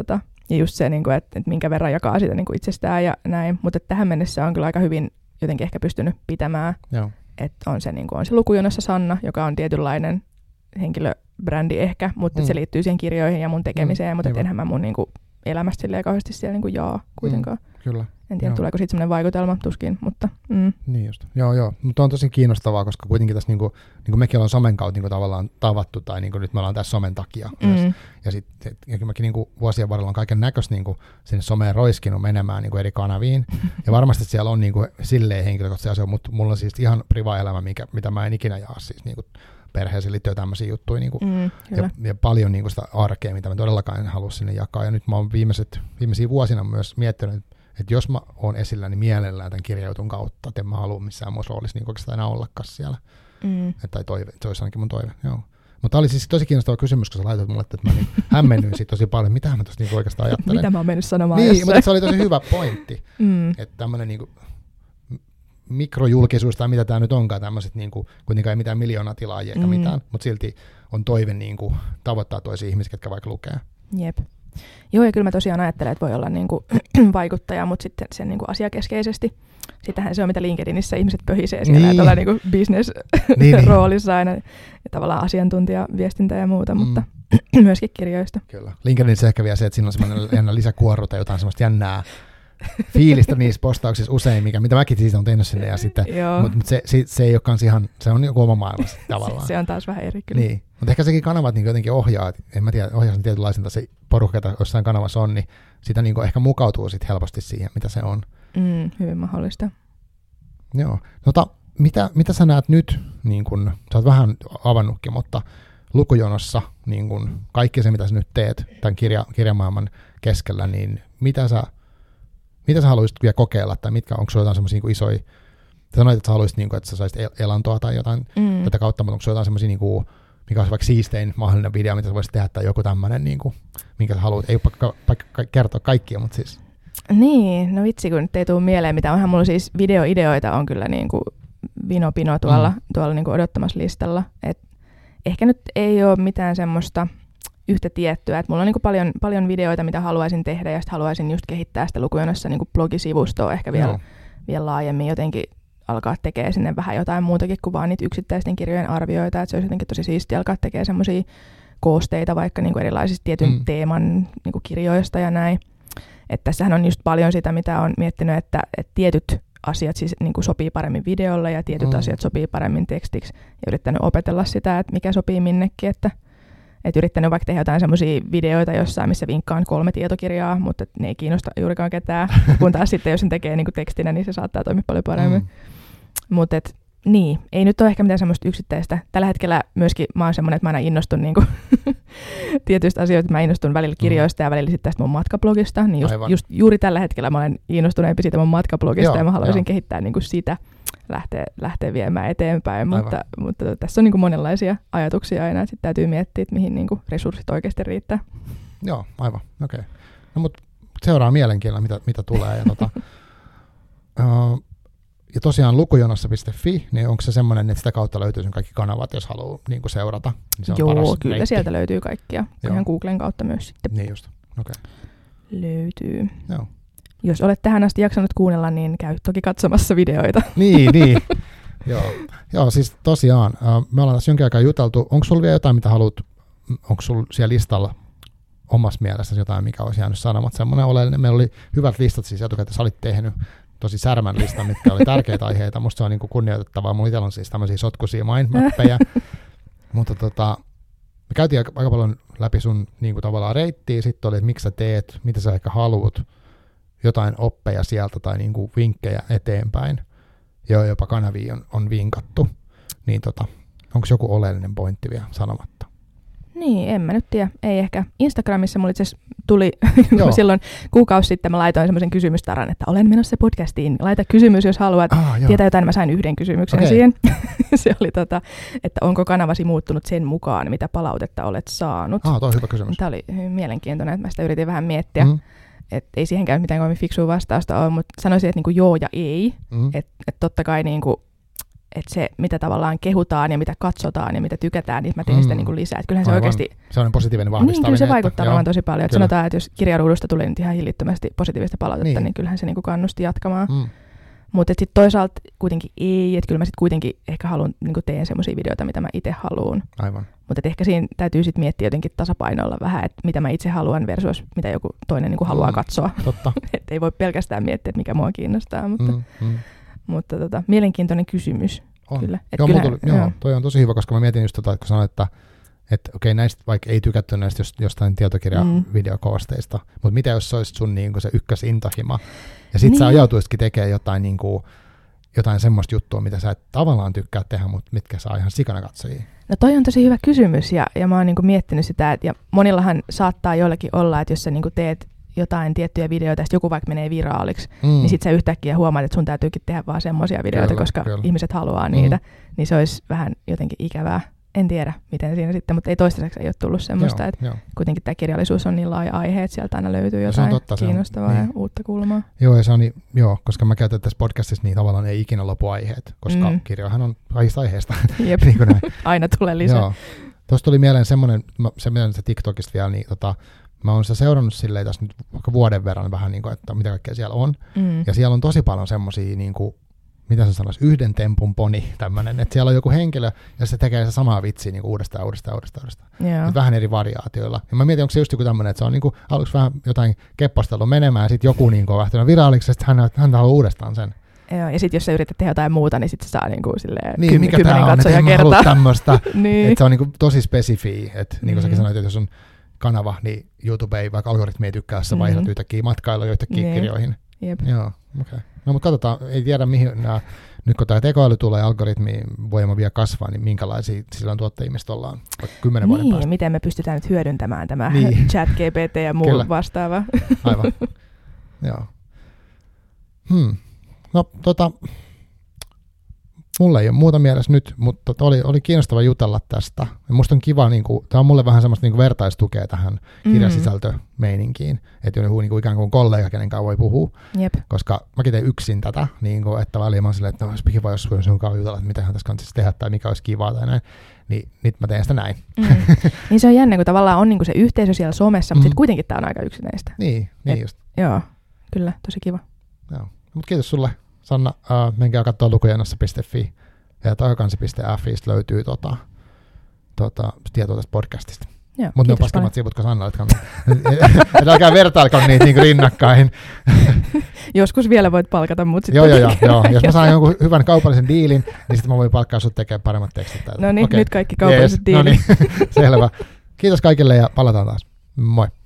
B: ja just se, niin kuin, että, että minkä verran jakaa sitä niin kuin itsestään ja näin. Mutta tähän mennessä on kyllä aika hyvin jotenkin ehkä pystynyt pitämään,
A: Joo.
B: että on se, niin kuin, on se lukujonossa Sanna, joka on tietynlainen henkilöbrändi ehkä, mutta mm. se liittyy siihen kirjoihin ja mun tekemiseen, mm, mutta enhän mä mun niin kuin, elämästä silleen kauheasti siellä niin kuin jaa kuitenkaan.
A: Mm, kyllä.
B: En tiedä, joo. tuleeko siitä semmoinen vaikutelma, tuskin, mutta... Mm.
A: Niin just. Joo, joo. Mutta on tosi kiinnostavaa, koska kuitenkin tässä niinku, niinku mekin ollaan somen kautta niinku tavallaan tavattu, tai niinku nyt me ollaan tässä somen takia mm. myös. Ja sitten mäkin niinku vuosien varrella on kaiken näköistä niinku sinne someen roiskinut menemään niinku eri kanaviin. Ja varmasti siellä on niinku silleen henkilökohtaisia asioita, mutta mulla on siis ihan priva-elämä, mikä, mitä mä en ikinä jaa siis niinku perheeseen liittyy tämmöisiä juttuja niinku, mm, ja, ja paljon niinku sitä arkea, mitä mä todellakaan en halua sinne jakaa. Ja nyt mä oon viimeiset, viimeisiä vuosina myös miettinyt, että jos mä oon esillä, niin mielellään tämän kirjajutun kautta, että en mä halua missään muussa roolissa niin oikeastaan enää ollakaan siellä. Mm. Että, tai toive, se olisi ainakin mun toive, joo. Mutta tämä oli siis tosi kiinnostava kysymys, kun sä laitoit mulle, että mä niin hämmennyin siitä tosi paljon, mitä mä tuossa niin oikeastaan ajattelen.
B: Mitä mä oon mennyt sanomaan
A: niin,
B: jossain.
A: Mutta se oli tosi hyvä pointti, mm. että tämmöinen niin mikrojulkisuus tai mitä tämä nyt onkaan, tämmöiset niin kuin, kuitenkaan ei mitään miljoonatilaajia eikä mm. mitään, mutta silti on toive niin kuin, tavoittaa toisia ihmisiä, ketkä vaikka lukee.
B: Jep. Joo, ja kyllä mä tosiaan ajattelen, että voi olla niin kuin vaikuttaja, mutta sitten sen niin kuin asiakeskeisesti. Sitähän se on, mitä LinkedInissä ihmiset pöhisee siellä, niin. Tuolla niin business-roolissa aina, ja tavallaan asiantuntijaviestintä ja muuta, mm. mutta myöskin kirjoista.
A: Kyllä. LinkedInissä ehkä vielä se, että siinä on semmoinen jännä lisäkuorru tai jotain semmoista jännää fiilistä niissä postauksissa usein, mikä, mitä mäkin siitä on tehnyt sinne, ja sitten, mutta mut se, se, se ei ole kans ihan, se on joku oma maailmassa tavallaan.
B: Se, se on taas vähän eri kyllä.
A: Niin, mutta ehkä sekin kanavat niin jotenkin ohjaa, en mä tiedä, ohjaa sen tietynlaisen se porukka, jota jossain kanavassa on, niin sitä niin ehkä mukautuu sit helposti siihen, mitä se on.
B: Mm, hyvin mahdollista.
A: Joo. Tota, mitä, mitä sä näet nyt, niin kun, sä oot vähän avannutkin, mutta lukujonossa niin kun kaikki se, mitä sä nyt teet tämän kirja, kirjamaailman keskellä, niin mitä sä Mitä sä haluaisit vielä kokeilla, tai mitkä, onko sulla jotain semmoisia niin isoja, sä sanoit, että sä haluaisit, niin kuin, että sä saisit elantoa tai jotain mm. tätä kautta, mutta onko sulla jotain semmoisia, niin kuin, mikä olisi vaikka siistein mahdollinen video, mitä sä voisit tehdä, tai joku tämmöinen, niin kuin, minkä sä haluat, ei pakka, pakka kertoa kaikkia, mutta siis.
B: Niin, no vitsi, kun nyt ei tule mieleen mitään, onhan mulla siis videoideoita on kyllä niin kuin vino-pino tuolla, mm. tuolla niin kuin odottamassa listalla, et ehkä nyt ei ole mitään semmoista yhtä tiettyä, että mulla on niin kuin paljon, paljon videoita, mitä haluaisin tehdä, ja sitten haluaisin just kehittää sitä lukujonossa niin kuin blogisivustoa ehkä vielä, vielä laajemmin jotenkin alkaa tekemään sinne vähän jotain muutakin kuin vaan niitä yksittäisten kirjojen arvioita, että se olisi jotenkin tosi siistiä alkaa tekemään semmoisia koosteita vaikka niin kuin erilaisista tietyn mm. teeman niin kuin kirjoista ja näin. Että tässähän on just paljon sitä, mitä on miettinyt, että, että tietyt asiat siis niin kuin sopii paremmin videolle ja tietyt mm. asiat sopii paremmin tekstiksi, ja yrittänyt opetella sitä, että mikä sopii minnekin, että Että yrittänyt vaikka tehdä jotain semmoisia videoita jossain, missä vinkkaan kolme tietokirjaa, mutta ne ei kiinnosta juurikaan ketään. Kun taas sitten, jos sen tekee niin kuin tekstinä, niin se saattaa toimia paljon paremmin. Mm. Mutta niin, ei nyt ole ehkä mitään semmoista yksittäistä. Tällä hetkellä myöskin mä oon semmoinen, että mä aina innostun niin kuin tietyistä asioista. Mä innostun välillä kirjoista mm. ja välillä sitten tästä mun matkablogista. Niin just, just juuri tällä hetkellä mä olen innostuneempi siitä mun matkablogista Joo, ja mä haluaisin jo. kehittää niin kuin sitä. Lähteä, lähteä viemään eteenpäin, mutta, mutta tässä on niin kuin monenlaisia ajatuksia aina, että sitten täytyy miettiä, että mihin niin kuin resurssit oikeasti riittää.
A: Joo, aivan, okei. Okay. No mutta seuraa mielenkiinnolla, mitä, mitä tulee. Ja, tota, uh, ja tosiaan lukujonossa piste fi, niin onko se semmoinen, että sitä kautta löytyy sen kaikki kanavat, jos haluaa niin kuin seurata? Niin se on
B: Joo,
A: paras
B: kyllä
A: reitti.
B: Sieltä löytyy kaikkia. Joo. Ihan Googlen kautta myös sitten.
A: Niin just, okei. Okay.
B: Löytyy.
A: Joo.
B: Jos olet tähän asti jaksanut kuunnella, niin käy toki katsomassa videoita.
A: Niin, niin. Joo. Joo, siis tosiaan, me ollaan tässä jonkin aikaa juteltu. Onko sulla vielä jotain, mitä haluat, onko sulla siellä listalla omassa mielessäsi jotain, mikä olisi jäänyt sanomatta? Semmoinen oleellinen. Meillä oli hyvät listat siis etukäteen, sä olit tehnyt tosi särmän listan, mitkä oli tärkeitä aiheita. Musta se on niin kuin kunnioitettavaa. Mulla itsellä on siis tämmöisiä sotkuisia mindmappeja. Mutta tota, me käytiin aika, aika paljon läpi sun niin kuin tavallaan reittiä. Sitten oli, että miksi sä teet, mitä sä ehkä haluat. Jotain oppeja sieltä tai niinku vinkkejä eteenpäin, ja jopa kanavia on, on vinkattu, niin tota, onko joku oleellinen pointti vielä sanomatta?
B: Niin, en mä nyt tiedä. Ei ehkä. Instagramissa mulla itse asiassa tuli silloin kuukausi sitten, mä laitoin semmoisen kysymystaran, että olen menossa podcastiin. Laita kysymys, jos haluat ah, tietää jotain. Mä sain yhden kysymyksen okay. siihen. Se oli, tota, että onko kanavasi muuttunut sen mukaan, mitä palautetta olet saanut.
A: Ah, toi on hyvä kysymys.
B: Tämä oli hyvin mielenkiintoinen, että mä sitä yritin vähän miettiä. Mm. Et ei siihenkään mitään kovin fiksua vastausta ole, mutta sanoisin, että niinku joo ja ei. Mm. Että et totta kai niinku, että se, mitä tavallaan kehutaan ja mitä katsotaan ja mitä tykätään, niin mä teen mm. sitä niin kuin lisää. Että kyllähän se
A: Aivan.
B: oikeasti...
A: Se on positiivinen vahvistaminen.
B: Niin, kyllä se vaikuttaa varmaan tosi paljon. Että
A: kyllä.
B: sanotaan, että jos kirjaruudusta tulee nyt ihan hillittömästi positiivista palautetta, niin, niin kyllähän se niin kuin kannusti jatkamaan. Mm. Mutta sitten toisaalta kuitenkin ei, että kyllä mä sitten kuitenkin ehkä haluan, niin kuin teen semmoisia videoita, mitä mä itse haluan.
A: Aivan.
B: Mutta ehkä siinä täytyy sitten miettiä jotenkin tasapainoilla vähän, että mitä mä itse haluan versus mitä joku toinen niin kuin haluaa mm. katsoa.
A: Totta.
B: Että ei voi pelkästään miettiä, että mikä mua kiinnostaa, mutta,
A: mm, mm.
B: mutta tota, mielenkiintoinen kysymys.
A: On.
B: Kyllä. Et
A: joo,
B: kyllähän,
A: tuli, joo, joo, toi on tosi hyvä, koska mä mietin just tota, että kun sanoit, että että okei, näistä vaikka ei tykätty näistä jostain tietokirjavideokoosteista, mm. mutta mitä jos se olisi sun niin kuin se ykkösintohima, ja sit niin. sä ajautuisitkin tekemään jotain, niin kuin, jotain semmoista juttua, mitä sä et tavallaan tykkää tehdä, mutta mitkä saa ihan sikana katsojia. No
B: toi on tosi hyvä kysymys, ja, ja mä oon niin kuin miettinyt sitä, että, ja monillahan saattaa joillakin olla, että jos sä niin kuin teet jotain tiettyjä videoita, ja joku vaikka menee viraaliksi, mm. niin sit sä yhtäkkiä huomaat, että sun täytyykin tehdä vaan semmoisia videoita, kyllä, koska kyllä. ihmiset haluaa mm. niitä, niin se olisi vähän jotenkin ikävää. En tiedä, miten siinä sitten, mutta ei toistaiseksi ei ole tullut semmoista, joo, että joo. kuitenkin tämä kirjallisuus on niin laaja aihe, että sieltä aina löytyy jotain totta, kiinnostavaa on, ja niin. uutta kulmaa.
A: Joo, ja se on, joo, koska mä käytän tässä podcastissa, niin tavallaan ei ikinä lopu aiheet, koska mm. kirjoihan on kaikista aiheesta.
B: Jep, niin aina tulee lisää. Joo.
A: Tuosta tuli mieleen semmoinen, se menen se TikTokista vielä, niin tota, mä oon sitä seurannut silleen tässä nyt vaikka vuoden verran vähän, niin kuin, että mitä kaikkea siellä on. Mm. Ja siellä on tosi paljon semmoisia niin kuin mitä se sanoisi, yhden tempun poni tämmöinen, että siellä on joku henkilö, ja se tekee se samaa vitsiä niin uudestaan, uudestaan, uudestaan, uudestaan. Vähän eri variaatioilla. Ja mä mietin, onko se just joku tämmöinen, että se on niin kuin, aluksi vähän jotain keppastelua menemään, ja sitten joku niin on lähtenyt viraaliksi, ja sitten hän, hän haluaa uudestaan sen.
B: Joo, ja sitten jos sä yrität tehdä jotain muuta, niin sitten se saa niin kuin silleen
A: niin,
B: kymmen, kymmenen katsoja
A: kertaa. Niin, mikä tää on, että en mä halua tämmöistä. Niin. Että se on niin kuin tosi spesifiä, että niin kuin mm. säkin sanoit, että jos on kanava, niin YouTube ei, vaikka algoritmi ei tykkää, jos sä vaihdat mm. yhtäkkiä matkailuja yhtäkkiä niin. kirjoihin.
B: Jep.
A: Joo, okei. Okay. No mutta katsotaan, ei tiedä mihin nämä, nyt kun tämä tekoäly tulee ja algoritmin voima vielä kasvaa, niin minkälaisia silloin tuottajimista ollaan vaikka kymmenen
B: niin,
A: vuoden päästä.
B: Niin, miten me pystytään nyt hyödyntämään tämä niin. ChatGPT ja muu Kyllä. vastaava.
A: Aivan, joo. Hmm. No tota, mulla ei ole muuta mielessä nyt, mutta oli, oli kiinnostava jutella tästä. Ja musta on kiva, niin kuin, tämä on mulle vähän semmoista niin kuin vertaistukea tähän kirjasisältömeininkiin, että on niin kuin ikään kuin kollega, kenen kanssa voi puhua,
B: Jep.
A: koska mäkin tein yksin tätä, niin kuin, että väliin mä oon silleen, että olisi kiva, jos voisi sun kanssa jutella, että mitähän tässä kanssa tehdä tai mikä olisi kivaa tai näin, niin nyt mä teen sitä näin. Mm.
B: Niin se on jännä, kun tavallaan on niin kuin se yhteisö siellä somessa, mutta mm. sitten kuitenkin tämä on aika yksinäistä.
A: Niin, niin
B: Et,
A: just.
B: Joo, kyllä, tosi kiva.
A: Joo, mutta kiitos sulle. Sanna, uh, menkää katsoa lukujannossa piste fi ja toikansi piste fiistä löytyy tota, tota, tietoa tästä podcastista. Mutta ne on paskimmat sivut, kun Sanna, että älkää vertailko niitä niin rinnakkain.
B: Joskus vielä voit palkata mut sitten.
A: Joo, joo, joo, joo. Jos mä saan jonkun hyvän kaupallisen diilin, niin sitten mä voin palkkaa sut tekemään paremmat tekstit.
B: No niin, okay. Nyt kaikki kaupalliset
A: yes.
B: diilit.
A: No niin, selvä. Kiitos kaikille ja palataan taas. Moi.